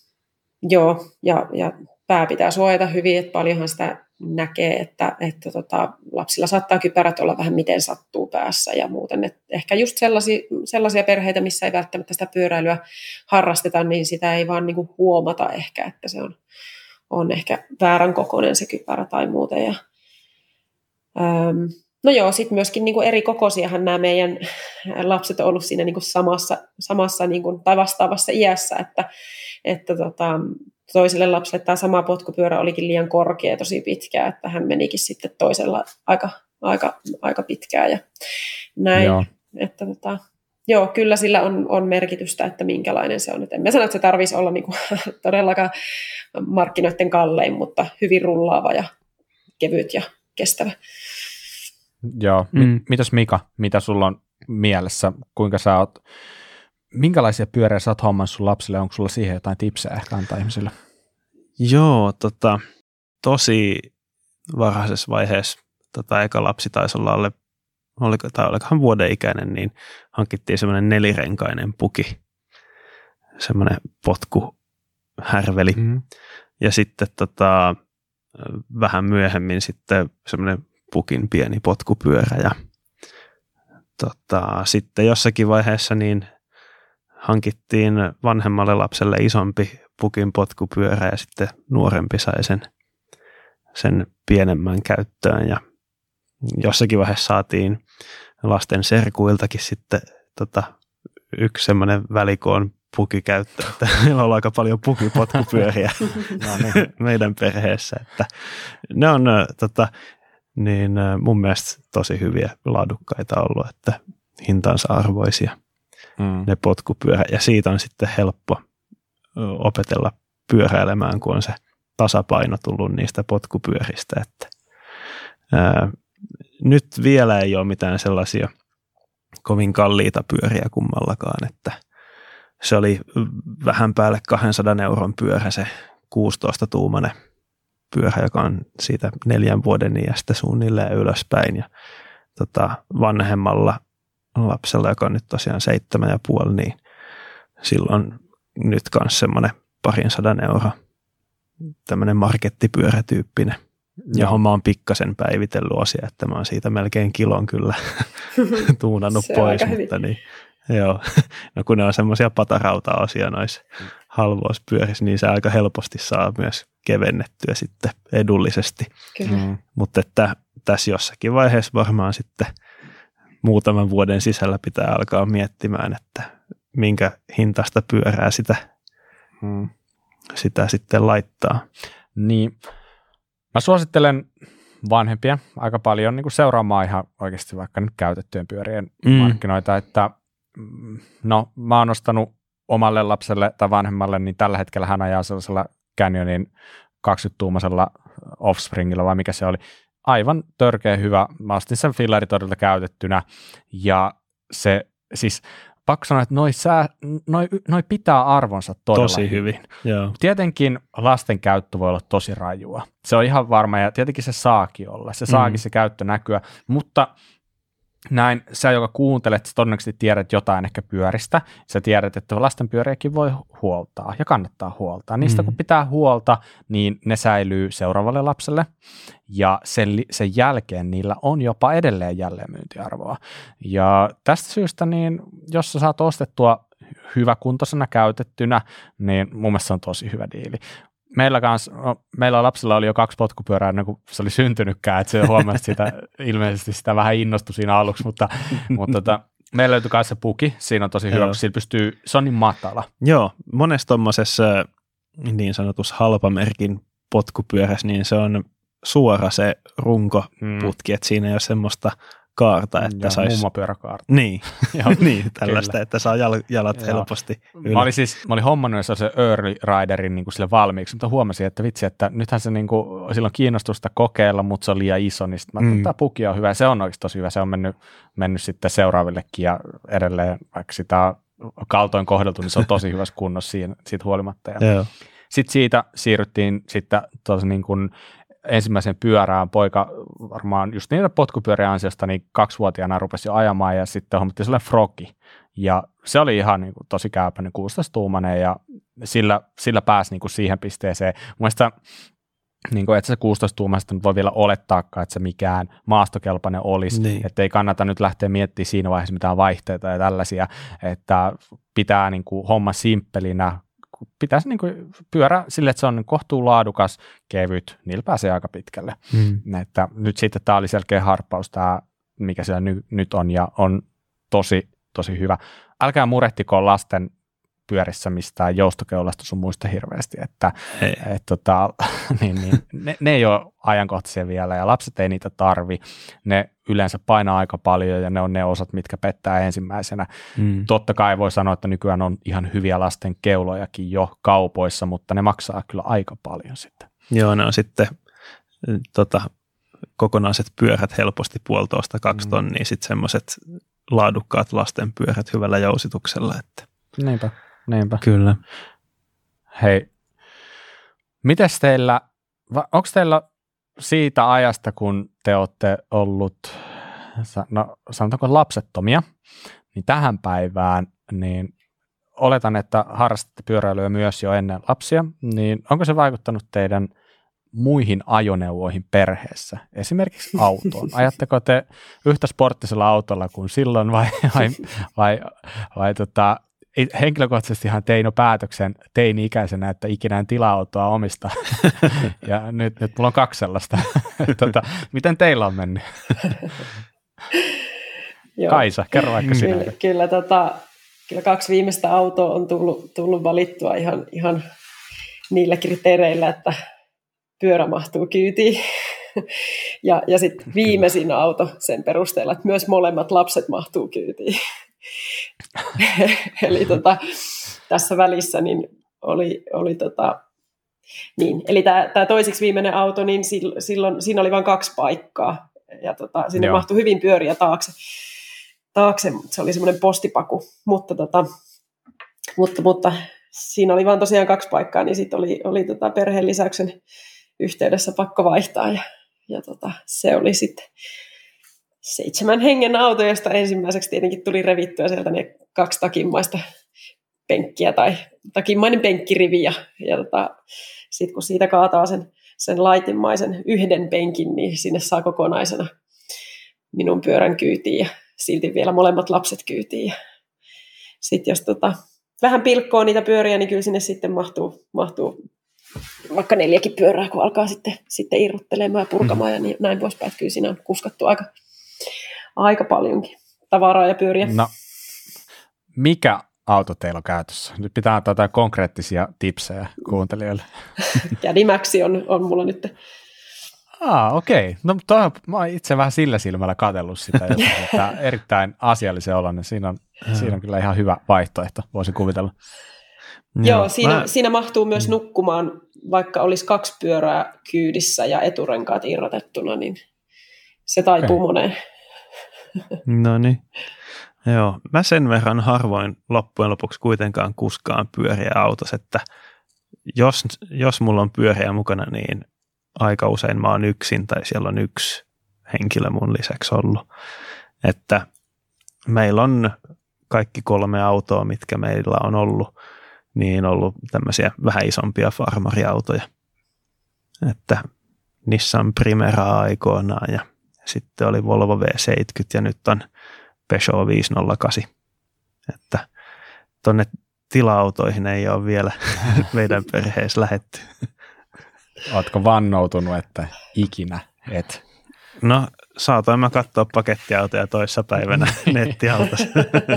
joo, ja, ja pää pitää suojata hyvin, että paljonhan sitä näkee, että, että tota, lapsilla saattaa kypärät olla vähän miten sattuu päässä ja muuten. Et ehkä just sellaisia, sellaisia perheitä, missä ei välttämättä sitä pyöräilyä harrasteta, niin sitä ei vaan niinku huomata ehkä, että se on, on ehkä väärän kokoinen se kypärä tai muuten. Ja, ähm, no joo, sitten myöskin niinku eri kokoisiahan nämä meidän lapset on ollut siinä niinku samassa, samassa niinku, tai vastaavassa iässä, että, että tota, toiselle lapselle tämä sama potkupyörä olikin liian korkea tosi pitkään, että hän menikin sitten toisella aika, aika, aika pitkään ja näin. Joo. Että tota, joo, kyllä sillä on, on merkitystä, että minkälainen se on. Et en mä sano, että se tarvitsisi olla niinku todellakaan markkinoiden kallein, mutta hyvin rullaava ja kevyt ja kestävä. Joo. Mm. Mitäs Mika, mitä sulla on mielessä, kuinka sä oot, minkälaisia pyöriä sä oot hommannut sun lapsille? Onko sulla siihen jotain tipsejä ehkä antaa ihmisille? Joo, tota, tosi varhaisessa vaiheessa tota, eka lapsi taisi olla alle, oliko, tai olikohan vuoden ikäinen, niin hankittiin semmoinen nelirenkainen puki, semmoinen potkuhärveli. Mm. Ja sitten tota, vähän myöhemmin sitten semmoinen pukin pieni potkupyörä. Ja tota, sitten jossakin vaiheessa niin hankittiin vanhemmalle lapselle isompi pukin potkupyörä ja sitten nuorempi sai sen, sen pienemmän käyttöön. Ja jossakin vaiheessa saatiin lasten serkuiltakin sitten tota, yksi semmoinen välikoon puki käyttöön, että meillä on aika paljon pukipotkupyöriä no niin. meidän perheessä. Että ne on tota, niin, mun mielestä tosi hyviä laadukkaita ollut, että hintansa arvoisia. Mm. Ne potkupyörä, ja siitä on sitten helppo opetella pyöräilemään, kun on se tasapaino tullut niistä potkupyöristä. Että, ää, nyt vielä ei ole mitään sellaisia kovin kalliita pyöriä kummallakaan, että se oli vähän päälle kahdensadan euron pyörä, se kuusitoista-tuumainen pyörä, joka on siitä neljän vuoden iästä suunnilleen ylöspäin, ja tota, vanhemmalla lapsella, joka on nyt tosiaan seitsemän ja puoli, niin silloin nyt myös semmoinen parin sadan euro tämmöinen markettipyörätyyppinen, johon mä oon pikkasen päivitellyt osia, että mä oon siitä melkein kilon kyllä tuunannut pois, mutta niin, joo. No kun ne on semmoisia patarauta-osia noissa halvouspyörissä, niin se aika helposti saa myös kevennettyä sitten edullisesti. Mm. Mutta että tässä jossakin vaiheessa varmaan sitten muutaman vuoden sisällä pitää alkaa miettimään, että minkä hintaista pyörää sitä, hmm. sitä sitten laittaa. Niin, mä suosittelen vanhempia aika paljon niin kuin seuraamaan ihan oikeasti vaikka nyt käytettyjen pyörien mm. markkinoita, että no mä oon ostanut omalle lapselle tai vanhemmalle, niin tällä hetkellä hän ajaa sellaisella Canyonin kaksikymmentä-tuumaisella Offspringilla, vai mikä se oli. Aivan törkeä hyvä. Mä ostin sen fillaritorilta käytettynä, ja se siis pakko sanoa, että noi, sää, noi, noi pitää arvonsa todella tosi hyvin. Joo. Tietenkin lasten käyttö voi olla tosi rajua. Se on ihan varma, ja tietenkin se saakin olla. Se saakin mm. se käyttö näkyä, mutta näin, sä joka kuuntelet, sä todennäköisesti tiedät jotain ehkä pyöristä, sä tiedät, että lasten pyöriäkin voi huoltaa ja kannattaa huoltaa. Niistä mm. kun pitää huolta, niin ne säilyy seuraavalle lapselle, ja sen, sen jälkeen niillä on jopa edelleen jälleenmyyntiarvoa. Ja tästä syystä, niin jos sä saat ostettua hyväkuntoisena käytettynä, niin mun mielestä se on tosi hyvä diili. Meillä, kans, no, meillä lapsilla oli jo kaksi potkupyörää ennen kuin se oli syntynytkään, että se huomasi sitä, ilmeisesti sitä vähän innostui siinä aluksi, mutta, mutta tota, meillä löytyi myös se puki, siinä on tosi hyvä, kun sillä pystyy, se on niin matala. Joo, monessa tuommoisessa niin sanotussa halpamerkin potkupyörässä, niin se on suora se runkoputki, mm. että siinä ei ole semmoista kaarta, että saisi... Mummopyöräkaarta. Niin, niin tällaista, että saa jal- jalat Joo. helposti yli. Mä olin siis, mä olin hommannut se early riderin niin kuin sille valmiiksi, mutta huomasin, että vitsi, että nythän se niin kuin, sillä on kiinnostusta kokeilla, mutta se on liian iso, niin sitten mä mm. tämä puki on hyvä, se on oikeasti tosi hyvä, se on mennyt, mennyt sitten seuraavillekin ja edelleen, vaikka sitä kaltoin kohdeltu, niin se on tosi hyvässä kunnossa siinä, siitä huolimatta. Ja sitten siitä siirryttiin sitten tosi niin kuin ensimmäisen pyörään, poika varmaan just niitä potkupyörien ansiosta, niin kaksivuotiaana rupesi jo ajamaan, ja sitten hommattiin sellainen Frogi, ja se oli ihan niin kuin tosi käypäinen, kuusitoista-tuumainen, ja sillä, sillä pääsi niin kuin siihen pisteeseen. Mielestäni, niin kuin, että se kuusitoista-tuumaisesta nyt voi vielä olettaakaan, että se mikään maastokelpainen olisi, niin. Että ei kannata nyt lähteä miettimään siinä vaiheessa mitään vaihteita ja tällaisia, että pitää niin kuin homma simppelinä, pitäisi niin kuin pyörä sille, että se on kohtuu laadukas, kevyt, niillä pääsee aika pitkälle. Mm. Että nyt sitten tämä oli selkeä harppaus, tämä, mikä siellä ny, nyt on, ja on tosi, tosi hyvä. Älkää murehtiko lasten pyörissä mistään joustokeulasta sun muista hirveästi, että et, tota, niin, niin, ne, ne ei ole ajankohtaisia vielä, ja lapset ei niitä tarvi. Ne yleensä painaa aika paljon, ja ne on ne osat, mitkä pettää ensimmäisenä. Mm. Totta kai voi sanoa, että nykyään on ihan hyviä lasten keulojakin jo kaupoissa, mutta ne maksaa kyllä aika paljon sitten. Joo, ne on sitten tota, kokonaiset pyörät helposti puolitoista, kaksi mm. tonnia, sitten semmoiset laadukkaat lasten pyörät hyvällä jousituksella. Että. Niinpä. Niinpä. Kyllä. Hei, mites teillä, onko teillä siitä ajasta, kun te olette ollut, no sanotaanko lapsettomia, niin tähän päivään, niin oletan, että harrastatte pyöräilyä myös jo ennen lapsia, niin onko se vaikuttanut teidän muihin ajoneuvoihin perheessä, esimerkiksi autoon? Ajatteko te yhtä sporttisella autolla kuin silloin, vai, vai, vai, vai tota, henkilökohtaisestihan tein jo päätöksen teini-ikäisenä, että ikinä en tila-autoa omista, ja nyt, nyt mulla on kaksi sellaista. tota, miten teillä on mennyt? Kaisa, kerro vaikka sinä. Kyllä, kyllä, tota, kyllä kaksi viimeistä autoa on tullut, tullut valittua ihan, ihan niillä kriteereillä, että pyörä mahtuu kyytiin. ja ja sitten viimeisin auto sen perusteella, että myös molemmat lapset mahtuu kyytiin. Eli tota, tässä välissä niin oli, oli tota, niin, eli tämä toiseksi viimeinen auto, niin silloin, siinä oli vain kaksi paikkaa, ja tota, sinne Joo. mahtui hyvin pyöriä taakse, taakse, se oli semmoinen postipaku, mutta, tota, mutta, mutta siinä oli vain tosiaan kaksi paikkaa, niin sitten oli, oli tota perheen lisäyksen yhteydessä pakko vaihtaa, ja, ja tota, se oli sitten seitsemän hengen auto, josta ensimmäiseksi tietenkin tuli revittyä sieltä ne kaksi takimmaista penkkiä tai takimmainen penkkirivi, ja, ja tota, sitten kun siitä kaataa sen, sen laitimaisen yhden penkin, niin sinne saa kokonaisena minun pyörän kyytiin ja silti vielä molemmat lapset kyytiin. Sitten jos tota, vähän pilkkoo niitä pyöriä, niin kyllä sinne sitten mahtuu, mahtuu vaikka neljäkin pyörää, kun alkaa sitten, sitten irrottelemaan ja purkamaan ja niin, näin poispäin. Kyllä siinä on kuskattu aika, aika paljonkin tavaraa ja pyöriä. No, mikä auto teillä on käytössä? Nyt pitää antaa jotain konkreettisia tipsejä kuuntelijoille. Caddy Maxi on, on mulla nyt. Aa, okei. Okay. No toi, mä oon itse vähän sillä silmällä katsellut sitä, että erittäin asiallisen oloinen. Siinä on, siinä on kyllä ihan hyvä vaihtoehto, voisin kuvitella. Joo, Joo siinä, mä... siinä mahtuu myös nukkumaan, vaikka olisi kaksi pyörää kyydissä ja eturenkaat irrotettuna, niin se taipuu okay. moneen. No niin. Joo, mä sen verran harvoin loppujen lopuksi kuitenkaan kuskaan pyöriä autossa, että jos, jos mulla on pyöriä mukana, niin aika usein mä oon yksin tai siellä on yksi henkilö mun lisäksi ollut. Että meillä on kaikki kolme autoa, mitkä meillä on ollut, niin ollut tämmöisiä vähän isompia farmariautoja. Että Nissan Primera aikoinaan ja sitten oli Volvo V seitsemänkymmentä ja nyt on Peugeot viisi nolla kahdeksan. Että tonne tila-autoihin ei ole vielä meidän perheessä lähetty. Ootko vannoutunut, että ikinä et? No, saatoin mä katsoa pakettiautoja toissa päivänä nettiautossa.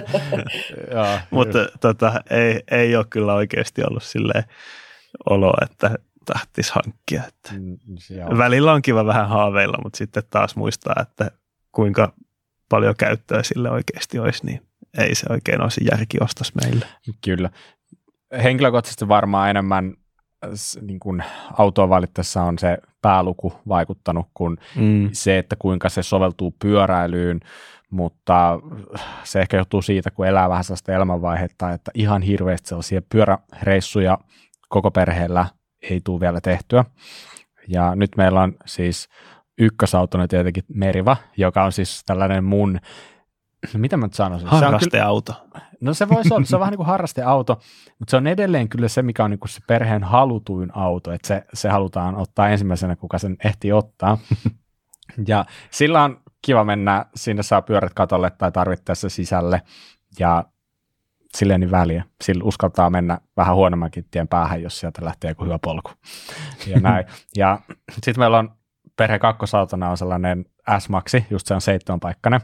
Mutta tota, ei, ei ole kyllä oikeasti ollut silleen olo, että tahtis hankkia. Että välillä on kiva vähän haaveilla, mutta sitten taas muistaa, että kuinka paljon käyttöä sille oikeasti olisi, niin ei se oikein olisi järkiostos meille. Kyllä. Henkilökohtaisesti varmaan enemmän niin kuin autoa valittaessa on se pääluku vaikuttanut kuin mm. se, että kuinka se soveltuu pyöräilyyn, mutta se ehkä johtuu siitä, kun elää vähän sellaista elämänvaihetta, että ihan hirveästi sellaisia pyöräreissuja koko perheellä ei tule vielä tehtyä. Ja nyt meillä on siis ykkösautona tietenkin Meriva, joka on siis tällainen mun, no mitä mä nyt sanoisin? Harrasteauto. Se kyllä, no se voisi olla, se on vähän niin kuin harrasteauto, mutta se on edelleen kyllä se, mikä on niin kuin se perheen halutuin auto, että se, se halutaan ottaa ensimmäisenä, kuka sen ehtii ottaa. Ja sillä on kiva mennä, sinne saa pyörät katolle tai tarvittaessa sisälle, ja silleen niin väliä. Sillä uskaltaa mennä vähän huonommankin tien päähän, jos sieltä lähtee joku hyvä polku. Ja näin. Ja sitten meillä on perhe kakkosautona on sellainen S-Maxi, just se on seitsemänpaikkainen.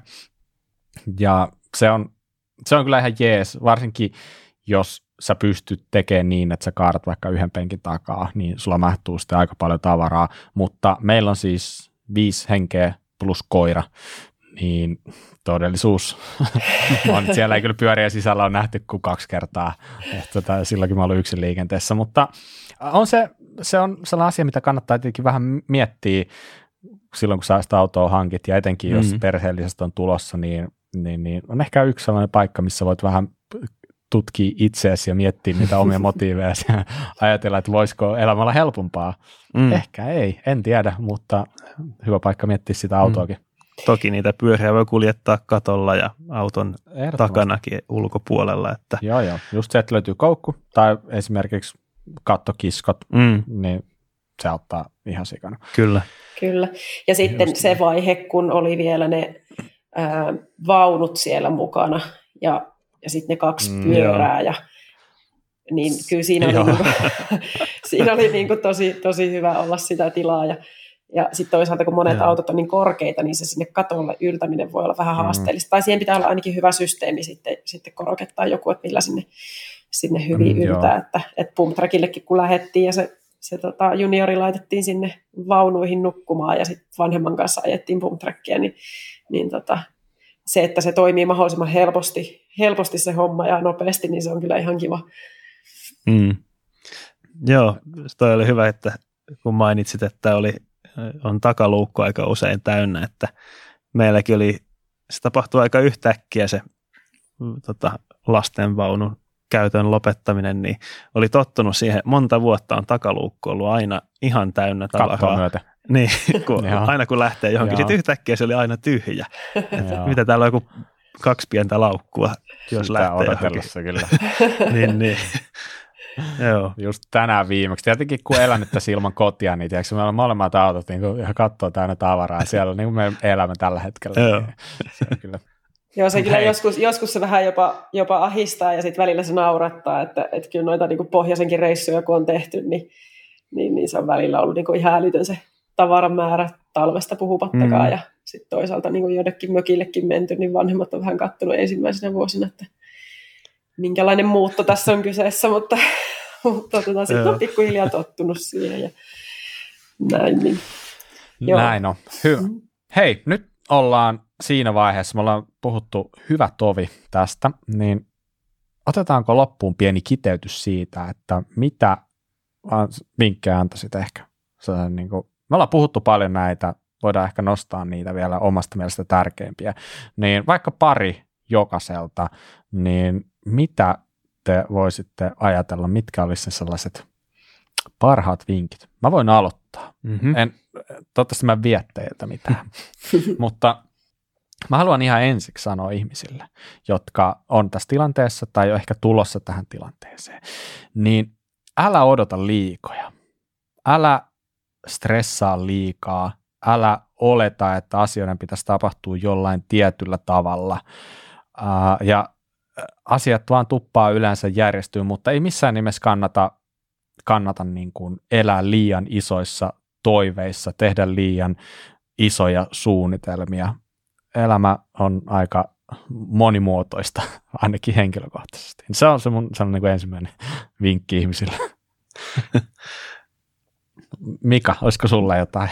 Ja se on, se on kyllä ihan jees, varsinkin jos sä pystyt tekemään niin, että sä kaadat vaikka yhden penkin takaa, niin sulla mahtuu sitten aika paljon tavaraa. Mutta meillä on siis viisi henkeä plus koira, niin todellisuus on, siellä ei kyllä pyöriä sisällä on nähty kuin kaksi kertaa, että tota, silloinkin mä olen yksin liikenteessä, mutta on se, se on sellainen asia, mitä kannattaa tietenkin vähän miettiä silloin, kun sä sitä autoa hankit, ja etenkin jos mm. perheellisestä on tulossa, niin, niin, niin on ehkä yksi sellainen paikka, missä voit vähän tutkia itseäsi ja miettiä niitä omia motiiveja ja ajatella, että voisiko elämä olla helpompaa. Mm. Ehkä ei, en tiedä, mutta hyvä paikka miettiä sitä autoakin. Mm. Toki niitä pyöriä voi kuljettaa katolla ja auton takanakin ulkopuolella. Että... Joo, joo. Just se, että löytyy koukku tai esimerkiksi kattokiskot, mm. niin se auttaa ihan sikana. Kyllä. Kyllä. Ja sitten just se niin. Vaihe, kun oli vielä ne ää, vaunut siellä mukana ja, ja sitten ne kaksi mm, pyörää. Ja, niin kyllä siinä oli, niinku, siinä oli niinku tosi, tosi hyvä olla sitä tilaa ja Ja sitten toisaalta, kun monet Joo. autot on niin korkeita, niin se sinne katolle yltäminen voi olla vähän haasteellista. Mm. Tai siihen pitää olla ainakin hyvä systeemi sitten, sitten korokettaa joku, että millä sinne, sinne hyvin mm, yltää. Joo. Että et pumptrackillekin kun lähdettiin ja se, se tota, juniori laitettiin sinne vaunuihin nukkumaan ja sitten vanhemman kanssa ajettiin pumptrackia, niin, niin tota, se, että se toimii mahdollisimman helposti, helposti se homma ja nopeasti, niin se on kyllä ihan kiva. Mm. Joo, toi oli hyvä, että kun mainitsit, että oli on takaluukku aika usein täynnä, että meilläkin oli, se tapahtui aika yhtäkkiä se tota, lastenvaunun käytön lopettaminen, niin oli tottunut siihen, monta vuotta on takaluukku ollut aina ihan täynnä tavaraa. myötä. Niin, kun, aina kun lähtee johonkin, sitten yhtäkkiä se oli aina tyhjä. Mitä täällä on joku kaksi pientä laukkua, jos sitä lähtee odotellessa kyllä. niin, niin. Joo. Just tänään viimeksi. Tietenkin kun elän nyt tässä ilman kotia, niin tiedätkö, meillä on molemmat autot niin ihan kattoo täynnä tavaraa. Siellä on niin kuin me elämme tällä hetkellä. Joo. Niin se kyllä. Joo, se kyllä joskus, joskus se vähän jopa, jopa ahistaa ja sitten välillä se naurattaa, että, että kyllä noita niin kuin pohjoisenkin reissuja kun on tehty, niin, niin, niin se on välillä ollut niin kuin ihan älytön se tavaramäärä talvesta puhumattakaan. Mm. Ja sitten toisaalta niin kuin jonnekin mökillekin menty, niin vanhemmat on vähän kattonut ensimmäisenä vuosina, että minkälainen muutto tässä on kyseessä, mutta, mutta tota, sitten on pikkuhiljaa tottunut siihen ja näin. Niin. Näin on. Hyvä. Hei, nyt ollaan siinä vaiheessa, me ollaan puhuttu hyvä tovi tästä, niin otetaanko loppuun pieni kiteytys siitä, että mitä vinkkejä antaisit ehkä? Niin kuin, me ollaan puhuttu paljon näitä, voidaan ehkä nostaa niitä vielä omasta mielestä tärkeimpiä, niin vaikka pari jokaiselta, niin mitä te voisitte ajatella, mitkä olisi sellaiset parhaat vinkit? Mä voin aloittaa. Mm-hmm. En, toivottavasti mä en vie teiltä mitään, mutta mä haluan ihan ensiksi sanoa ihmisille, jotka on tässä tilanteessa tai jo ehkä tulossa tähän tilanteeseen, niin älä odota liikoja, älä stressaa liikaa, älä oleta, että asioiden pitäisi tapahtua jollain tietyllä tavalla uh, ja asiat vaan tuppaa yleensä järjestyy, mutta ei missään nimessä kannata, kannata niin kuin elää liian isoissa toiveissa, tehdä liian isoja suunnitelmia. Elämä on aika monimuotoista, ainakin henkilökohtaisesti. Se on se mun se on niin kuin ensimmäinen vinkki ihmisille. Mika, olisiko sulla jotain?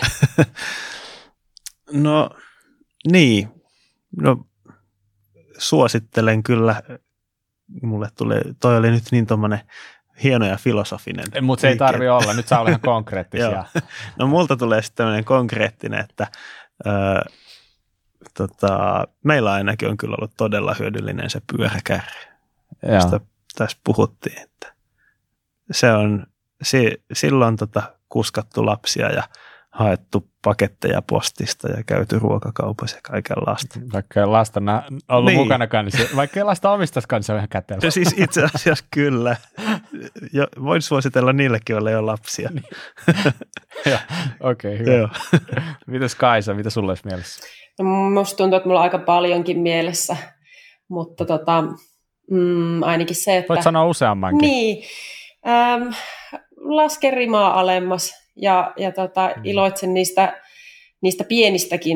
No niin, no suosittelen kyllä, mulle tuli, toi oli nyt niin tommoinen hieno ja filosofinen. Mutta se ei tarvitse olla, nyt saa olla ihan konkreettisia. No multa tulee sitten tämmöinen konkreettinen, että ö, tota, meillä ainakin on kyllä ollut todella hyödyllinen se pyöräkärry, josta tässä puhuttiin, että se on, si, silloin tota, kuskattu lapsia ja haettu paketteja postista ja käyty ruokakaupassa ja kaikenlaista. Vaikka ei lasta nä- ollut niin. mukanakaan, niin se, vaikka ei lasta omistaisikaan, niin se on ihan kätevä. Se siis itse asiassa kyllä. Jo, voin suositella niillekin, joilla ei ole lapsia. Okei, okay, hyvä. Mitäs Kaisa, mitä sulla olisi mielessä? No, musta tuntuu, että mulla on aika paljonkin mielessä, mutta tota, mm, ainakin se, että... Voit sanoa useammankin. Niin, ähm, laske rimaa alemmas. Ja, ja tota, mm. iloitsen niistä, niistä pienistäkin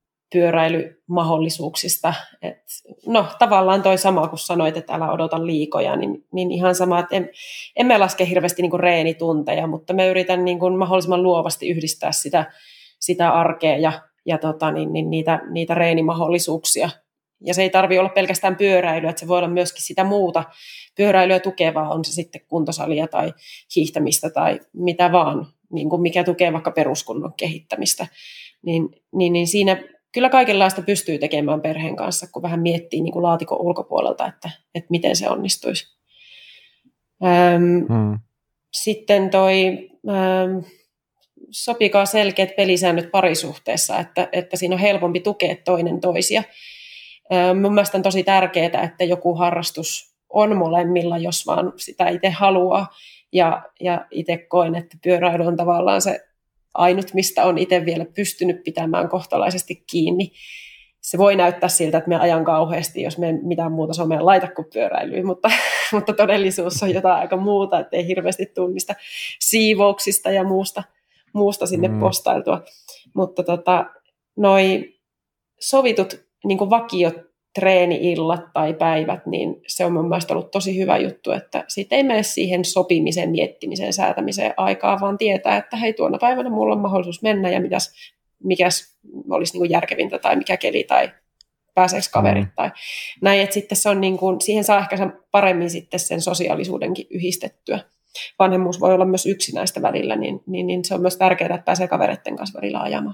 pyöräilymahdollisuuksista. Et, no tavallaan toi sama, kun sanoit, että älä odota liikoja, niin, niin ihan sama, että en, emme laske hirveästi niin kuin reenitunteja, mutta me yritän niin kuin mahdollisimman luovasti yhdistää sitä, sitä arkea ja, ja tota, niin, niin niitä, niitä reenimahdollisuuksia. Ja se ei tarvitse olla pelkästään pyöräilyä, että se voi olla myöskin sitä muuta pyöräilyä tukevaa, on se sitten kuntosalia tai hiihtämistä tai mitä vaan, niin kuin mikä tukee vaikka peruskunnon kehittämistä. Niin, niin, niin siinä kyllä kaikenlaista pystyy tekemään perheen kanssa, kun vähän miettii niin kuin laatikon ulkopuolelta, että, että miten se onnistuisi. Öm, hmm. Sitten toi... Öm, sopikaa selkeät pelisäännöt parisuhteessa, että, että siinä on helpompi tukea toinen toisia. Mun mielestä on tosi tärkeää, että joku harrastus on molemmilla, jos vaan sitä itse haluaa. Ja, ja itse koen, että pyöräily on tavallaan se ainut, mistä on itse vielä pystynyt pitämään kohtalaisesti kiinni. Se voi näyttää siltä, että me ajan kauheasti, jos me mitään muuta someen laita kuin pyöräilyyn, mutta, mutta todellisuus on jotain aika muuta, ettei hirveästi tunnista siivouksista ja muusta, muusta sinne mm. postailtua. Mutta tota, noi sovitut niin kuin vakio-treeni-illat tai päivät, niin se on mun mielestä ollut tosi hyvä juttu, että siitä ei mene siihen sopimisen, miettimiseen, säätämiseen aikaa, vaan tietää, että hei, tuona päivänä mulla on mahdollisuus mennä ja mitäs, mikäs olisi niin kuin järkevintä tai mikä keli tai pääseekö kaverit mm. tai näin, että sitten se on niin kuin, siihen saa ehkä paremmin sitten sen sosiaalisuudenkin yhdistettyä. Vanhemmuus voi olla myös yksinäistä välillä, niin, niin, niin se on myös tärkeää, että pääsee kavereiden kanssa välillä ajamaan.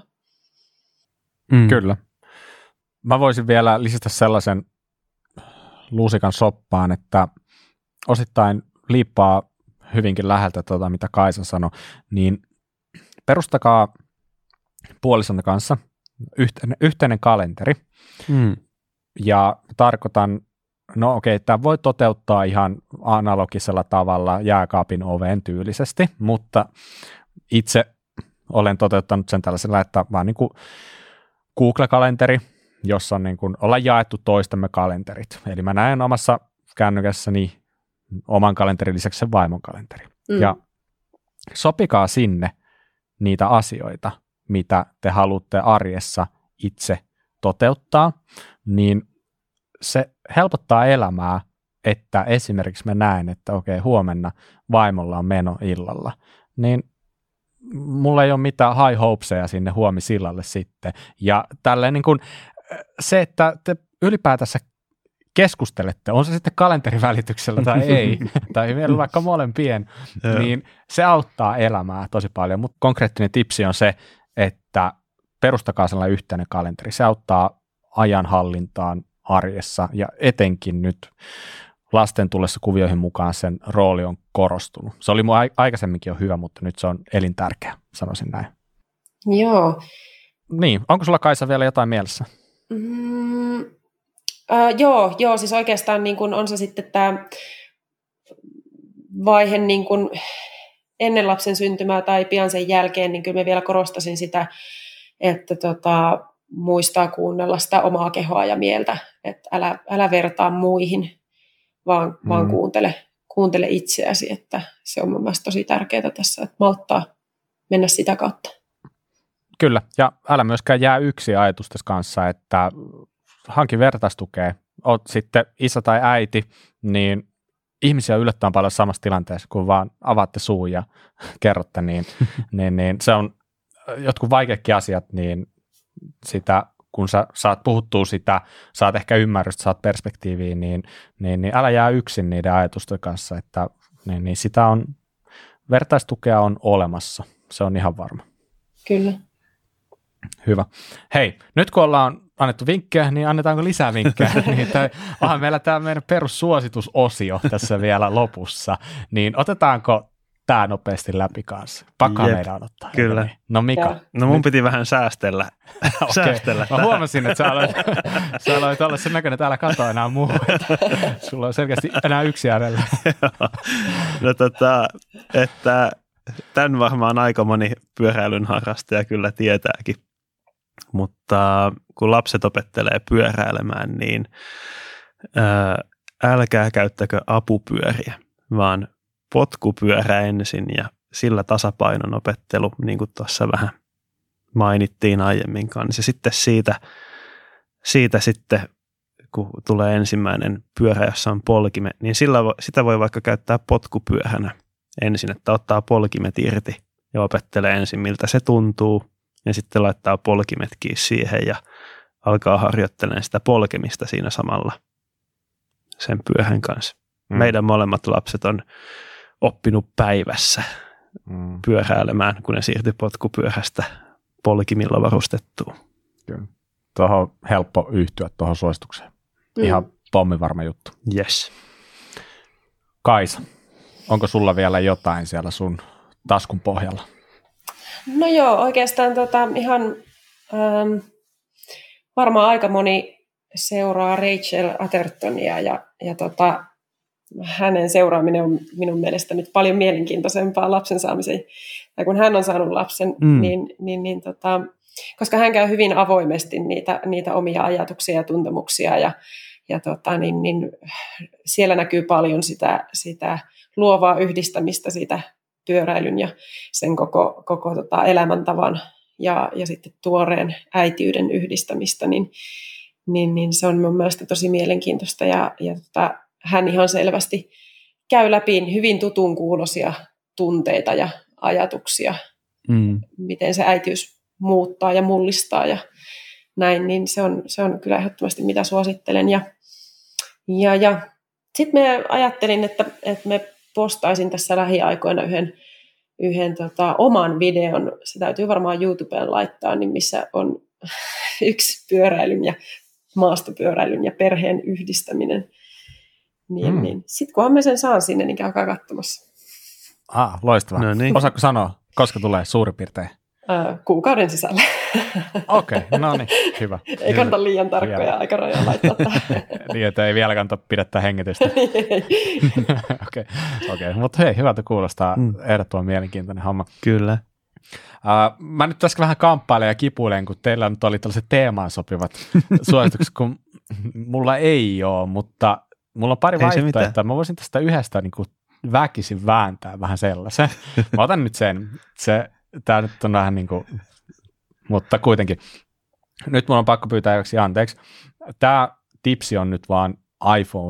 Mm. Kyllä. Mä voisin vielä lisätä sellaisen luusikan soppaan, että osittain liippaa hyvinkin läheltä tuota, mitä Kaisa sanoi, niin perustakaa puolisonne kanssa yhteinen, yhteinen kalenteri. Mm. Ja tarkoitan, no okei, okay, tämä voi toteuttaa ihan analogisella tavalla jääkaapin oveen tyylisesti, mutta itse olen toteuttanut sen tällaisella, että vaan niin kuin Google-kalenteri, jossa on niin kuin, ollaan jaettu toistemme kalenterit. Eli mä näen omassa kännykässäni oman kalenterin lisäksi sen vaimon kalenteri. Mm. Ja sopikaa sinne niitä asioita, mitä te haluatte arjessa itse toteuttaa, niin se helpottaa elämää, että esimerkiksi mä näen, että okei, huomenna vaimolla on meno illalla, niin mulla ei ole mitään high hopeseja sinne huomisillalle sitten. Ja tälleen niin kuin se, että te ylipäätänsä keskustelette, on se sitten kalenterivälityksellä tai ei, tai vielä vaikka molempien, niin se auttaa elämää tosi paljon. Mutta konkreettinen tipsi on se, että perustakaa sellainen yhteinen kalenteri. Se auttaa ajanhallintaan arjessa ja etenkin nyt lasten tullessa kuvioihin mukaan sen rooli on korostunut. Se oli mun aikaisemminkin jo hyvä, mutta nyt se on elintärkeä, sanoisin näin. Joo. Niin, onko sulla Kaisa vielä jotain mielessä? Mm, äh, joo, joo, siis oikeastaan niin kun on se sitten tämä vaihe niin kun ennen lapsen syntymää tai pian sen jälkeen, niin kyllä mä vielä korostasin sitä, että tota, muistaa kuunnella sitä omaa kehoa ja mieltä, että älä, älä vertaa muihin, vaan, mm. vaan kuuntele, kuuntele itseäsi, että se on mun mielestä tosi tärkeää tässä, että malttaa mennä sitä kautta. Kyllä, ja älä myöskään jää yksi ajatusten kanssa, että hanki vertaistukea, oot sitten isä tai äiti, niin ihmisiä yllättävän paljon samassa tilanteessa, kun vaan avaatte suun ja kerrotte, niin, niin, niin se on jotkut vaikeakin asiat, niin sitä, kun sä saat puhuttua sitä, saat ehkä ymmärrystä, saat perspektiiviä, niin, niin, niin älä jää yksin niiden ajatusten kanssa, että niin, niin sitä on, vertaistukea on olemassa, se on ihan varma. Kyllä. Hyvä. Hei, nyt kun ollaan annettu vinkkejä, niin annetaanko lisää vinkkejä? niin tai, onhan meillä tämä meidän perussuositusosio tässä vielä lopussa, niin otetaanko tämä nopeasti läpi kanssa? Pakkaa meidän odottaa. Kyllä. Niin. No Mika? No mun piti vähän säästellä. okay. säästellä Mä huomasin, että sä aloit, sä aloit olla sen näköinen, että älä katso enää muu. Sulla on selkeästi enää yksi äärellä. no tota, että tämän varmaan aika moni pyöräilyn harrastaja kyllä tietääkin. Mutta kun lapset opettelee pyöräilemään, niin ää, älkää käyttäkö apupyöriä, vaan potkupyörä ensin ja sillä tasapainon opettelu, niin kuin tuossa vähän mainittiin aiemmin kanssa. Ja sitten siitä, siitä sitten, kun tulee ensimmäinen pyörä, jossa on polkime, niin sillä, sitä voi vaikka käyttää potkupyöhänä ensin, että ottaa polkimet irti ja opettelee ensin, miltä se tuntuu. Ja sitten laittaa polkimet kiinni siihen ja alkaa harjoittelemaan sitä polkemista siinä samalla sen pyöhän kanssa. Mm. Meidän molemmat lapset on oppinut päivässä mm. pyöräilemään, kun ne siirtyi potkupyöhästä polkimilla varustettuun. Kyllä. Tuohon on helppo yhtyä tuohon suositukseen. Mm. Ihan pommivarma juttu. Yes. Kaisa, onko sulla vielä jotain siellä sun taskun pohjalla? No joo, oikeastaan tota, ihan ähm, varmaan aika moni seuraa Rachel Athertonia ja, ja tota, hänen seuraaminen on minun mielestä nyt paljon mielenkiintoisempaa lapsen saamiseen. Ja kun hän on saanut lapsen, mm. niin, niin, niin tota, koska hän käy hyvin avoimesti niitä, niitä omia ajatuksia ja tuntemuksia ja, ja tota, niin, niin, siellä näkyy paljon sitä, sitä luovaa yhdistämistä siitä pyöräilyn ja sen koko, koko tota, elämäntavan ja, ja sitten tuoreen äitiyden yhdistämistä, niin, niin, niin se on mun mielestä tosi mielenkiintoista ja, ja tota, hän ihan selvästi käy läpi hyvin tutun kuuloisia tunteita ja ajatuksia, mm. miten se äitiys muuttaa ja mullistaa ja näin, niin se on, se on kyllä ehdottomasti mitä suosittelen. Ja, ja, ja sitten me ajattelin, että, että me postaisin tässä lähiaikoina yhden, yhden tota, oman videon, se täytyy varmaan YouTubeen laittaa, niin missä on yksi pyöräilyn ja maastopyöräilyn ja perheen yhdistäminen. Niin, mm. niin. Sitten kunhan me sen saan sinne, niin käykää katsomassa. Ah, loistavaa. No niin. Osaatko sanoa, koska tulee suurin piirtein? Äh, kuukauden sisällä. Okei, okay, no niin, hyvä. Ei kannata liian tarkkoja aikarajoja laittaa tähän. Niin, että ei vielä kannata pidettää hengitystä. Okei, okay, okay. Mutta hei, hyvältä kuulostaa, mm. ehdottoman mielenkiintoinen homma. Kyllä. Uh, mä nyt tässä vähän kamppailen ja kipuilen, kun teillä nyt oli tällaiset teemaan sopivat suositukset, kun mulla ei ole, mutta mulla on pari vaihtoehtoa. Mä voisin tästä yhdestä niin kuin väkisin vääntää vähän sellaisen. Mä otan nyt sen. Se, tää nyt on vähän niin kuin, mutta kuitenkin. Nyt mulla on pakko pyytää joksi anteeksi. Tää tipsi on nyt vaan iPhonein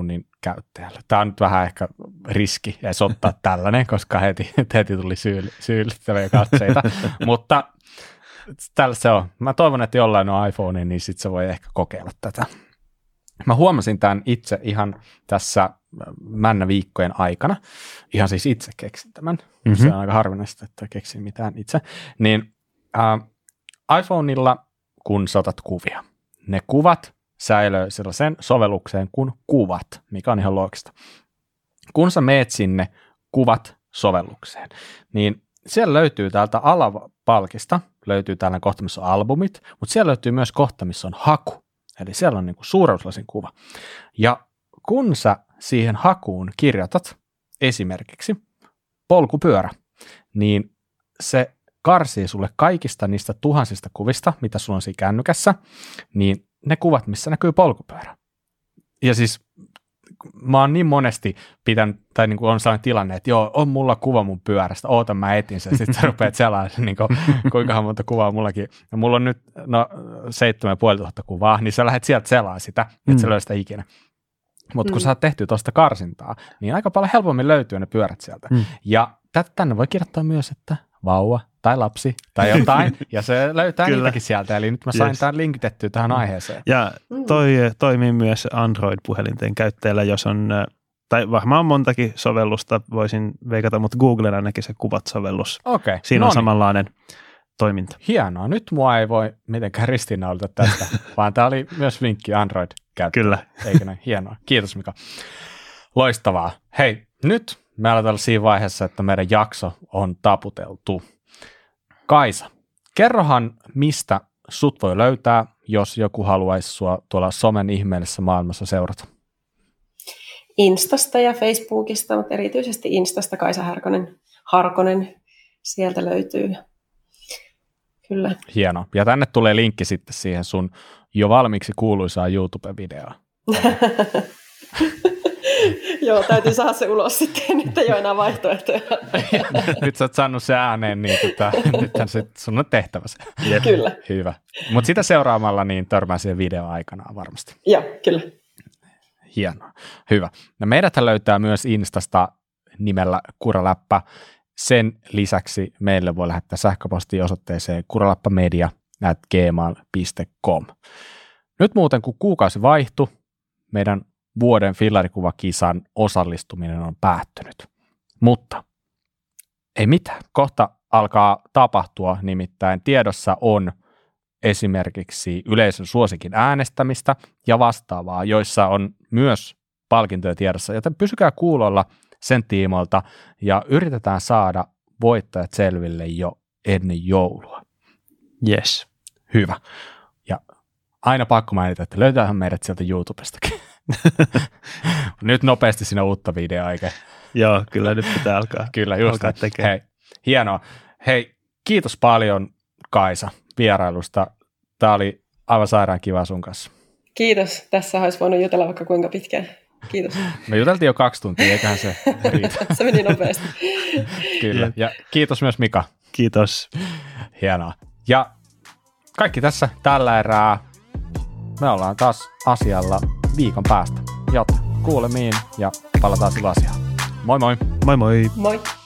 käyttäjälle. Tämä on nyt vähän ehkä riski edes ottaa tällainen, koska heti, heti tuli syy, syyllittäviä katseita, mutta tällä se on. Mä toivon, että jollain on iPhone, niin sitten se voi ehkä kokeilla tätä. Mä huomasin tämän itse ihan tässä männäviikkojen aikana, ihan siis itse keksin tämän, mm-hmm. se on aika harvinaista, että keksin mitään itse, niin äh, iPhoneilla, kun sä otat kuvia, ne kuvat säilöö sellaiseen sovellukseen kuin kuvat, mikä on ihan loogista. Kun sä meet sinne kuvat sovellukseen, niin siellä löytyy täältä alapalkista, löytyy tällainen kohta, missä on albumit, mutta siellä löytyy myös kohta, missä on haku. Eli siellä on niin kuin suureuslasin kuva. Ja kun sä siihen hakuun kirjoitat esimerkiksi polkupyörä, niin se karsii sulle kaikista niistä tuhansista kuvista, mitä sulla on siinä kännykässä, niin ne kuvat, missä näkyy polkupyörä. Ja siis mä oon niin monesti pitänyt, tai niin kuin on sellainen tilanne, että joo, on mulla kuva mun pyörästä, ootan mä etin sen, sitten sä rupeat selaamaan, niin kuin, kuinkahan monta kuvaa mullakin. Ja mulla on nyt no seitsemän ja puoli tuhatta kuvaa, niin sä lähdet sieltä selaa sitä, että mm. sä löydät sitä ikinä. Mutta kun mm. sä oot tehty tuosta karsintaa, niin aika paljon helpommin löytyy ne pyörät sieltä. Mm. Ja tänne voi kirjoittaa myös, että vauva tai lapsi tai jotain, ja se löytää niitäkin sieltä, eli nyt mä sain yes. tämän linkitettyä tähän aiheeseen. Ja toi toimii myös Android-puhelinten käyttäjällä, jos on, tai varmaan montakin sovellusta voisin veikata, mutta Googlen ainakin se Kuvat-sovellus. Okay. Siinä on Noniin. Samanlainen toiminta. Hienoa. Nyt mua ei voi mitenkään ristiinnaulita tästä, vaan tämä oli myös vinkki Android-käyttäjälle. Kyllä. Eikö näin? Hienoa. Kiitos Mika. Loistavaa. Hei, nyt me aletaan siinä vaiheessa, että meidän jakso on taputeltu. Kaisa, kerrohan, mistä sut voi löytää, jos joku haluaisi sua tuolla somen ihmeellisessä maailmassa seurata. Instasta ja Facebookista, mutta erityisesti Instasta Kaisa Harkonen. Harkonen sieltä löytyy. Kyllä. Hienoa. Ja tänne tulee linkki sitten siihen sun jo valmiiksi kuuluisaan YouTube-videoon. Joo, täytyy saada se ulos sitten, nyt ei ole enää vaihtoehtoja. Nyt sä oot saanut se ääneen, niin tota, nythän se, sun on tehtävä se. Jep. Kyllä. Hyvä. Mutta sitä seuraamalla niin törmää siihen videon aikanaan varmasti. Joo, kyllä. Hienoa. Hyvä. No meidäthän löytää myös Instasta nimellä Kuraläppä. Sen lisäksi meille voi lähettää sähköpostia osoitteeseen kuraläppämedia at gmail piste com. Nyt muuten, kun kuukausi vaihtui, meidän vuoden fillarikuvakisan osallistuminen on päättynyt. Mutta ei mitään. Kohta alkaa tapahtua, nimittäin tiedossa on esimerkiksi yleisön suosikin äänestämistä ja vastaavaa, joissa on myös palkintoja tiedossa, joten pysykää kuulolla sen tiimoilta ja yritetään saada voittajat selville jo ennen joulua. Yes. Hyvä. Ja aina pakko mainita, että löytäähän meidät sieltä YouTubestakin. Nyt nopeasti sinne uutta videoa, eikä? Joo, kyllä nyt pitää alkaa, kyllä, just alkaa tekemään. Hei, hienoa. Hei, kiitos paljon Kaisa vierailusta. Tämä oli aivan sairaan kiva sun kanssa. Kiitos. Tässä olisi voinut jutella vaikka kuinka pitkään. Kiitos. Me juteltiin jo kaksi tuntia, eiköhän se riitä. Se meni nopeasti. Kyllä. Ja kiitos myös Mika. Kiitos. Hienoa. Ja kaikki tässä tällä erää. Me ollaan taas asialla viikon päästä. Jotta kuulemiin ja palataan sillä asiaan. Moi moi. Moi moi. Moi.